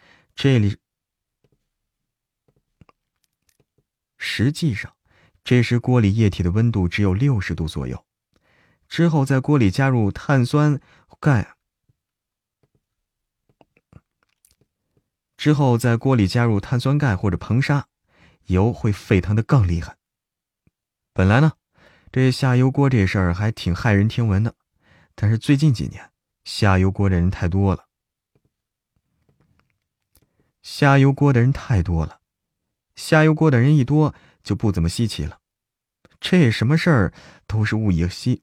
这时锅里液体的温度只有60度左右。之后在锅里加入碳酸钙， 之后在锅里加入碳酸钙或者硼砂，油会沸腾得更厉害。本来呢，这下油锅这事儿还挺骇人听闻的，但是最近几年下油锅的人太多了。下油锅的人一多就不怎么稀奇了。这什么事儿都是物以稀。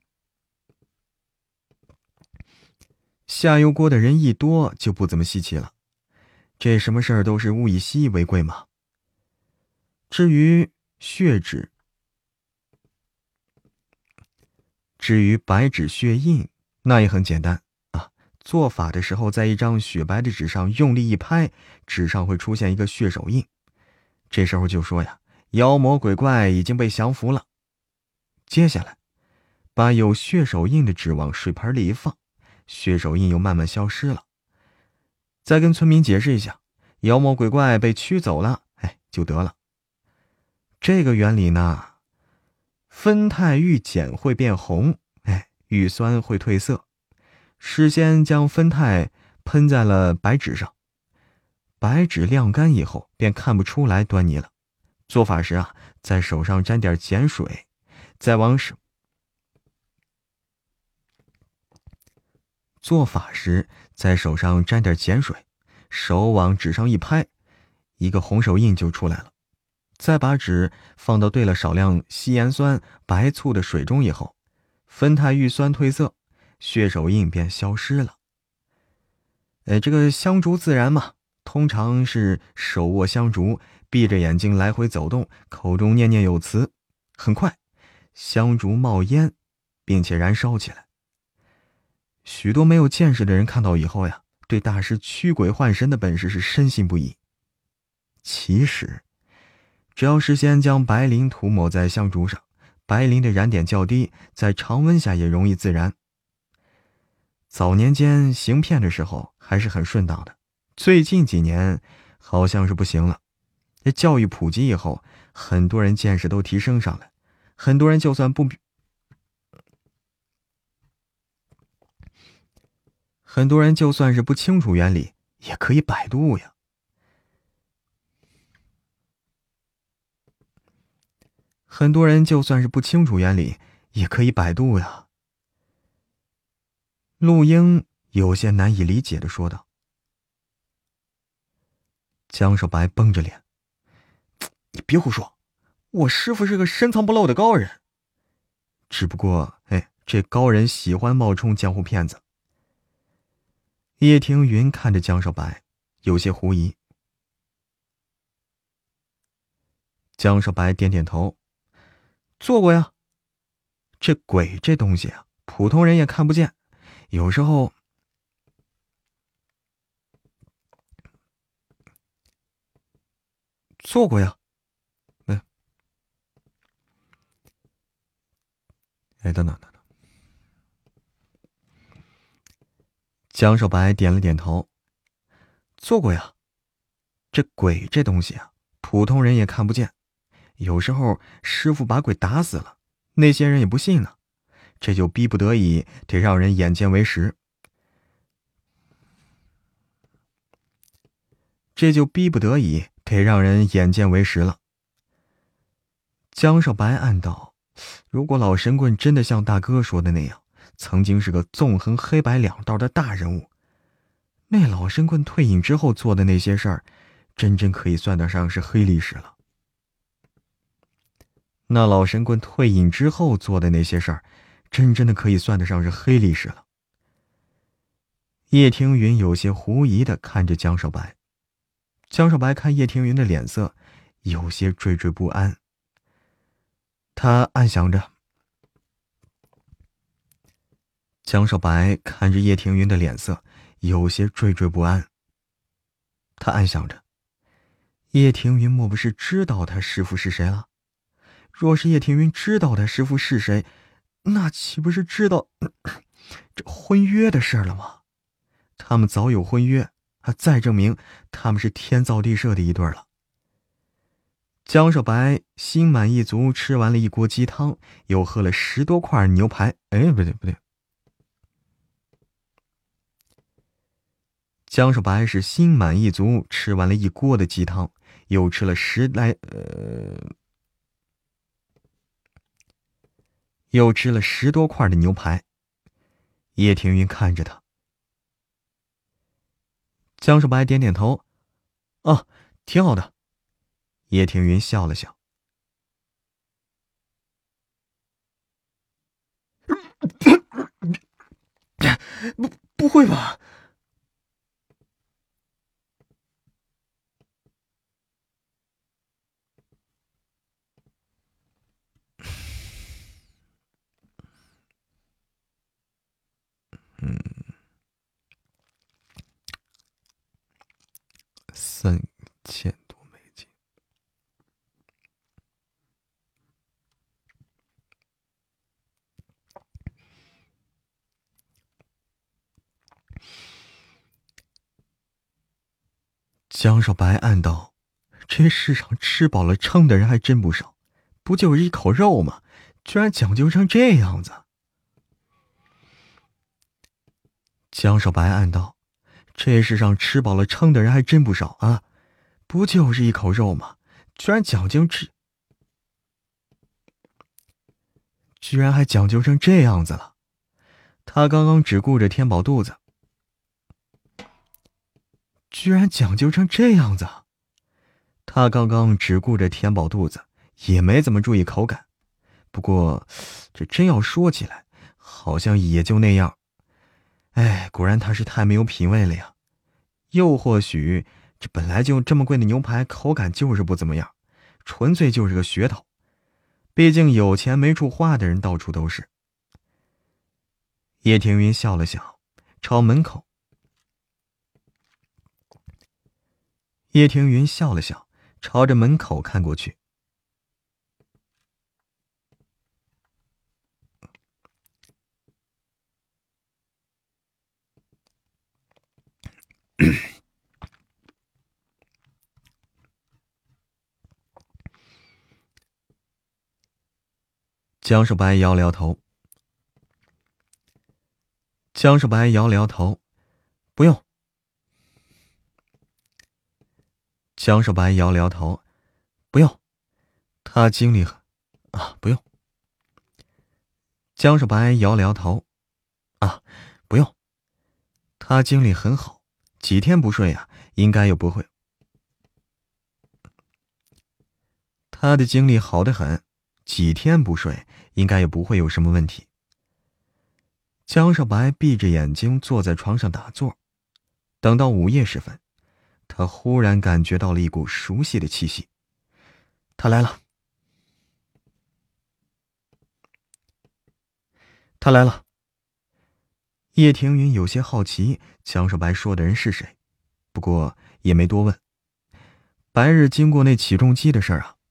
下油锅的人一多就不怎么稀奇了。这什么事儿都是物以稀为贵嘛。至于白纸血印，那也很简单啊。做法的时候，在一张雪白的纸上用力一拍，纸上会出现一个血手印。这时候就说呀，妖魔鬼怪已经被降服了。接下来，把有血手印的纸往水盆里一放，血手印又慢慢消失了。再跟村民解释一下，妖魔鬼怪被驱走了，就得了。这个原理呢，酚酞遇碱会变红，玉酸会褪色。事先将酚酞喷在了白纸上，白纸晾干以后便看不出来端倪了。做法时啊，在手上沾点碱水，再往手往纸上一拍，一个红手印就出来了。再把纸放到兑了少量稀盐酸、白醋的水中以后，酚酞遇酸褪色，血手印便消失了。这个香烛自燃嘛，通常是手握香烛，闭着眼睛来回走动，口中念念有词，很快香烛冒烟，并且燃烧起来。许多没有见识的人看到以后呀，对大师驱鬼换神的本事是深信不疑。其实只要事先将白磷涂抹在香烛上，白磷的燃点较低，在常温下也容易自燃。早年间行骗的时候还是很顺当的，最近几年好像是不行了。这教育普及以后，很多人见识都提升上来，很多人就算是不清楚原理，也可以百度呀。陆英有些难以理解地说道。江少白绷着脸，你别胡说，我师父是个深藏不露的高人，只不过这高人喜欢冒充江湖骗子。叶庭云看着江少白，有些狐疑。江少白点点头，做过呀。这鬼这东西啊，普通人也看不见，有时候做过呀。等。江少白点了点头，做过呀。这鬼这东西啊，普通人也看不见，有时候师父把鬼打死了，那些人也不信呢，这就逼不得已得让人眼见为实。了。江少白暗道，如果老神棍真的像大哥说的那样，曾经是个纵横黑白两道的大人物，那老神棍退隐之后做的那些事儿，真可以算得上是黑历史了。叶庭云有些狐疑地看着江少白，江少白看叶庭云的脸色有些惴惴不安，他暗想着。江少白看着叶庭云的脸色有些惴惴不安，他暗想着，叶庭云莫不是知道他师父是谁了？若是叶庭云知道他师父是谁，那岂不是知道这婚约的事了吗？他们早有婚约，再证明他们是天造地设的一对了。江少白心满意足吃完了一锅鸡汤，又喝了10多块牛排。不对。 江少白是心满意足，吃完了一锅的鸡汤，又吃了10多块的牛排。叶庭云看着他，江少白点点头，啊，挺好的。叶庭云笑了笑，不会吧？3000多美金。江少白暗道，这世上吃饱了撑的人还真不少，不就是一口肉吗？居然讲究成这样子。江少白暗道，这世上吃饱了撑的人还真不少啊，不就是一口肉吗？居然还讲究成这样子了。他刚刚只顾着填饱肚子，居然讲究成这样子。他刚刚只顾着填饱肚子，也没怎么注意口感。不过这真要说起来，好像也就那样。哎，果然他是太没有品味了呀。又或许这本来就这么贵的牛排口感就是不怎么样，纯粹就是个噱头。毕竟有钱没处花的人到处都是。叶庭云笑了笑，朝门口。叶庭云笑了笑，朝着门口看过去。江少白摇了摇头。江少白摇了摇头，不用。江少白摇了摇头，不用。他精力不用。江少白摇了摇头，不用。他精力很好，几天不睡啊，应该又不会。他的精力好得很，几天不睡，应该也不会有什么问题。江少白闭着眼睛坐在床上打坐，等到午夜时分，他忽然感觉到了一股熟悉的气息。他来了，他来了。叶庭云有些好奇江少白说的人是谁，不过也没多问。白日经过那起重机的事儿啊，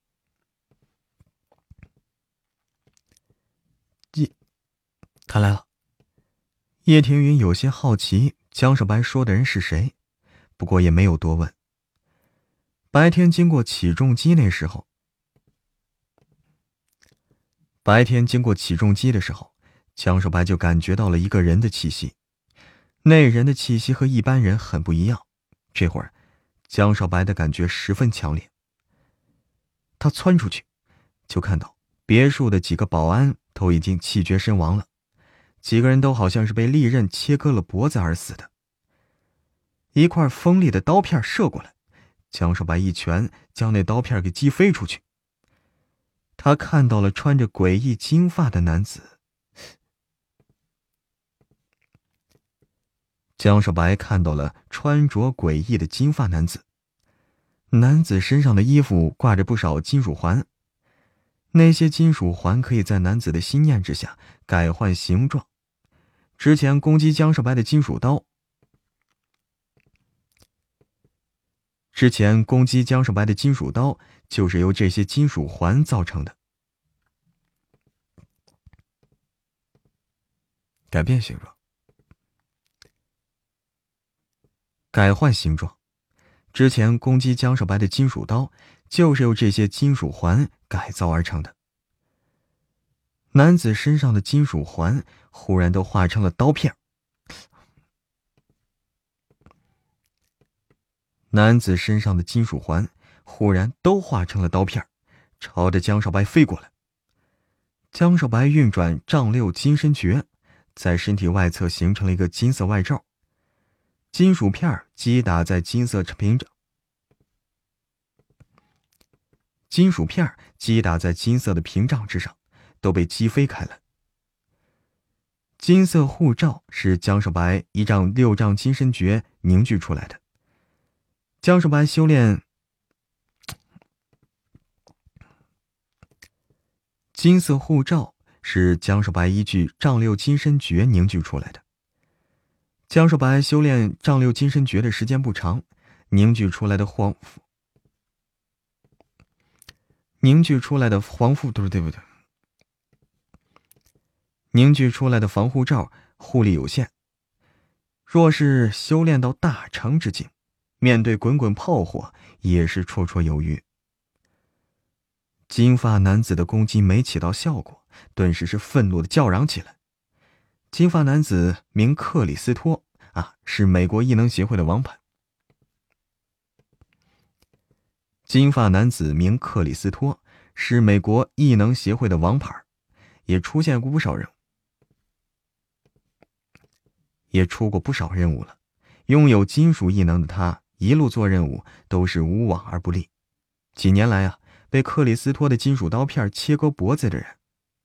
他来了。叶庭云有些好奇江少白说的人是谁，不过也没有多问。白天经过起重机的时候，江少白就感觉到了一个人的气息。那人的气息和一般人很不一样，这会儿江少白的感觉十分强烈。他窜出去，就看到别墅的几个保安都已经气绝身亡了，几个人都好像是被利刃切割了脖子而死的。一块锋利的刀片射过来，江少白一拳将那刀片给击飞出去。他看到了穿着诡异金发的男子。江少白看到了穿着诡异的金发男子，男子身上的衣服挂着不少金属环，那些金属环可以在男子的心念之下改换形状。之前攻击江少白的金属刀，就是由这些金属环造成的。改变形状，改换形状。之前攻击江少白的金属刀，就是由这些金属环改造而成的。男子身上的金属环忽然都化成了刀片。 男子身上的金属环忽然都化成了刀片，朝着江少白飞过来。江少白运转丈六金身诀，在身体外侧形成了一个金色外罩，金属片击打在金色屏障，金属片击打在金色的屏障之上，都被击飞开了。金色护罩是江少白依仗六丈金身诀凝聚出来的。江少白修炼金色护罩是江少白依据丈六金身诀凝聚出来的。江少白修炼丈六金身诀的时间不长，凝聚出来的防护罩护力有限，若是修炼到大成之境，面对滚滚炮火也是绰绰有余。金发男子的攻击没起到效果，顿时是愤怒的叫嚷起来。金发男子名克里斯托是美国异能协会的王牌。金发男子名克里斯托是美国异能协会的王牌，也出过不少任务了。拥有金属异能的他，一路做任务都是无往而不利。几年来被克里斯托的金属刀片切割脖子的人，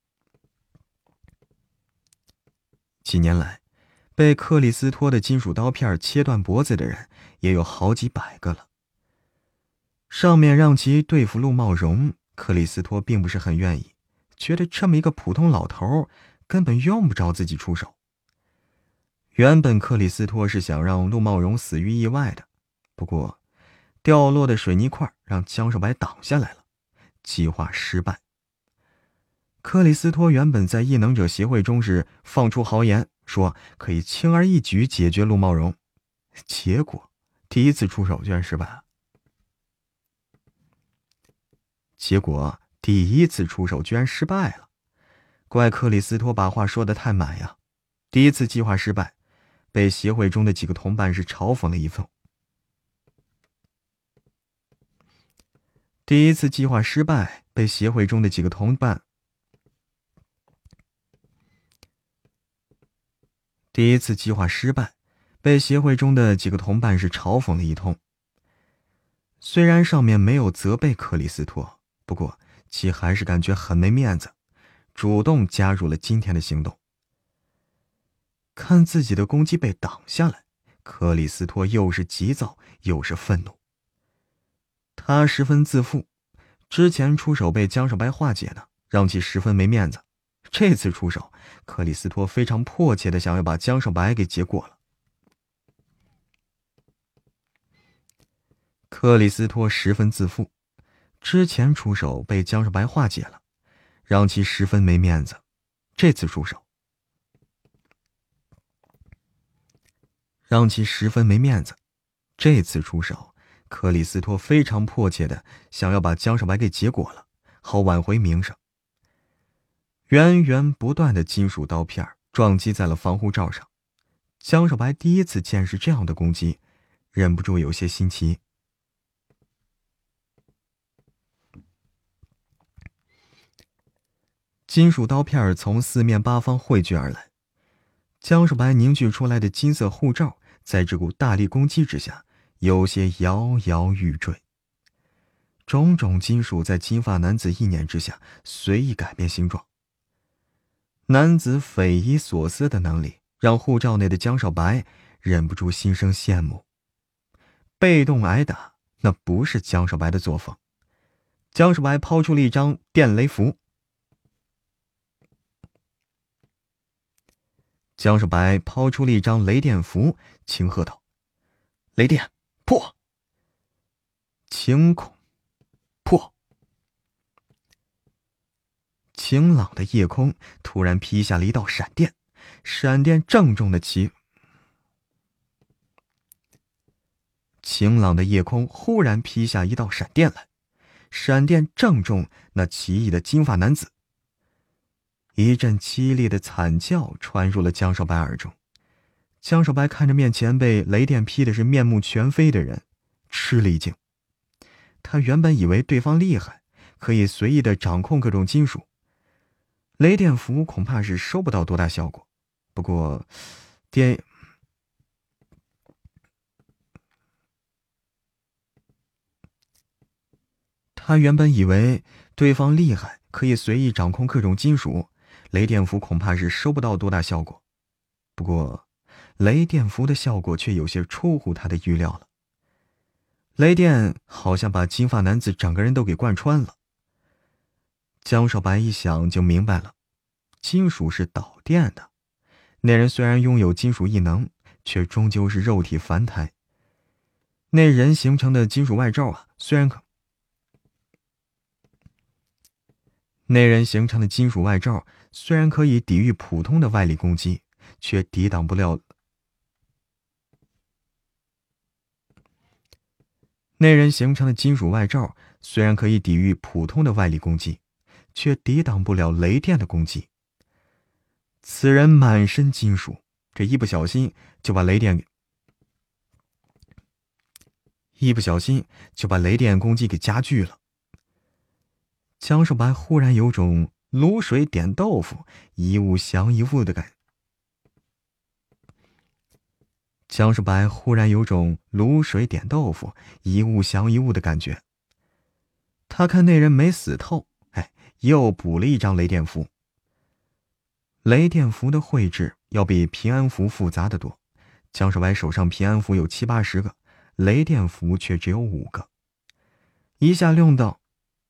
切断脖子的人也有好几百个了。上面让其对付陆茂荣，克里斯托并不是很愿意，觉得这么一个普通老头根本用不着自己出手。原本克里斯托是想让陆茂荣死于意外的，不过掉落的水泥块让江少白挡下来了，计划失败。克里斯托原本在异能者协会中是放出豪言，说可以轻而易举解决陆茂荣，结果第一次出手居然失败了。怪克里斯托把话说得太满呀！第一次计划失败，被协会中的几个同伴是嘲讽了一通。第一次计划失败，被协会中的几个同伴是嘲讽了一通。虽然上面没有责备克里斯托，不过其还是感觉很没面子，主动加入了今天的行动。看自己的攻击被挡下来，克里斯托又是急躁又是愤怒。他十分自负，之前出手被江少白化解的，让其十分没面子。这次出手，克里斯托非常迫切的想要把江少白给结果了。克里斯托十分自负，之前出手被江少白化解了，让其十分没面子。这次出手，克里斯托非常迫切的想要把江少白给结果了，好挽回名声。源源不断的金属刀片撞击在了防护罩上，江少白第一次见识这样的攻击，忍不住有些新奇。金属刀片从四面八方汇聚而来，江少白凝聚出来的金色护罩在这股大力攻击之下有些摇摇欲坠。种种金属在金发男子意念之下随意改变形状。男子匪夷所思的能力让护罩内的江少白忍不住心生羡慕。被动挨打那不是江少白的作风。江少白抛出了一张电雷符，雷电符，轻喝道：“雷电破！”晴空破！晴朗的夜空突然劈下了一道闪电，闪电正中的晴朗的夜空忽然劈下一道闪电来，闪电正中那奇异的金发男子。一阵凄厉的惨叫传入了江少白耳中。江少白看着面前被雷电劈的是面目全非的人， 吃了一惊。他原本以为对方厉害，可以随意的掌控各种金属，雷电符恐怕是收不到多大效果。不过他原本以为对方厉害，可以随意掌控各种金属，雷电符恐怕是收不到多大效果。不过雷电符的效果却有些出乎他的预料了。雷电好像把金发男子整个人都给贯穿了。江少白一想就明白了，金属是导电的，那人虽然拥有金属异能，却终究是肉体凡胎。那人形成的金属外罩啊，虽然可以抵御普通的外力攻击，却抵挡不了那人形成的金属外罩虽然可以抵御普通的外力攻击，却抵挡不了雷电的攻击。此人满身金属，这一不小心就把雷电攻击给加剧了。江少白忽然有种卤水点豆腐，一物降一物的感觉。他看那人没死透，又补了一张雷电符。雷电符的绘制要比平安符复杂得多，江少白手上平安符有7、80个，雷电符却只有5个。一下用到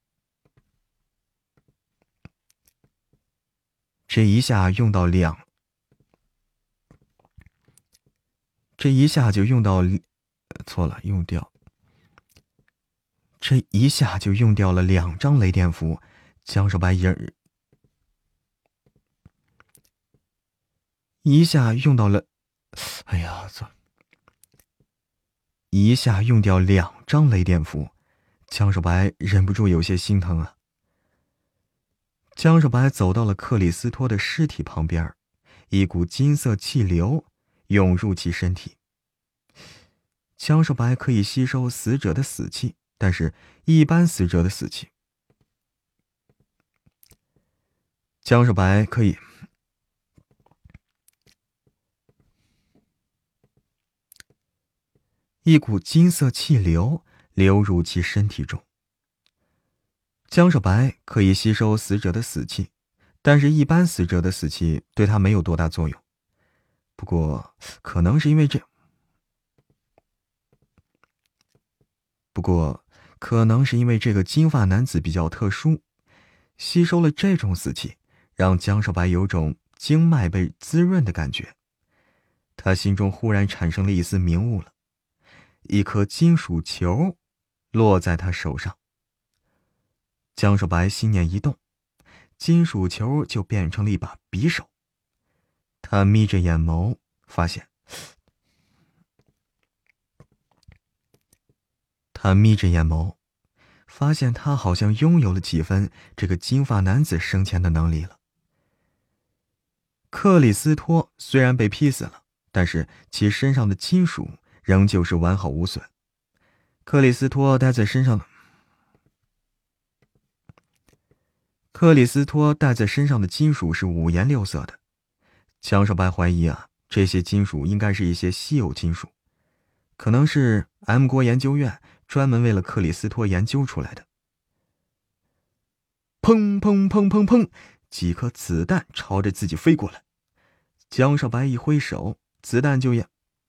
了2张雷电符，江少白一下用掉2张雷电符，江少白忍不住有些心疼啊。江少白走到了克里斯托的尸体旁边，一股金色气流涌入其身体。江少白可以吸收死者的死气，但是一般死者的死气，江少白可以一股金色气流流入其身体中。江少白可以吸收死者的死气，但是一般死者的死气对他没有多大作用。不过可能是因为这个金发男子比较特殊，吸收了这种死气，让江少白有种经脉被滋润的感觉。他心中忽然产生了一丝明悟了，一颗金属球落在他手上。江少白心念一动，金属球就变成了一把匕首。他眯着眼眸，发现他好像拥有了几分这个金发男子生前的能力了。克里斯托虽然被劈死了，但是其身上的金属仍旧是完好无损。克里斯托带在身上的金属是5颜6色的。江少白怀疑这些金属应该是一些稀有金属，可能是 M 国研究院专门为了克里斯托研究出来的。砰砰砰砰砰，几颗子弹朝着自己飞过来。江少白一挥手，子弹就砰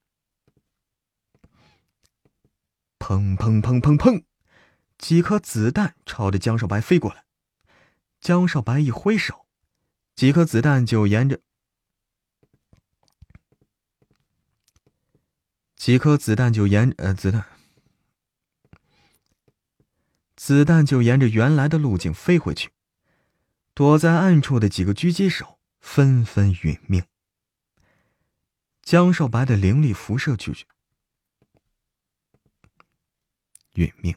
砰砰砰砰，几颗子弹朝着江少白飞过来。江少白一挥手，几颗子弹就沿着原来的路径飞回去。躲在暗处的几个狙击手纷纷殒命。江少白的灵力辐射出去，殒命。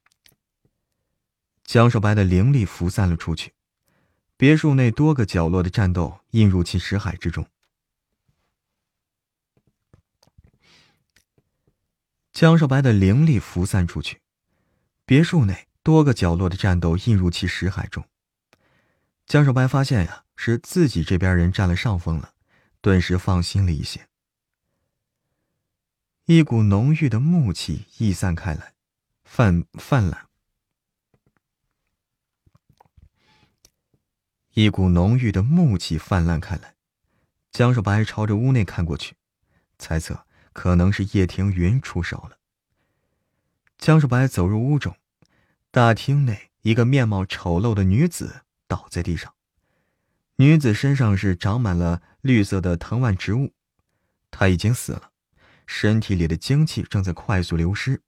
江少白的灵力浮散了出去，别墅内多个角落的战斗映入其识海之中。 江少白的灵力浮散出去，别墅内多个角落的战斗映入其识海中。江少白发现呀，是自己这边人占了上风了，顿时放心了一些。一股浓郁的木气溢散开来，泛滥。一股浓郁的木气泛滥开来，江少白朝着屋内看过去，猜测可能是叶庭云出手了。江少白走入屋中，大厅内一个面貌丑陋的女子倒在地上，女子身上是长满了绿色的藤蔓植物，她已经死了，身体里的精气正在快速流失。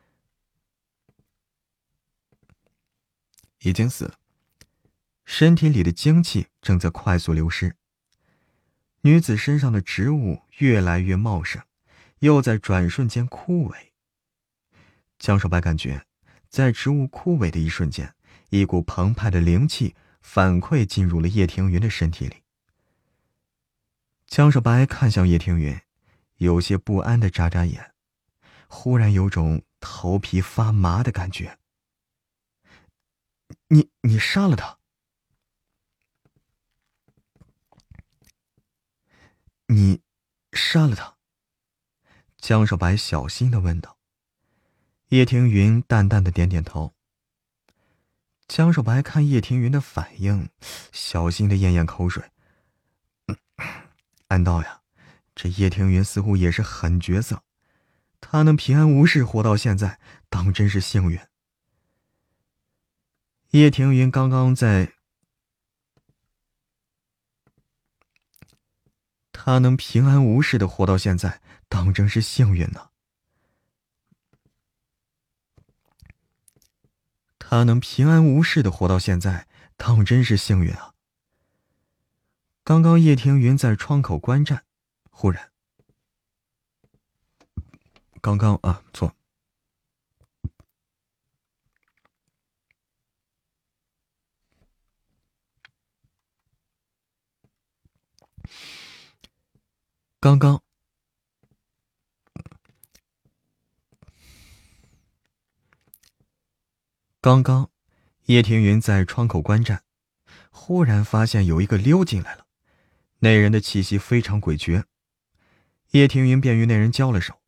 已经死了，身体里的精气正在快速流失。女子身上的植物越来越茂盛，又在转瞬间枯萎。江少白感觉在植物枯萎的一瞬间，一股澎湃的灵气反馈进入了叶庭云的身体里。江少白看向叶庭云，有些不安地眨眨眼，忽然有种头皮发麻的感觉。你杀了他？你杀了他？江少白小心地问道。叶庭云淡淡的点点头。江少白看叶庭云的反应，小心的咽咽口水。按道呀，这叶庭云似乎也是狠角色，他能平安无事活到现在，当真是幸运。叶庭云刚刚他能平安无事的活到现在，当真是幸运呢。他能平安无事的活到现在，当真是幸运啊。刚刚叶庭云在窗口观战，忽然，错。刚刚叶庭云在窗口观战，忽然发现有一个溜进来了，那人的气息非常诡谲。叶庭云便与那人交了手。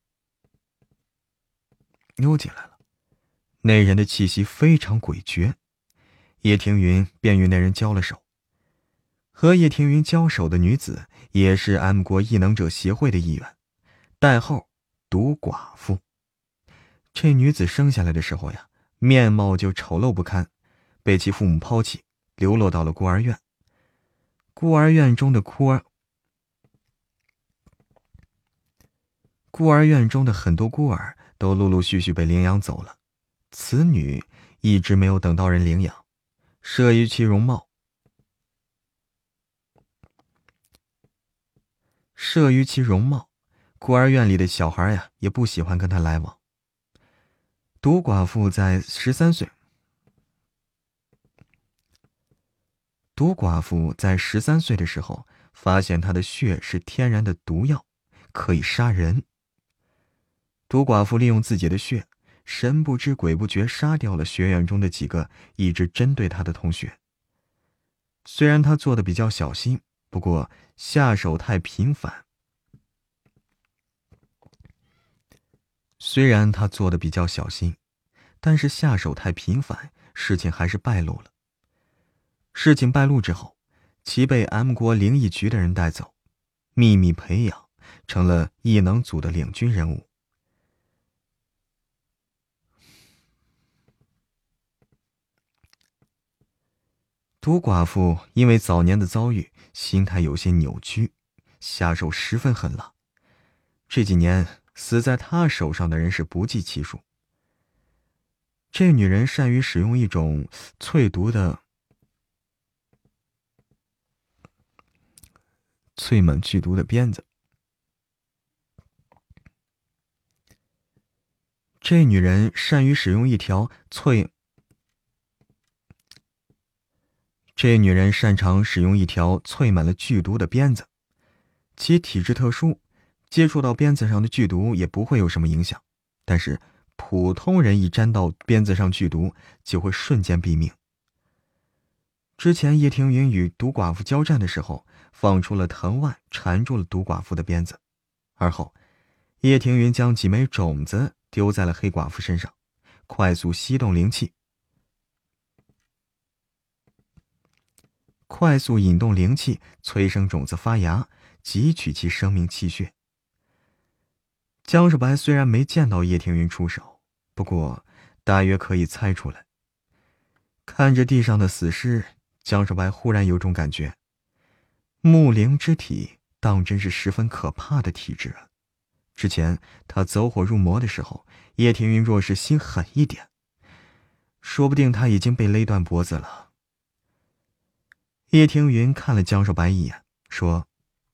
溜进来了，那人的气息非常诡谲。叶庭云便与那人交了手。和叶庭云交手的女子也是 M 国异能者协会的一员，代号毒寡妇。这女子生下来的时候呀，面貌就丑陋不堪，被其父母抛弃，流落到了孤儿院。孤儿院中的很多孤儿都陆陆续续被领养走了，此女一直没有等到人领养。慑于其容貌，孤儿院里的小孩呀，也不喜欢跟她来往。毒寡妇在13岁的时候，发现她的血是天然的毒药，可以杀人。毒寡妇利用自己的血，神不知鬼不觉杀掉了学院中的几个一直针对她的同学。虽然她做的比较小心，不过下手太频繁。但是下手太频繁，事情还是败露了。事情败露之后，其被 M 国灵异局的人带走，秘密培养，成了异能组的领军人物。毒寡妇因为早年的遭遇，心态有些扭曲，下手十分狠辣。这几年死在她手上的人是不计其数。这女人善于使用一种淬满剧毒的鞭子。这女人擅长使用一条淬满了剧毒的鞭子，其体质特殊，接触到鞭子上的剧毒也不会有什么影响， 但是普通人一沾到鞭子上剧毒，就会瞬间毙命。之前叶庭云与毒寡妇交战的时候，放出了藤蔓缠住了毒寡妇的鞭子，而后叶庭云将几枚种子丢在了黑寡妇身上，快速吸动灵气，快速引动灵气，催生种子发芽，汲取其生命气血。江少白虽然没见到叶庭云出手，不过大约可以猜出来。看着地上的死尸，江少白忽然有种感觉，木灵之体当真是十分可怕的体质啊。之前他走火入魔的时候，叶庭云若是心狠一点，说不定他已经被勒断脖子了。叶庭云看了江少白一眼，说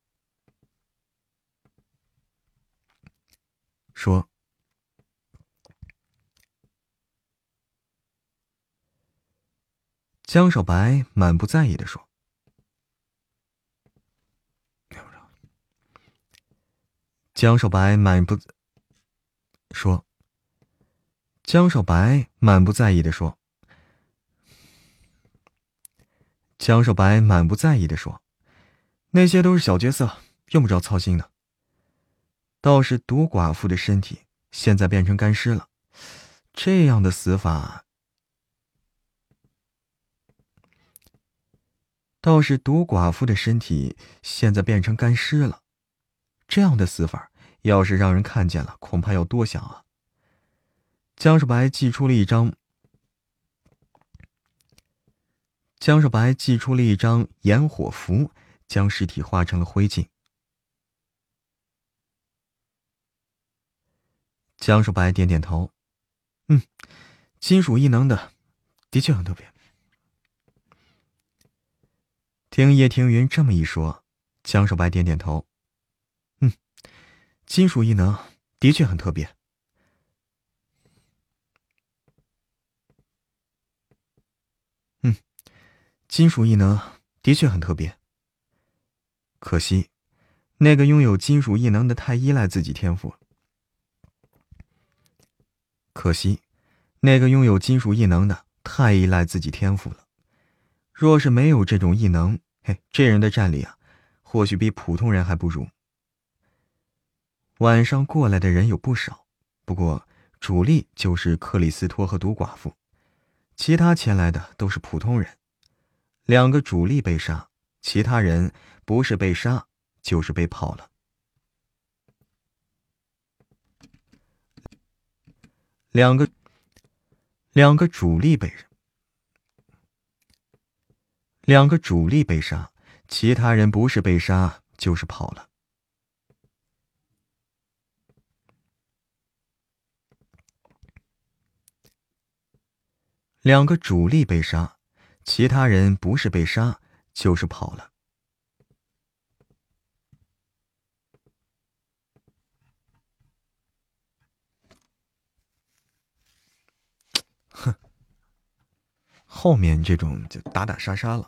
江少白满不在意地说，江少白满不在意地说，那些都是小角色，用不着操心的。倒是毒寡妇的身体现在变成干尸了，这样的死法，要是让人看见了，恐怕要多想啊。江少白祭出了一张炎火符，将尸体化成了灰烬。江少白点点头，金属异能的的确很特别。听叶庭云这么一说，江少白点点头，金属异能的确很特别。可惜那个拥有金属异能的太依赖自己天赋了。若是没有这种异能，这人的战力啊，或许比普通人还不如。晚上过来的人有不少，不过主力就是克里斯托和毒寡妇，其他前来的都是普通人。2个主力被杀，其他人不是被杀就是被跑了。两个主力被杀，其他人不是被杀就是跑了。2个主力被杀，其他人不是被杀就是跑了。哼，后面这种就打打杀杀了。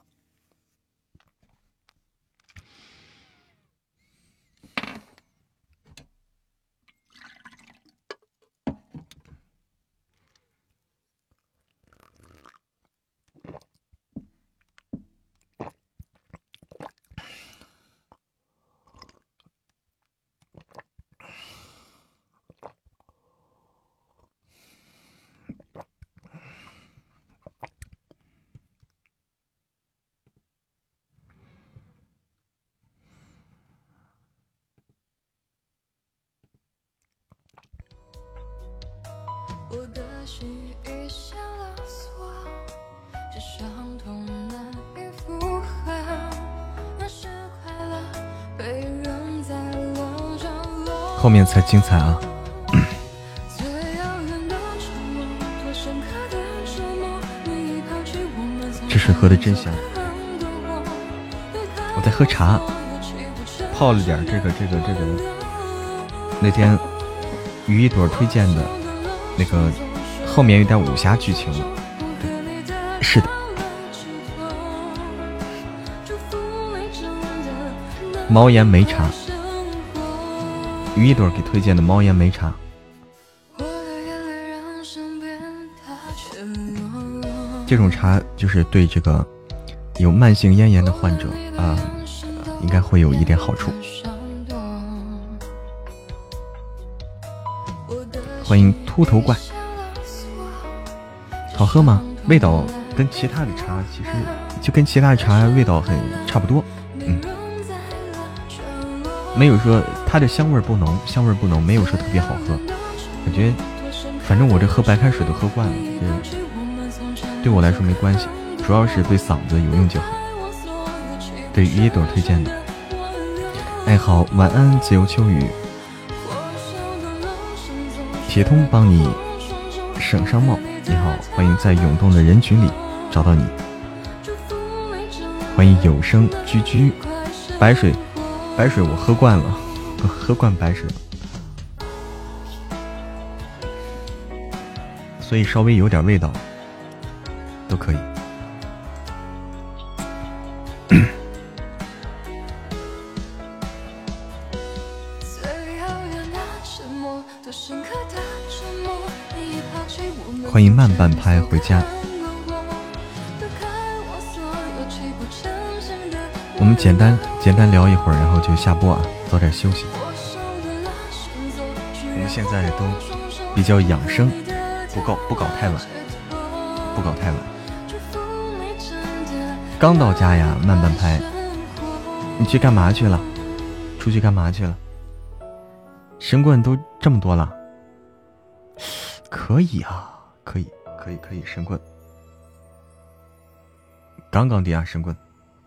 我的心已下了锁，这伤痛难以复合，那是快乐被扔在了角落。 后面才精彩啊！这水喝的真香，我在喝茶，泡了点这个，那天于一朵推荐的那个，后面有点武侠剧情了。对，是的，猫岩梅茶，于一朵给推荐的猫岩梅茶。 这种茶就是对这个有慢性咽炎的患者应该会有一点好处。欢迎秃头怪，好喝吗？味道跟其他的茶其实就跟其他的茶味道很差不多，没有说它的香味不浓，没有说特别好喝。感觉反正我这喝白开水都喝惯了，对我来说没关系，主要是对嗓子有用就好。对于一朵推荐的，哎好，晚安自由秋雨，铁通帮你省商贸。你好，欢迎在涌动的人群里找到你。欢迎有声居居，白水我喝惯了，我喝惯白水了，所以稍微有点味道都可以。欢迎慢半拍回家。我们简单聊一会儿，然后就下播啊，早点休息。我们现在都比较养生，不搞太晚，刚到家呀，慢半拍。你去干嘛去了？出去干嘛去了？神棍都这么多了，可以啊，可以，神棍，刚的啊，神棍。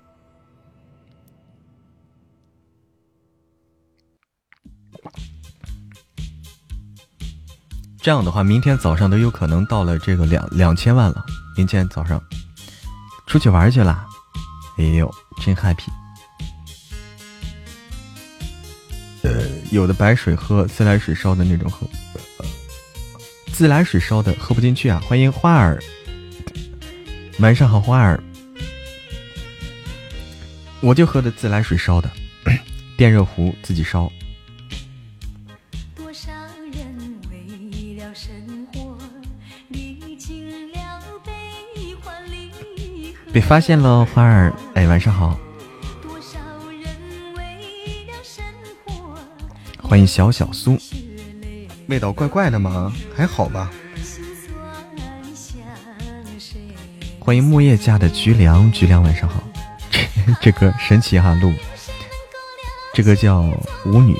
这样的话，明天早上都有可能到了这个2000万了。明天早上出去玩去了，哎呦，真 happy。有的白水喝，自来水烧的那种喝，自来水烧的喝不进去啊。欢迎花儿，晚上好，花儿。我就喝的自来水烧的，电热壶自己烧。被发现了，花儿，哎，晚上好。欢迎小小苏，味道怪怪的吗？还好吧。欢迎木叶家的菊良，晚上好。这个神奇哈路，这个叫舞女，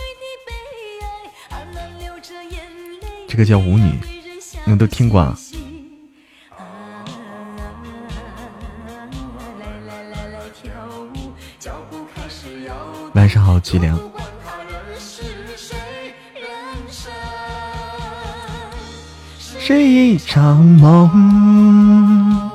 你们都听过啊？晚上好，菊良。是一场梦。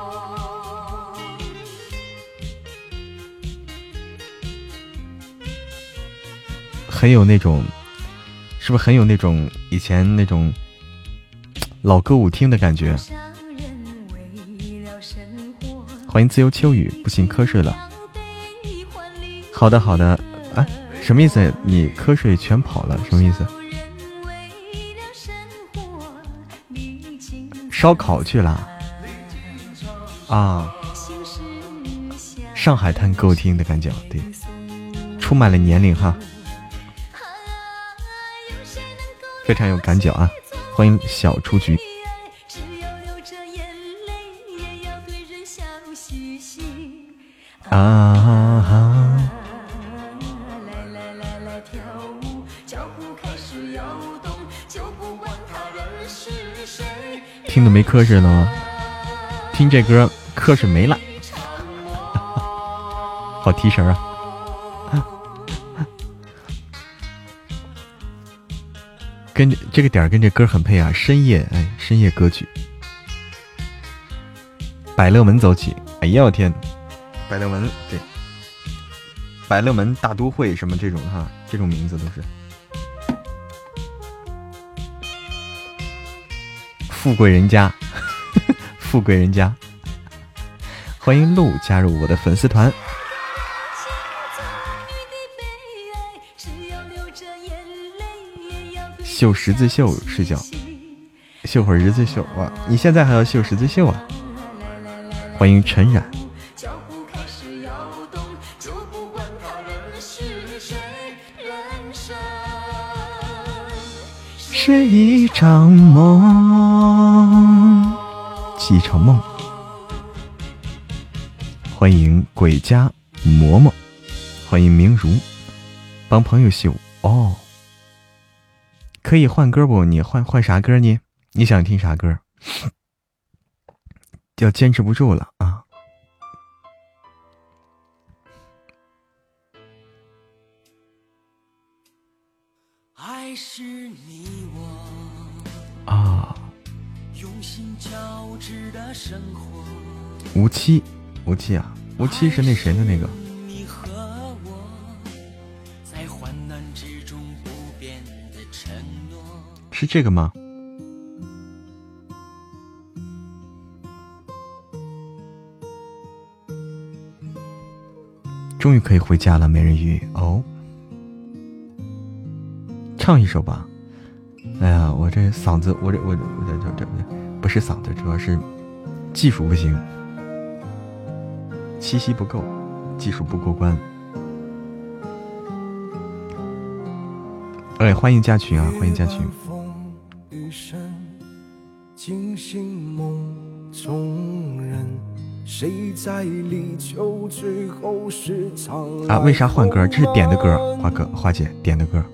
很有那种，是不是很有那种以前那种老歌舞厅的感觉？欢迎自由秋雨，不行瞌睡了。好的，啊，什么意思？你瞌睡全跑了，什么意思？烧烤去了啊！上海滩歌舞厅的感觉，对，充满了年龄哈，非常有感觉啊！欢迎小雏菊。啊！听得没瞌睡了吗？听这歌瞌睡没了，好提神啊！跟这个点儿跟这歌很配啊，深夜歌曲，百乐门走起。哎呀我天，百乐门，对，百乐门大都会什么这种哈，这种名字都是富贵人家。富贵人家，欢迎鹿加入我的粉丝团。绣十字绣睡觉，绣会儿十字绣哇！你现在还要绣十字绣啊？ 欢迎陈冉。是一场梦，是一场梦。欢迎鬼家嬷嬷，欢迎明如，帮朋友秀哦。可以换歌不？你换啥歌呢？你想听啥歌？要坚持不住了啊！ 爱是你我啊！ 用心交织的生活。 无期啊，无期是那谁的那个？ 你和我在患难之中不变的承诺。 是这个吗？终于可以回家了，美人鱼哦。唱一首吧。哎呀，我这嗓子，我这不是嗓子，主要是技术不行，气息不够，技术不过关。哎，欢迎加群啊，欢迎加群。惊醒梦中人，谁在立秋最后是苍啊？为啥换歌？这是点的歌，花姐点的歌。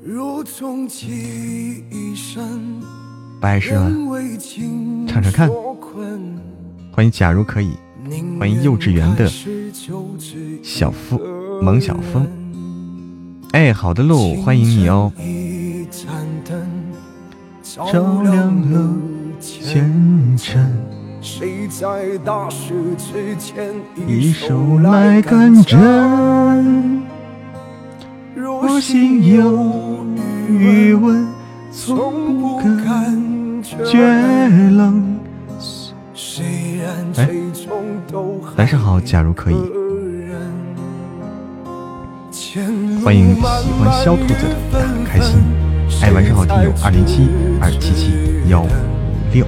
不碍事了，唱唱看。欢迎假如可以，欢迎幼稚园的小夫蒙小峰。哎，好的喽，欢迎你哦。照亮了前尘，谁在大事之前一手来干针？若心有余温，从不感觉冷。哎，晚上好，假如可以。欢迎喜欢肖兔子的大开心。哎，晚上好，听友207727716。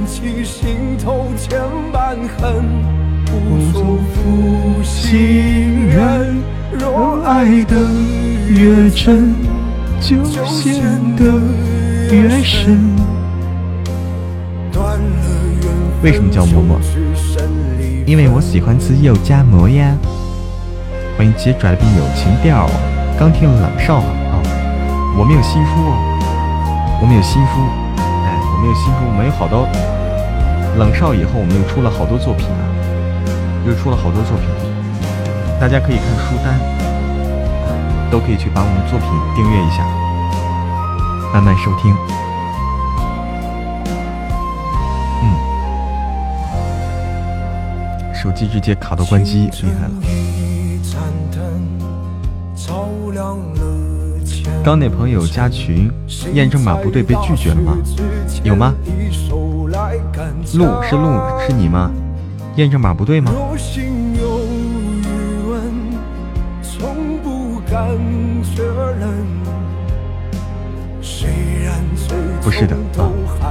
负心人，若爱得越真，就陷得越深。为什么叫嬷嬷？因为我喜欢吃肉夹馍呀。欢迎结拽的兵有情调，刚听了冷少啊，我们有新书哦，我们有新书，哎，我们有新书，我们有好多冷少以后，我们又出了好多作品啊，大家可以看书单，都可以去把我们作品订阅一下，慢慢收听。手机直接卡到关机，厉害了。刚那朋友加群，验证码不对被拒绝了吗？有吗？陆是你吗？验证码不对吗？不是的啊。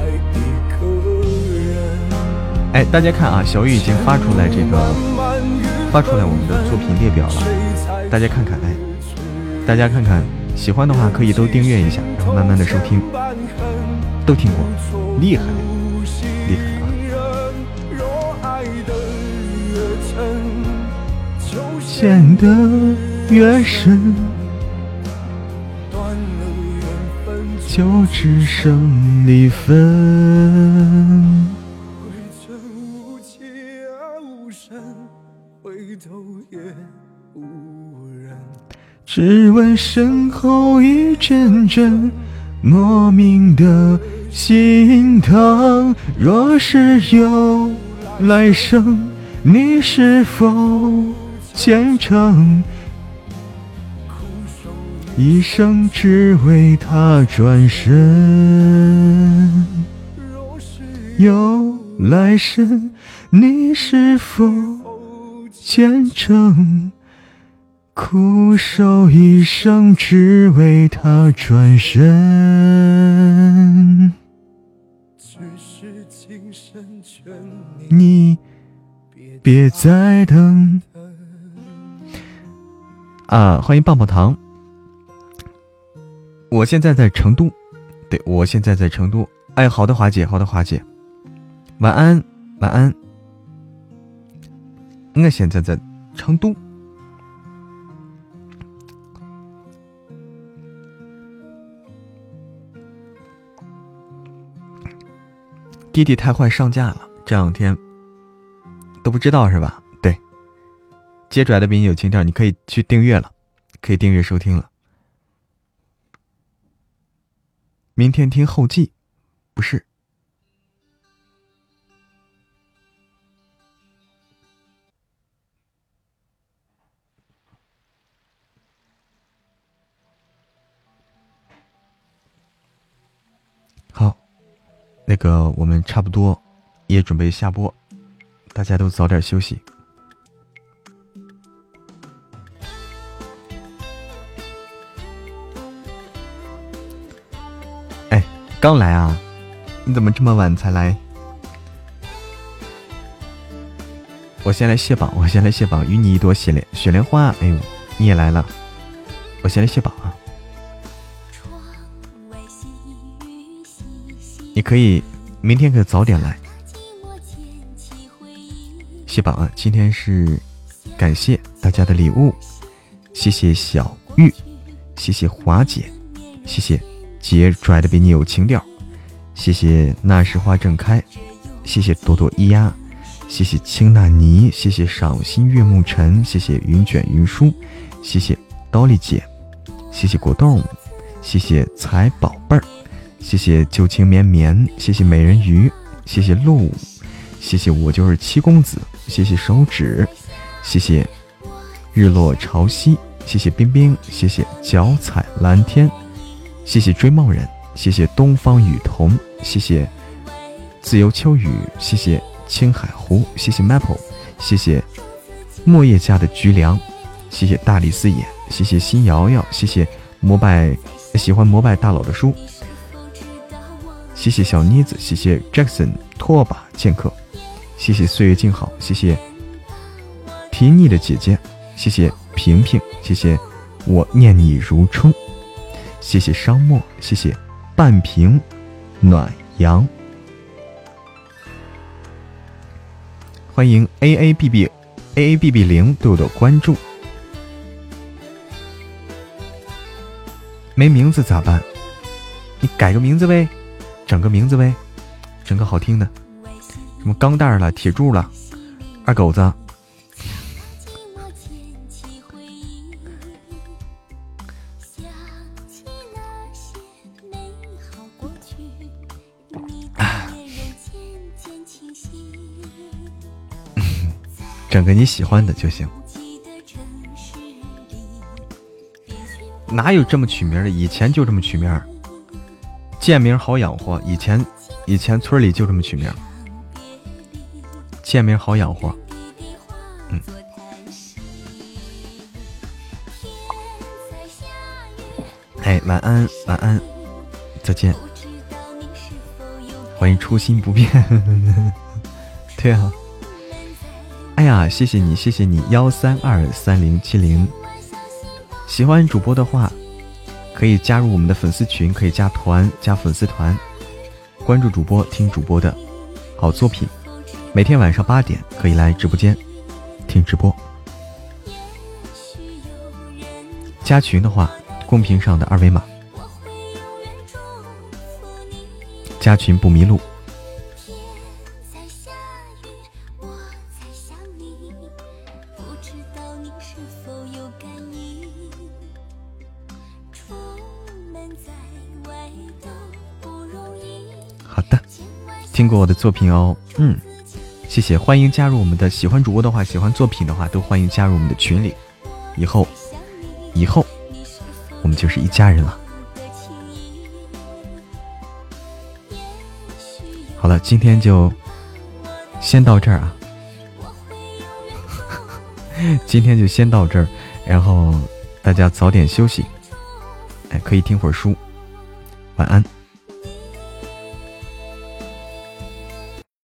哎，大家看啊，小雨已经发出来我们的作品列表了，大家看看，哎，大家看看，喜欢的话可以都订阅一下，然后慢慢的收听，都听过，厉害啊！陷得越深，就只剩离分。只闻身后一阵阵莫名的心疼，若是有来生，你是否虔诚？一生只为他转身。有来生，你是否虔诚？苦守一生，只为他转身。你别再等。啊，欢迎棒棒糖。我现在在成都，对，我现在在成都。哎，好的，华姐，好的，华姐，晚安，晚安。我现在在成都。弟弟太坏上架了，这两天都不知道是吧？对，接出来的比你有情调，你可以去订阅了，可以订阅收听了。明天听后记，不是。好，那个我们差不多也准备下播，大家都早点休息。哎，刚来啊？你怎么这么晚才来？我先来卸榜，我先来卸榜，与你一朵雪莲花。哎呦，你也来了，我先来卸榜啊。你可以明天可以早点来卸榜啊！今天是感谢大家的礼物，谢谢小玉，谢谢华姐，谢谢姐拽的比你有情调，谢谢那时花正开，谢谢朵朵咿呀，谢谢青纳尼，谢谢赏心悦目尘，谢谢云卷云舒，谢谢刀丽姐，谢谢果冻，谢谢财宝贝儿，谢谢旧情绵绵，谢谢美人鱼，谢谢鹿，谢谢我就是七公子，谢谢手指，谢谢日落潮汐，谢谢冰冰，谢谢脚踩蓝天，谢谢追梦人，谢谢东方雨桐，谢谢自由秋雨，谢谢青海湖，谢谢 Maple， 谢谢莫叶家的菊良，谢谢大理寺野，谢谢新瑶瑶，谢谢喜欢膜拜大佬的书，谢谢小妮子，谢谢 Jackson 拖把剑客，谢谢岁月静好，谢谢皮腻的姐姐，谢谢平平，谢谢我念你如初，谢谢商墨，谢谢半瓶暖阳，欢迎 AABB0 对我的关注。没名字咋办？你改个名字呗，整个名字呗，整个好听的，什么钢蛋了，铁柱了，二狗子。整个你喜欢的就行。哪有这么取名的？以前就这么取名，贱名好养活。以前村里就这么取名，贱名好养活。哎，晚安，晚安，再见。欢迎初心不变。对啊。哎呀，谢谢你，谢谢你1323070。喜欢主播的话，可以加入我们的粉丝群，可以加粉丝团，关注主播，听主播的好作品。每天晚上8点可以来直播间听直播。加群的话，公屏上的二维码，加群不迷路。听过我的作品哦，谢谢，欢迎加入我们的，喜欢主播的话，喜欢作品的话，都欢迎加入我们的群里，以后我们就是一家人了。好了，今天就先到这儿啊，今天就先到这儿，然后大家早点休息，哎，可以听会儿书，晚安。